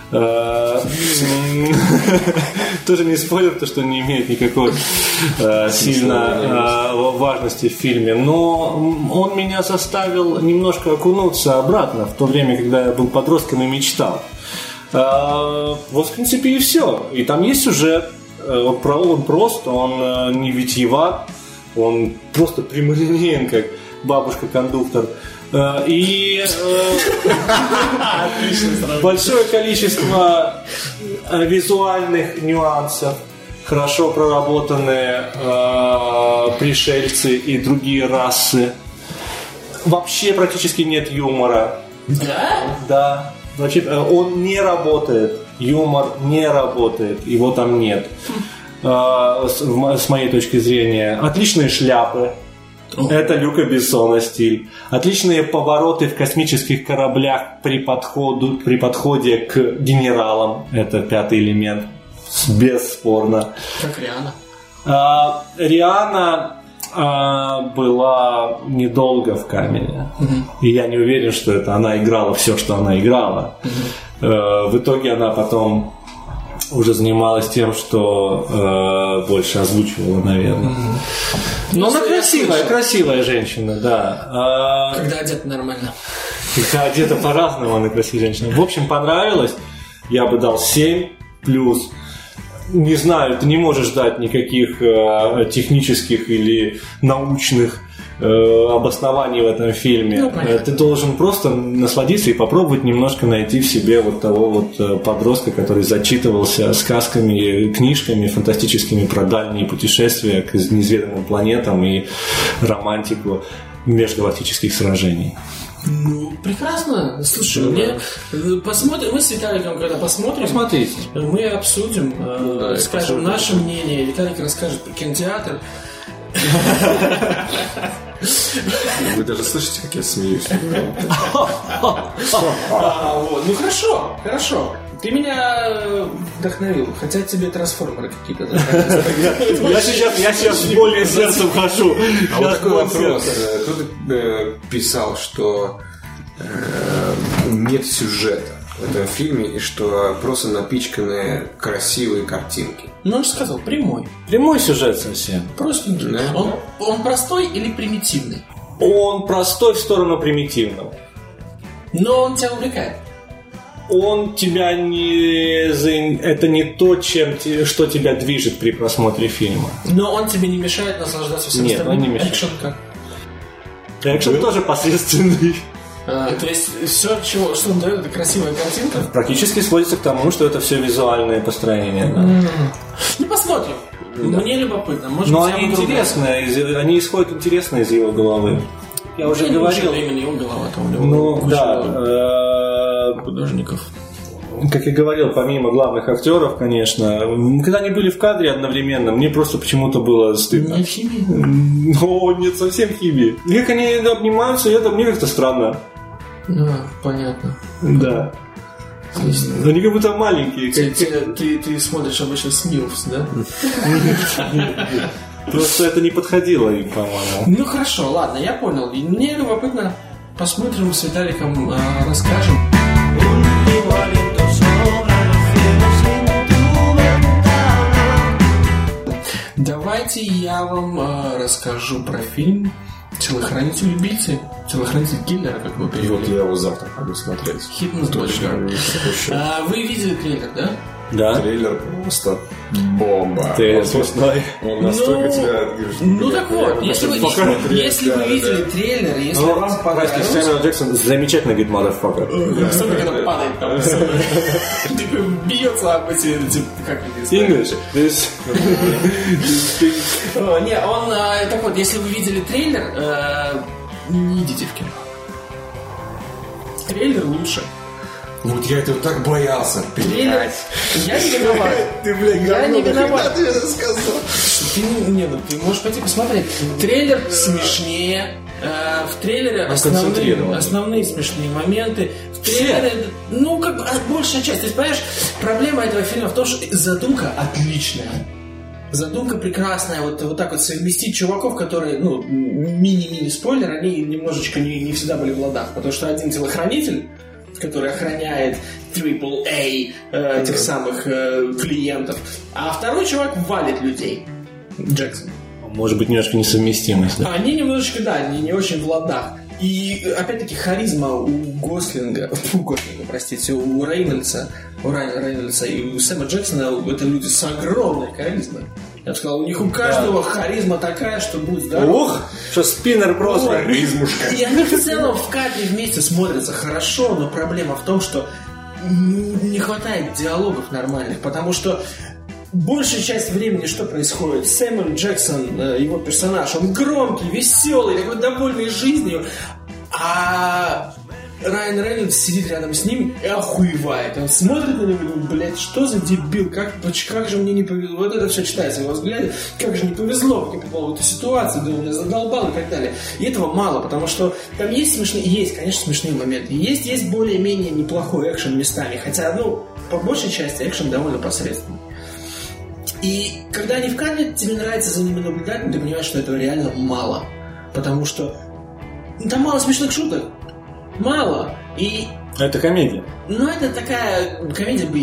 Тоже не спойлер, то что не имеет никакой э, сильно э, важности в фильме, но он меня заставил немножко окунуться обратно в то время, когда я был подростком и мечтал. Э, вот в принципе и все. И там есть сюжет, он, он прост, он не витиеват, он просто прямолинеен, как бабушка-кондуктор. И большое количество визуальных нюансов, хорошо проработанные пришельцы и другие расы. Вообще практически нет юмора. Да? Да. Значит, он не работает. Юмор не работает. Его там нет. С моей точки зрения. Отличные шляпы. Это Люка Бессона стиль. Отличные повороты в космических кораблях при, подходу, при подходе к генералам. Это пятый элемент. Бесспорно. Как Риана. А, Риана а, была недолго в камере. Угу. И я не уверен, что это она играла все, что она играла. Угу. А, в итоге она потом уже занималась тем, что э, больше озвучивала, наверное. Mm-hmm. Но ну, она красивая, красивая женщина, да. А... Когда одета нормально. Когда одета по-разному, она красивая женщина. В общем, понравилось. Я бы дал семь плюс. Не знаю, ты не можешь дать никаких э, технических или научных обоснований в этом фильме. Ну, ты должен просто насладиться и попробовать немножко найти в себе вот того вот подростка, который зачитывался сказками, книжками фантастическими про дальние путешествия к неизведанным планетам и романтику межгалактических сражений. Ну, прекрасно. Слушай, ну, мне посмотрим, мы с Виталиком, когда посмотрим, посмотрите, мы обсудим, ну, да, скажем наше мнение. Виталик расскажет про кинотеатр. Вы даже слышите, как я смеюсь. Ну хорошо, хорошо. Ты меня вдохновил, хотя тебе трансформеры какие-то. Я сейчас, я сейчас более сердцем хожу. А вот такой вопрос. Кто-то писал, что нет сюжета в этом фильме и что просто напичканы красивые картинки. Ну, он же сказал, прямой. Прямой сюжет совсем. Простенький. Да. Он, он простой или примитивный? Он простой в сторону примитивного. Но он тебя увлекает. Он тебя не... Это не то, чем... что тебя движет при просмотре фильма. Но он тебе не мешает наслаждаться всем Нет, остальным? Нет, он не мешает. Экшен как? Экшен да? тоже посредственный. А, то есть все, чего, что он дает, это красивая картинка? Практически сводится к тому, что это все визуальное построение. Да. Mm. Ну, посмотрим. Да. Мне любопытно. Может, но они интересные, из, они исходят интересно из его головы. Я ну, уже я говорил. Именно его голова там у него. Ну, да. Художников. Как я говорил, помимо главных актеров, конечно, когда они были в кадре одновременно, мне просто почему-то было стыдно. Нет химии? О, нет совсем химии. Как они обнимаются, это мне как-то странно. А, понятно. Да. Есть... Они как будто маленькие. Ты, ты, ты, ты смотришь обычно Смилфс, да? Просто это не подходило им, по-моему. Ну хорошо, ладно, я понял. Мне любопытно, посмотрим с Виталиком, расскажем. Давайте я вам э, расскажу про фильм «Телохранитель убийцы». «Телохранитель киллера», как вы перевели. Вот я его завтра пойду смотреть. Хитнес-точка. А, вы видели трейлер, да? Да. Трейлер просто бомба. Трейлер смешной. Он настолько ну, тебя... Ну так вот, если вы, если вы видели да. трейлер, если ну, вам понравилось... Сэмюэл Джексон замечательно говорит motherfucker. Особенно, когда падает там. Такой бьется об эти... Как это English. Не, он... Так вот, если вы видели трейлер, не идите в кино. Трейлер лучше. Вот я этого так боялся. Трейлер... Я не виноват. Ты, блядь, я не виноват. Ты это сказал. Ты, не, ну, ты можешь пойти посмотреть. Трейлер смешнее. Э, в трейлере основные, основные смешные моменты. В трейлере, ну, как бы, большая часть. То есть, понимаешь, проблема этого фильма в том, что задумка отличная. Задумка прекрасная, вот, вот так вот совместить чуваков, которые, ну, мини-мини спойлер, они немножечко не, не всегда были в ладах, потому что один телохранитель, который охраняет трипл эй э, этих самых э, клиентов, а второй чувак валит людей. Джексон. Может быть, немножко несовместимость. Да? Они немножечко, да, не, не очень в ладах. И, опять-таки, харизма у Гослинга, у Гослинга, простите, у Рейнольдса, у Рейнольдса и у Сэма Джексона это люди с огромной харизмой. Я бы сказал, у них у каждого да. харизма такая, что будет здорово. Ух, что спиннер просто. Харизмушка. И они в целом в кадре вместе смотрятся хорошо, но проблема в том, что не хватает диалогов нормальных, потому что большая часть времени что происходит? Сэмюэл Джексон, его персонаж, он громкий, веселый, такой довольный жизнью, а Райан Рейнольдс сидит рядом с ним и охуевает. Он смотрит на него и думает, блядь, что за дебил, как, как же мне не повезло. Вот это все читается в его взгляде, как же не повезло, как я попал в эту ситуацию, да он меня задолбал и так далее. И этого мало, потому что там есть смешные, есть, конечно, смешные моменты. Есть, есть более-менее неплохой экшен местами, хотя, ну, по большей части экшен довольно посредственный. И когда они в кадре, тебе нравится за ними наблюдать, но ты понимаешь, что этого реально мало. Потому что ну, там мало смешных шуток. Мало. И... Это комедия. Ну, это такая комедия-боевик.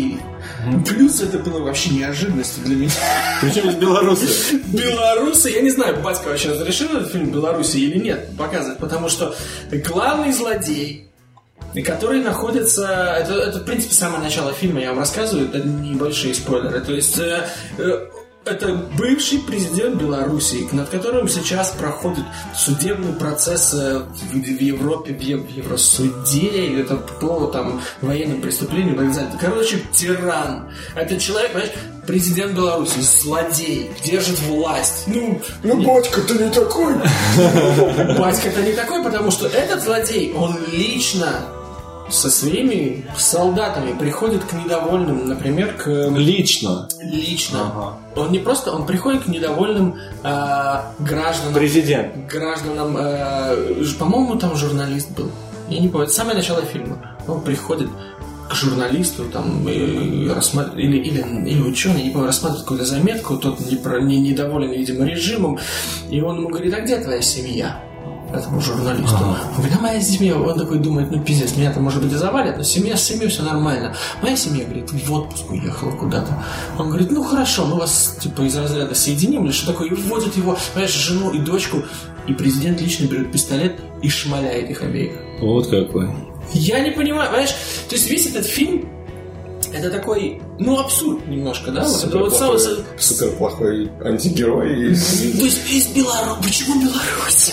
Плюс это было вообще неожиданностью для меня. Причем из белорусы. Белорусы, я не знаю, батька вообще разрешил этот фильм в Беларуси или нет показывать, потому что главный злодей, который находится... Это, это, в принципе, самое начало фильма, я вам рассказываю, это небольшие спойлеры. То есть... Э, э, это бывший президент Беларуси, над которым сейчас проходит судебный процесс в, в Европе, в, в Евросуде, или это по там, военным преступлениям и так далее. Короче, тиран. Это человек, понимаешь, президент Беларуси, злодей, держит власть. Ну, ну батька-то не такой. Батька-то не такой, потому что этот злодей, он лично со своими солдатами приходит к недовольным, например, к... Лично? Лично. Ага. Он не просто... Он приходит к недовольным э, гражданам... Президент. Гражданам... Э, по-моему, там журналист был. Я не помню. Это самое начало фильма. Он приходит к журналисту там, и рассматривает... Или, или, или ученый, не помню, рассматривает какую-то заметку. Тот не, не, недоволен, видимо, режимом. И он ему говорит: а где твоя семья? Этому журналисту. Ага. Он говорит: а моя семья, он такой думает, ну пиздец, меня-то может быть и завалят, но семья, с семьей все нормально. Моя семья, говорит, в отпуск уехала куда-то. Он говорит: ну хорошо, мы вас типа из разряда соединим, или что такое, и вводят его, понимаешь, жену и дочку, и президент лично берет пистолет и шмаляет их обеих. Вот какой. Я не понимаю, понимаешь, то есть весь этот фильм, это такой, ну, абсурд немножко, да? Супер, вот плохой, самый... супер плохой антигерой. То есть из Беларуси. Почему Беларусь?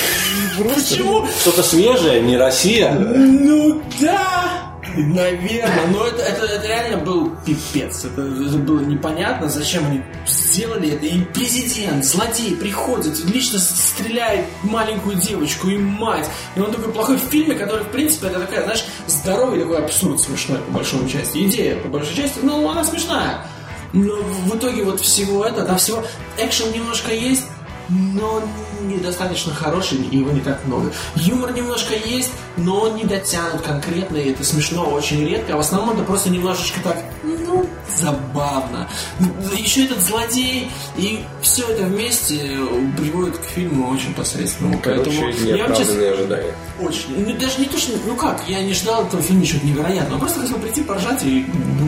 Почему? Что-то свежее, не Россия. Ну да! Наверное, но это, это, это реально был пипец. Это, это было непонятно, зачем они сделали это. И президент, злодей, приходит, лично стреляет маленькую девочку и мать. И он такой плохой в фильме, который, в принципе, это такая, знаешь, здоровый такой абсурд смешной, по большому части. Идея, по большой части, ну, она смешная. Но в итоге вот всего этого, там всего экшен немножко есть, но недостаточно хороший, и его не так много. Юмор немножко есть, но он не дотянут конкретно, и это смешно очень редко. А в основном это просто немножечко так, ну, забавно. Еще этот злодей, и все это вместе приводит к фильму очень посредственному. Короче, поэтому неоправданные ожидания. Очень. Ну, даже не то, что... Ну как, я не ждал этого фильма чего-то невероятного. Просто хотел прийти, поржать и...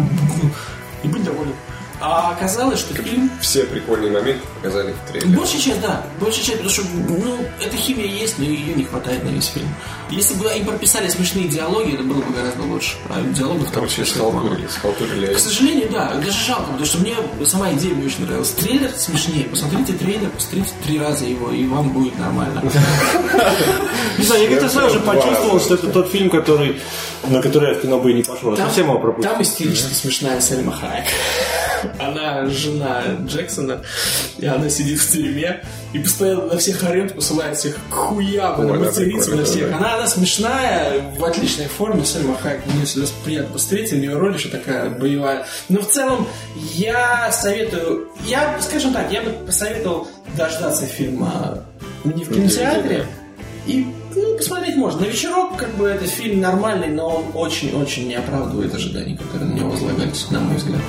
и быть доволен. А оказалось, что фильм... Все прикольные моменты показали в трейлере. Большая часть, да. Большая часть, потому что, ну, эта химия есть, но ее не хватает на весь фильм. Если бы им прописали смешные диалоги, это было бы гораздо лучше. А диалогов там... Короче, схалтурили, схалтурили. К сожалению, да. Даже жалко, потому что мне сама идея мне очень нравилась. Трейлер смешнее. Посмотрите трейлер, посмотрите три раза его, и вам будет нормально. Не знаю, я как-то сразу же почувствовал, что это тот фильм, который, на который я в кино бы и не пошел. Совсем его пропустил. Там истерически смешная Сальма Хайек. Она жена Джексона, и она сидит в тюрьме и постоянно на всех орет, посылает всех к хуям, она матерится на всех. Она, она смешная, в отличной форме. Сальма Хайек, мне всегда приятно посмотреть, у нее роль еще такая боевая. Но в целом я советую, я, скажем так, я бы посоветовал дождаться фильма не в кинотеатре, и ну, посмотреть можно. На вечерок, как бы, этот фильм нормальный, но он очень-очень не оправдывает ожиданий, которые на него возлагались, на мой взгляд.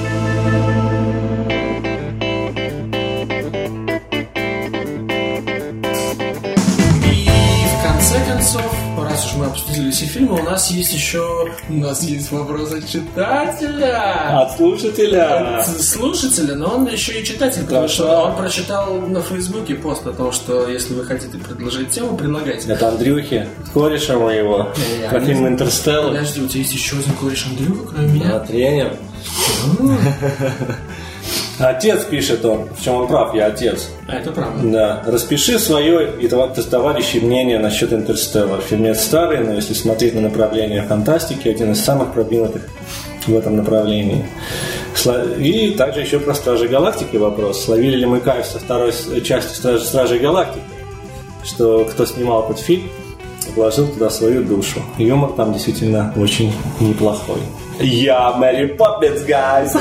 И в конце концов, раз уж мы обсудили все фильмы, у нас есть еще... У нас есть вопрос от читателя. От слушателя. От слушателя, но он еще и читатель, потому что он прочитал на Фейсбуке пост о том, что если вы хотите предложить тему, предлагайте. Это Андрюхи, кореша моего, про фильм «Интерстеллар». Подожди, у тебя есть еще один кореш Андрюха, кроме меня? Да, тренер. Отец пишет он, в чем он прав, я отец. А это правда. Да. Распиши свое и товарищи мнение насчет «Интерстеллар». Фильмец старый, но если смотреть на направление фантастики, один из самых продвинутых в этом направлении. И также еще про «Стражи Галактики» вопрос. Словили ли мы кайф со второй части «Стражи, Стражи Галактики», что кто снимал этот фильм, вложил туда свою душу. Юмор там действительно очень неплохой. Я Мэри Поппинс, гайз!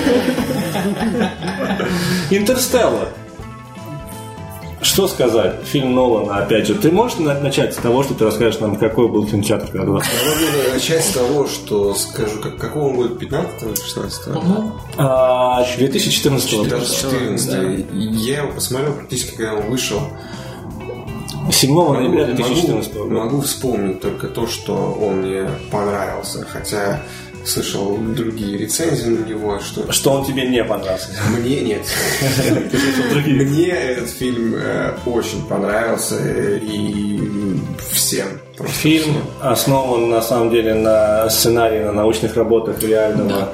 «Интерстеллар». Что сказать? Фильм Нолана, опять же. Ты можешь начать с того, что ты расскажешь нам, какой был кинотеатр когда? Я могу начать с того, что скажу, как, какого он будет, пятнадцатого или шестнадцатого? Угу. две тысячи четырнадцатого. Даже четырнадцатого. Да. Я его посмотрел практически, когда он вышел. седьмого ноября две тысячи четырнадцатого. Могу, могу вспомнить только то, что он мне понравился. Хотя слышал другие рецензии на него. Что, что он тебе не понравился? Мне нет. Мне этот фильм очень понравился и всем. Фильм основан на самом деле на сценарии, на научных работах реального,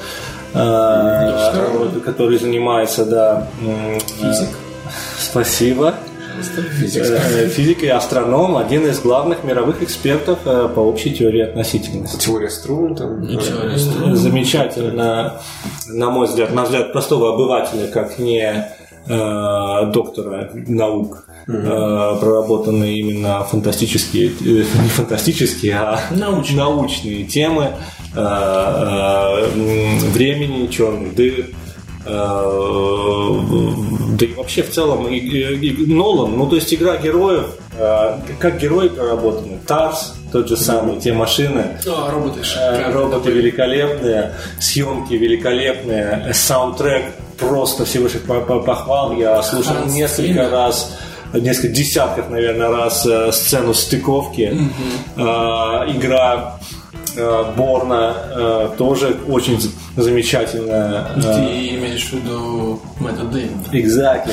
который занимается, да, физик. Спасибо. Физик. Физик и астроном, один из главных мировых экспертов по общей теории относительности. Теория струн там. Теория струн. Замечательно, на мой взгляд, на взгляд простого обывателя, как не э, доктора наук, угу. э, проработанные именно фантастические, э, не фантастические, а научные, научные темы э, э, времени, черных дыр. Да и вообще в целом и, и, и Нолан, ну то есть игра героев, как герои проработаны. Тарс, тот же самый, те машины, О, роботы, роботы великолепные, съемки великолепные, саундтрек просто всевышних похвал. Я слушал Ханс несколько Циммер. раз, несколько десятков, наверное, раз сцену стыковки. Mm-hmm. Игра Борна э, тоже очень замечательная. Ты э, имеешь в виду Мэтта Дэймона? Exactly.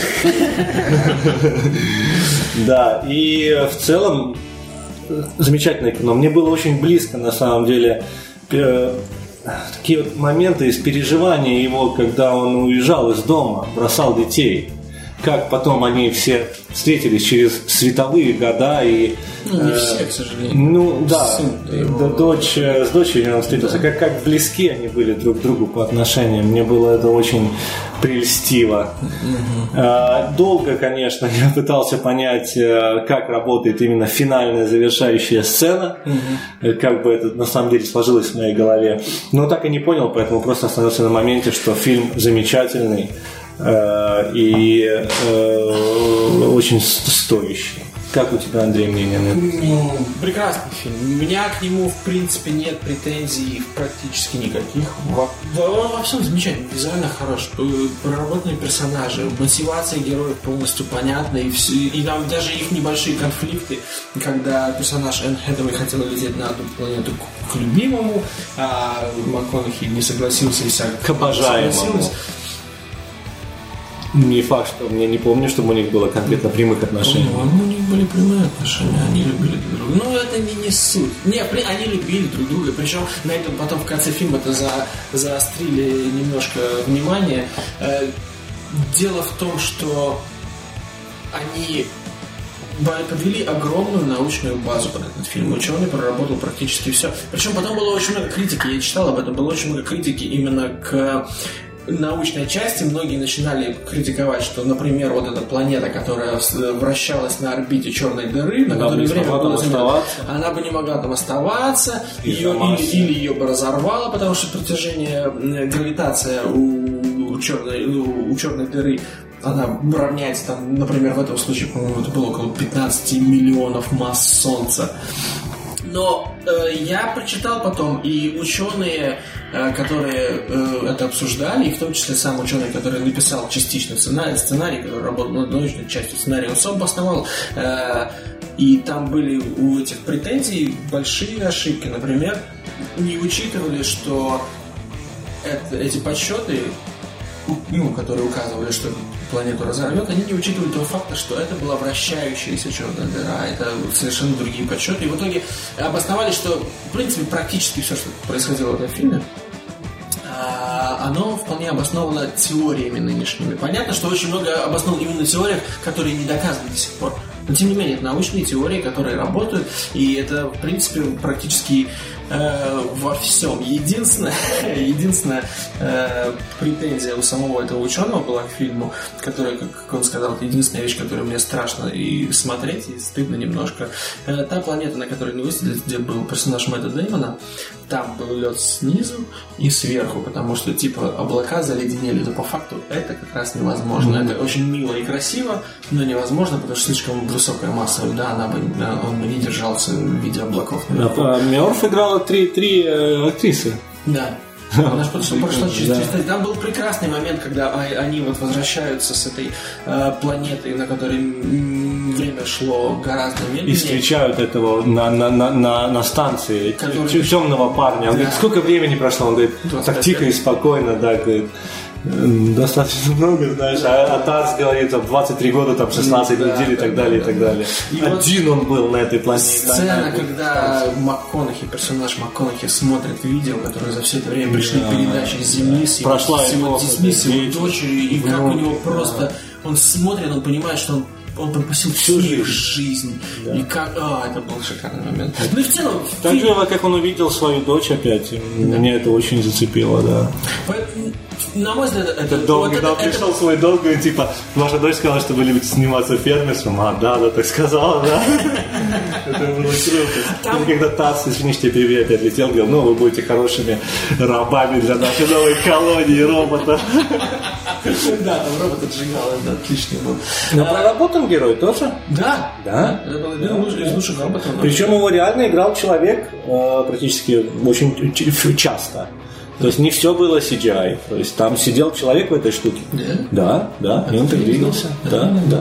Да, и в целом замечательное кино. Мне было очень близко, на самом деле, такие вот моменты из переживания его, когда он уезжал из дома, бросал детей. Как потом они все встретились через световые года и... Ну, не все, к сожалению. Ну, да, дочь, с дочерью он встретился. Как, как близки они были друг к другу по отношениям. Мне было это очень прельстиво. Mm-hmm. Долго, конечно, я пытался понять, как работает именно финальная завершающая сцена. Mm-hmm. Как бы это на самом деле сложилось в моей голове. Но так и не понял, поэтому просто остановился на моменте, что фильм замечательный и э, очень стоящий. Как у тебя, Андрей, мнение? Ну, прекрасный фильм. У меня к нему, в принципе, нет претензий практически никаких. Во, во, во всем замечательно. Визуально хорош. Проработанные персонажи. Мотивация героев полностью понятна. И, все, и там даже их небольшие конфликты, когда персонаж Энн Хэтэуэй хотел лететь на одну планету к, к любимому, а МакКонахи не согласился и вся... К обожаемому. Не факт, что я не помню, чтобы у них было конкретно прямых отношений. По-моему, у них были прямые отношения, они любили друг друга. Но это не, не суть. Не, они любили друг друга, причем на этом потом в конце фильма-то за, заострили немножко внимание. Дело в том, что они подвели огромную научную базу под этот фильм. Ученый проработал практически все. Причем потом было очень много критики, я читал об этом, было очень много критики именно к научной части. Многие начинали критиковать, что, например, вот эта планета, которая вращалась на орбите черной дыры, на которой время было заметно, она бы не могла там оставаться, ее, или, или ее бы разорвало, потому что притяжение, гравитация у черной, у черной дыры, она равняется, там, например, в этом случае, по-моему, это было около пятнадцать миллионов масс Солнца. Но э, я прочитал потом, и ученые, э, которые э, это обсуждали, и в том числе сам ученый, который написал частично сценарий, сценарий который работал над научной частью сценария, он сам обосновал, э, и там были у этих претензий большие ошибки. Например, не учитывали, что это, эти подсчеты, ну, которые указывали, что планету разорвет, они не учитывали того факта, что это была вращающаяся черная дыра, это совершенно другие подсчеты. И в итоге обосновали, что, в принципе, практически все, что происходило в этом фильме, оно вполне обосновано теориями нынешними. Понятно, что очень много обосновано именно на теориях, которые не доказаны до сих пор. Но, тем не менее, это научные теории, которые работают, и это, в принципе, практически э, во всем. Единственная, единственная э, претензия у самого этого ученого была к фильму, которая, как он сказал, это единственная вещь, которую мне страшно и смотреть, и стыдно немножко. Э, та планета, на которой не высадились, где был персонаж Мэтта Дэймона, там был лед снизу и сверху, потому что, типа, облака заледенели, но по факту это как раз невозможно. Mm-hmm. Это очень мило и красиво, но невозможно, потому что слишком высокая масса льда, она бы, он бы не держался в виде облаков. А Мёрф играла три, три э, актрисы. Да. Она же прошла через триста лет. Там был прекрасный момент, когда они вот возвращаются с этой э, планеты, на которой время шло гораздо медленнее. И встречают этого на, на, на, на, на станции, который... темного парня. Он да. говорит, сколько времени прошло? Он говорит, так тихо и спокойно, да, говорит, достаточно много, знаешь, а, а Тарс говорит, там, двадцать три года, там, шестнадцать да, недель и так да, далее, да, и так далее. И Один вот он был на этой планете. Сцена, да, когда МакКонахи, персонаж МакКонахи смотрит видео, которое за все это время пришли да. передачи с Земли, с его, Прошла с его детьми, с его дочерью, и как у него просто, он смотрит, он понимает, что он Он пропустил всю жизнь. жизнь. Да. И как... А, это был шикарный момент. Ну и в целом... Так фильм... же, как он увидел свою дочь опять. Да. Меня это очень зацепило, да. Поэтому, на мой взгляд, это... это дом, вот когда это, он пришел это... в свой дом, и типа, ваша дочь сказала, что вы любите сниматься фермерством. А, да, да, так сказала, да. Это было круто. Когда Тарс, извините, тебе перебью, опять летел, говорил, ну, вы будете хорошими рабами для нашей новой колонии роботов. Да, там робот отжигал, это отличный был. Но проработан герой тоже? Да. Да? Это был один из лучших роботов. Причем его реально играл человек практически очень часто. То есть не все было си джи ай. То есть там сидел человек в этой штуке. Да? Да, да. И он так двигался. Да, да.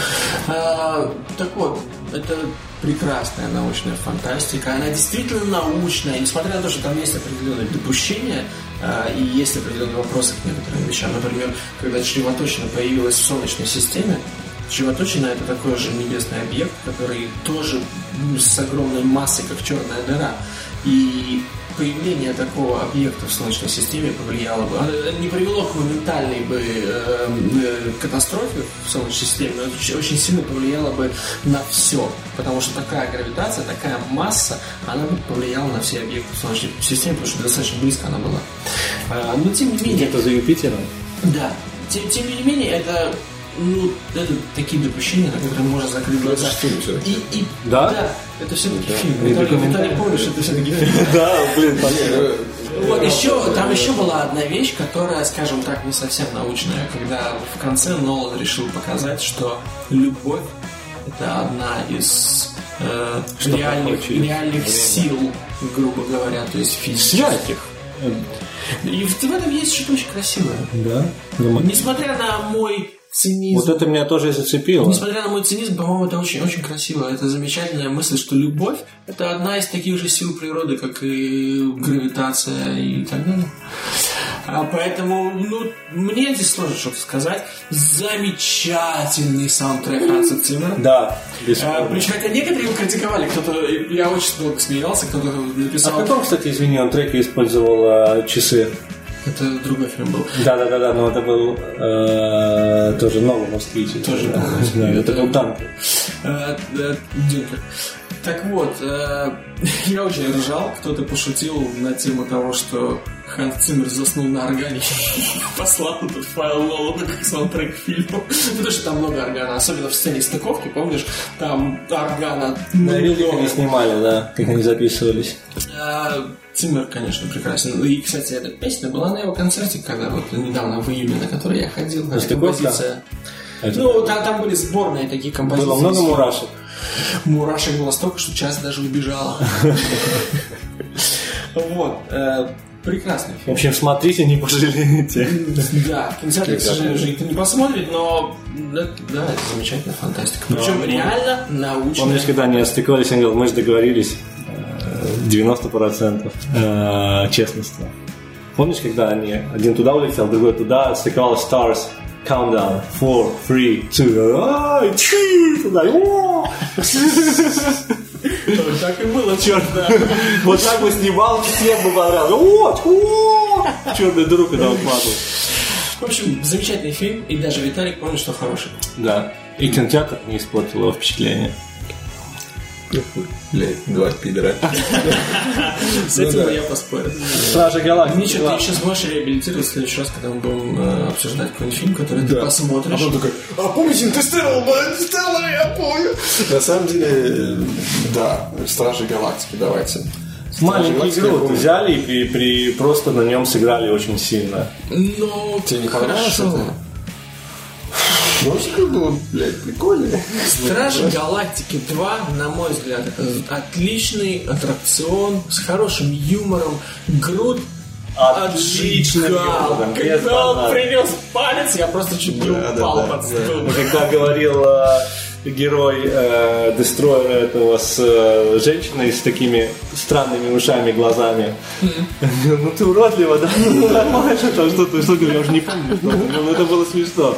Так вот, это прекрасная научная фантастика. Она действительно научная. Несмотря на то, что там есть определенные допущения, и есть определенные вопросы к некоторым вещам. Например, когда чревоточина появилась в Солнечной системе, чревоточина — это такой же небесный объект, который тоже с огромной массой, как черная дыра. И появление такого объекта в Солнечной системе повлияло бы, не привело к моментальной бы э, э, катастрофе в Солнечной системе, но это очень сильно повлияло бы на все, потому что такая гравитация, такая масса, она бы повлияла на все объекты в Солнечной системе, потому что достаточно близко она была. Э, но тем не менее... Где-то за Юпитером? Да. Тем, тем не менее, это... Ну, это такие допущения, на которые можно закрыть глаза. И, и, да? Да, это все-таки да. фильм. Виталий, Виталий, помнишь, это все-таки фильм. Да, блин, понятно. Вот еще, там еще была одна вещь, которая, скажем так, не совсем научная, когда в конце Нолан решил показать, что любовь — это одна из э, реальных, реальных сил, грубо говоря, то есть физических. И в этом есть что-то очень красивое. Да. Несмотря на мой цинизм. Вот это меня тоже и зацепило. Несмотря на мой цинизм, по-моему, это очень-очень красиво. Это замечательная мысль, что любовь — это одна из таких же сил природы, как и гравитация и так далее. А поэтому, ну, мне здесь сложно что-то сказать. Замечательный саундтрек Ханса Циммера. Да, а, причем, хотя некоторые его критиковали, кто-то, я очень долго смеялся, кто-то написал... А в каком, кстати, извини, он треке использовал а, часы? Это другой фильм был. Да, да, да, да, но это был э, тоже новый москвич. Тоже да, да, это был Танкер. Дюнкер. Так вот, э, я очень ржал, кто-то пошутил на тему того, что Ханс Циммер заснул на органе и послал этот файл Нолану как саундтрек к фильму. Потому что там много органа, особенно в сцене стыковки, помнишь? Там органа много. Да, как они снимали, да, как они записывались. Циммер, конечно, прекрасен. И, кстати, эта песня была на его концерте, когда вот недавно в июне, на который я ходил. Композиция. Это... Ну, там, там были сборные такие композиции. Было много мурашек. Мурашек было столько, что часть даже убежала. Вот. Прекрасный фильм. В общем, смотрите, не пожалеете. Да, в кинотеатре, к сожалению, уже никто не посмотрит, но да, это замечательная фантастика. Причем реально научная. Помнишь, когда они стыковались, они говорят, мы же договорились девяносто процентов честности. Помнишь, когда они один туда улетел, другой туда, стыковалась Stars, Countdown, four, three, two, туда, так и было, черт, да. Вот так бы снимал, всем бы понравилось. Черный дыру, когда он падал. В общем, замечательный фильм, и даже Виталик помнит, что хороший. Да, и кинотеатр не испортил его впечатление. Блядь, два пидора. С этим я поспорю. Стражи Галактики. Ничего, ты еще сможешь реабилитировать в следующий раз, когда мы будем обсуждать какой-нибудь фильм, который ты посмотришь. А он такой, а помните, Интерстеллар, Интерстеллар, я помню. На самом деле, да, Стражи Галактики, давайте. Маленький игру взяли и при просто на нем сыграли очень сильно. Ну, тебе не понравилось это? Ну, было, блядь, прикольно. Стражи Галактики два, на мой взгляд, это отличный аттракцион с хорошим юмором. Грут Отлично. Когда он принес палец, я просто чуть не упал под стул. Когда говорил герой э, Дестройера этого с э, женщиной с такими странными ушами, глазами. Mm-hmm. Ну ты уродлива, да? Ну нормально, там что-то, что-то, я уже не помню, что, но это было смешно.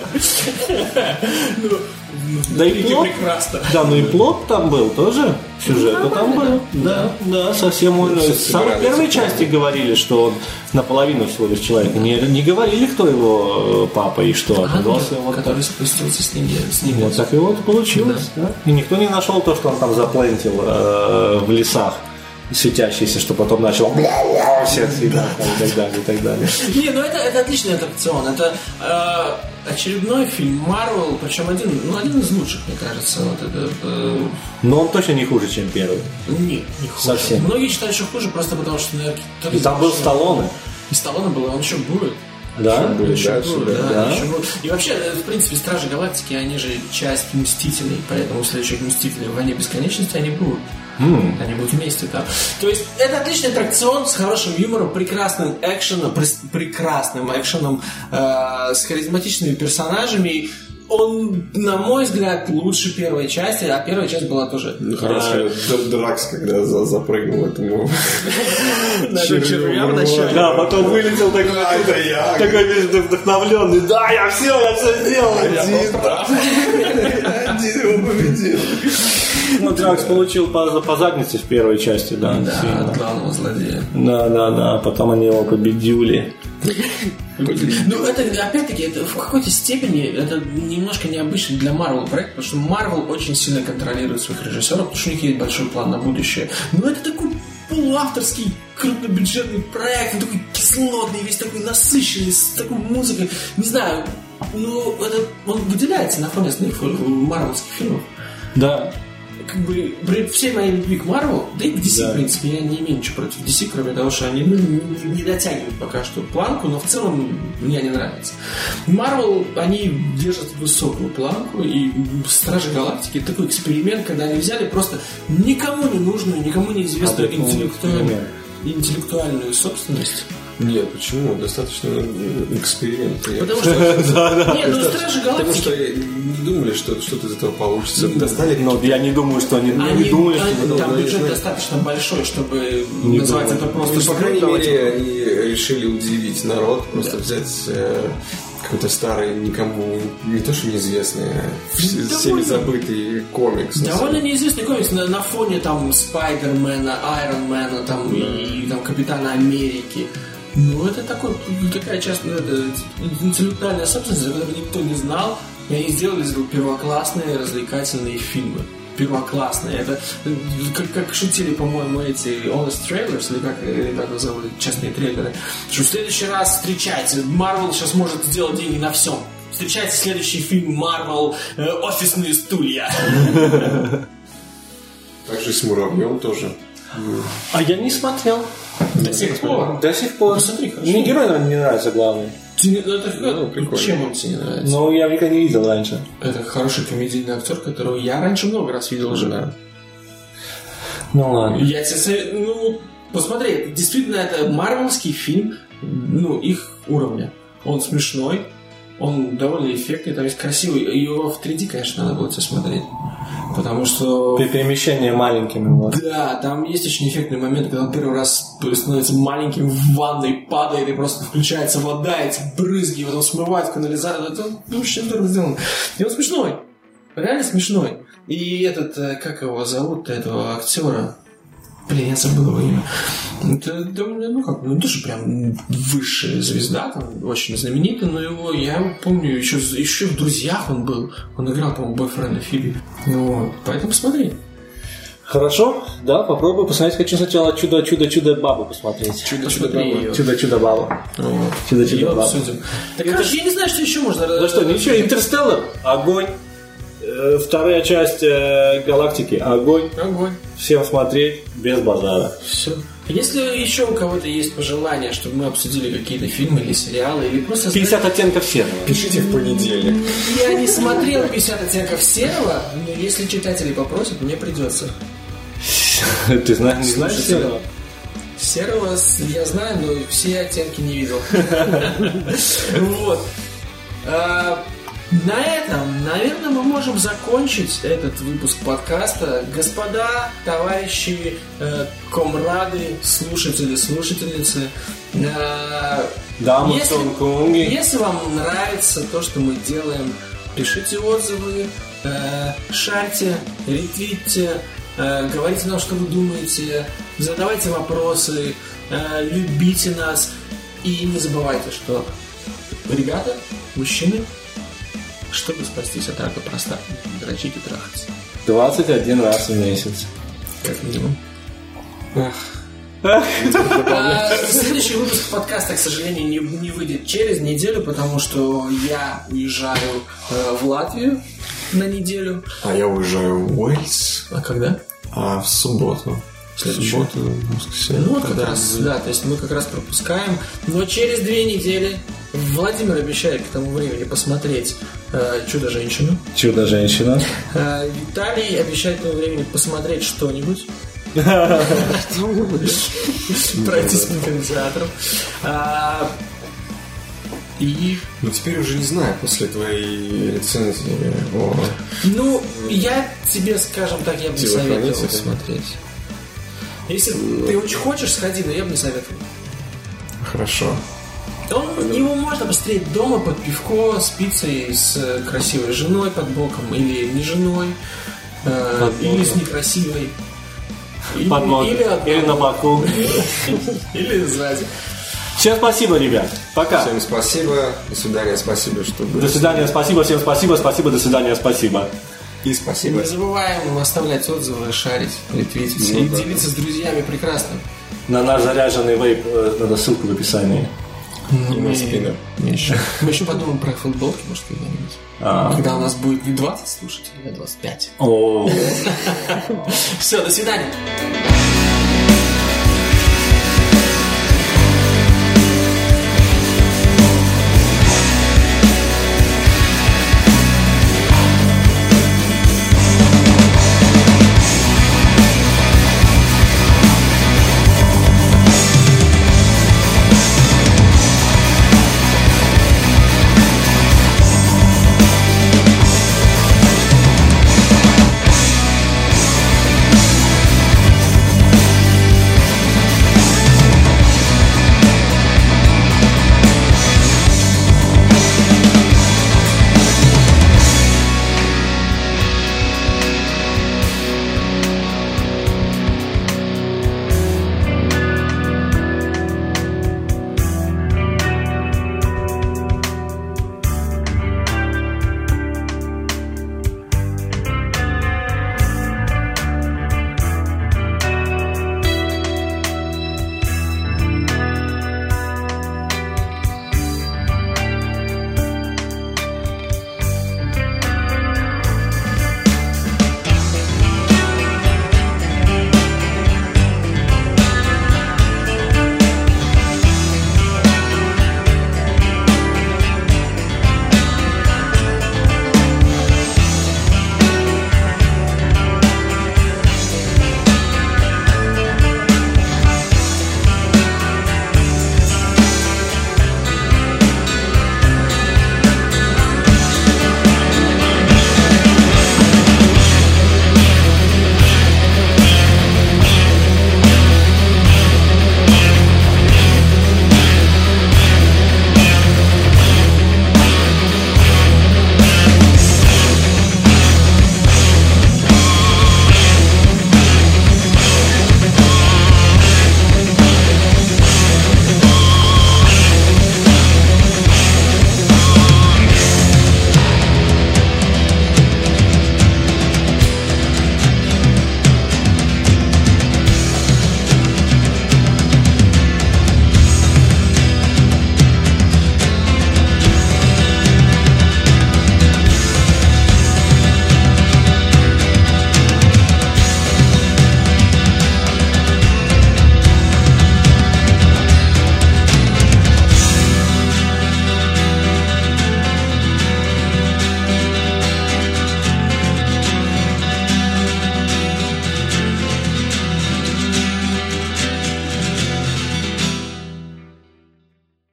Да и плот, прекрасно. Да, ну и плот там был тоже, сюжет там был. Да, да, совсем уже. В самой первой части говорили, что он наполовину всего лишь человек. Не, не говорили, кто его папа и что. Оказался вот который спустился с ним. С ним вот так и вот получилось. Да. Да. И никто не нашел то, что он там заплентил э, в лесах светящийся, что потом начал всех съедать и так далее, и так далее. Не, ну это, это отличный аттракцион. Это э, очередной фильм Marvel, причем один, ну, один из лучших, мне кажется. Вот это, э... Но он точно не хуже, чем первый. Нет, не хуже. Совсем. Многие считают, что хуже, просто потому что... Наверное, и там был Сталлоне. И Сталлоне был, он еще будет. Да, еще будет, еще дальше, будет, да, да. Еще будет. И вообще, в принципе, Стражи Галактики, они же часть Мстителей, поэтому следующих Мстителей в Войне Бесконечности они будут. Mm. Они будут вместе там. То есть это отличный аттракцион с хорошим юмором, прекрасным экшеном, прекрасным экшеном, э, с харизматичными персонажами. Он, на мой взгляд, лучше первой части, а первая часть была тоже хорошая. Дракс, когда запрыгнул этому червя вначале. Да, потом вылетел такой весь вдохновленный. Да, я все, я все сделал. Один его победил. Ну, Дракс получил по, по заднице в первой части, да. Да, от главного злодея. Да, да, да, потом они его победили. Ну, это, опять-таки, это в какой-то степени это немножко необычный для Marvel проект, потому что Marvel очень сильно контролирует своих режиссеров, потому что у них есть большой план на будущее. Но это такой полуавторский, крупнобюджетный проект, он такой кислотный, весь такой насыщенный, с такой музыкой. Не знаю, ну, это, он выделяется на фоне остальных марвелских фильмов. Да. Как бы при всей моей любви к Marvel, да и к ди си, да. В принципе, я не имею ничего против ди си, кроме того, что они ну, не, не дотягивают пока что планку, но в целом мне они нравятся. Marvel, они держат высокую планку, и Стражи Галактики — такой эксперимент, когда они взяли просто никому не нужную, никому неизвестную а интеллектуальную, интеллектуальную собственность. Нет, почему? Достаточно эксперимент. Потому что... Нет, ну Стражи Галактики... Потому что не думали, что что-то из этого получится. Достали, но я не думаю, что они не думали, что... Там бюджет достаточно большой, чтобы назвать это просто... По крайней мере, они решили удивить народ, просто взять... какой-то старый, никому не то что неизвестный, а всеми забытый комикс. Довольно неизвестный комикс на, на фоне там Спайдермена, Айронмена там, mm. и там Капитана Америки. Ну, это такой, такая частная интеллектуальная собственность, за которую никто не знал. И они сделали первоклассные развлекательные фильмы. Первоклассные. Это как, как шутили, по-моему, эти Honest Trailers, или как ребята называли, частные трейлеры, что в следующий раз встречайте, Marvel сейчас может сделать деньги на всем. Встречайте следующий фильм Marvel э, «Офисные стулья». Так же с Муравьем тоже. А я не смотрел. До сих пор. До сих пор. Посмотри, хорошо. Мне герой, наверное, не нравится, главный. Ты, ну, это, ну, прикольно. Чем он тебе не нравится? Ну, я никогда не видел раньше. Это хороший комедийный актер, которого я раньше много раз видел уже. Да. Ну ладно. Я тебе, ну, посмотри, действительно, это марвелский фильм, ну, их уровня. Он смешной, он довольно эффектный, там есть красивый. Его в три дэ, конечно, надо было тебе смотреть. Потому что... Перемещение маленькими. Вот. Да, там есть очень эффектный момент, когда он первый раз становится маленьким в ванной, падает, и просто включается вода, эти брызги, и потом смывает в канализацию. Это вообще здорово сделано. И он смешной. Реально смешной. И этот, как его зовут, этого актера? Блин, я забыл его имя. Это, ну как, ну тоже прям высшая звезда, там, очень знаменитый, но его, я его помню, еще, еще в «Друзьях» он был. Он играл, по-моему, бойфренда Фиби. Вот, поэтому посмотри. Хорошо, да, попробую посмотреть. Хочу сначала «Чудо-чудо-чудо-бабу» посмотреть. Чудо-чудо-бабу. Чудо-чудо-бабу. Чудо-чудо-бабу. Так, короче, я не знаю, что еще можно... Ну что, ничего, «Интерстеллар», огонь. Вторая часть э, «Галактики», огонь. Огонь. Всем смотреть, без базара. Все. Если еще у кого-то есть пожелание, чтобы мы обсудили какие-то фильмы или сериалы, или просто... пятьдесят оттенков серого. Пишите в понедельник. Я не смотрел пятьдесят оттенков серого, но если читатели попросят, мне придется. Ты знаешь, не знаешь серого? Серого я знаю, но все оттенки не видел. Вот. На этом, наверное, мы можем закончить этот выпуск подкаста. Господа, товарищи, комрады, слушатели, слушательницы. Дамы, если, если вам нравится то, что мы делаем, пишите отзывы, шарьте, ретвитьте, говорите нам, что вы думаете, задавайте вопросы, любите нас. И не забывайте, что ребята, мужчины, чтобы спастись от рака простаты, дрочить и трахаться. двадцать один раз в месяц. Как минимум. А, следующий выпуск подкаста, к сожалению, не, не выйдет через неделю, потому что я уезжаю э, в Латвию на неделю. А я уезжаю в Уэльс. А когда? А в субботу. В субботу, воскресенье. Ну вот как раз, да, то есть мы как раз пропускаем. Но через две недели Владимир обещает к тому времени посмотреть э, «Чудо-женщину». «Чудо-женщина». Э, Виталий обещает к тому времени посмотреть что-нибудь. Пройтись по кинотеатрам. И... Ну, теперь уже не знаю, после твоей рецензии. О. Ну, я тебе, скажем так, я бы не советовал смотреть. Если ты очень хочешь, сходи, но я бы не советовал. Хорошо. Он, его можно посмотреть дома под пивко с пиццей, с красивой женой под боком, или не женой, э, или с некрасивой. Или, под боком. Или, или на боку. Или сзади. Всем спасибо, ребят. Пока. Всем спасибо. До свидания. Спасибо, что были. До свидания. Спасибо. Всем спасибо. Спасибо. До свидания. Спасибо. И спасибо. Не забываем оставлять отзывы, шарить, ретвитить Ну, и да. делиться с друзьями прекрасно. На наш заряженный вейп э, надо ссылку в описании. И на спиннер. Мы еще, мы еще подумаем про футболки, может, когда-нибудь. А. Когда у нас будет не двадцать слушателей, а двадцать пять. О. Все, до свидания.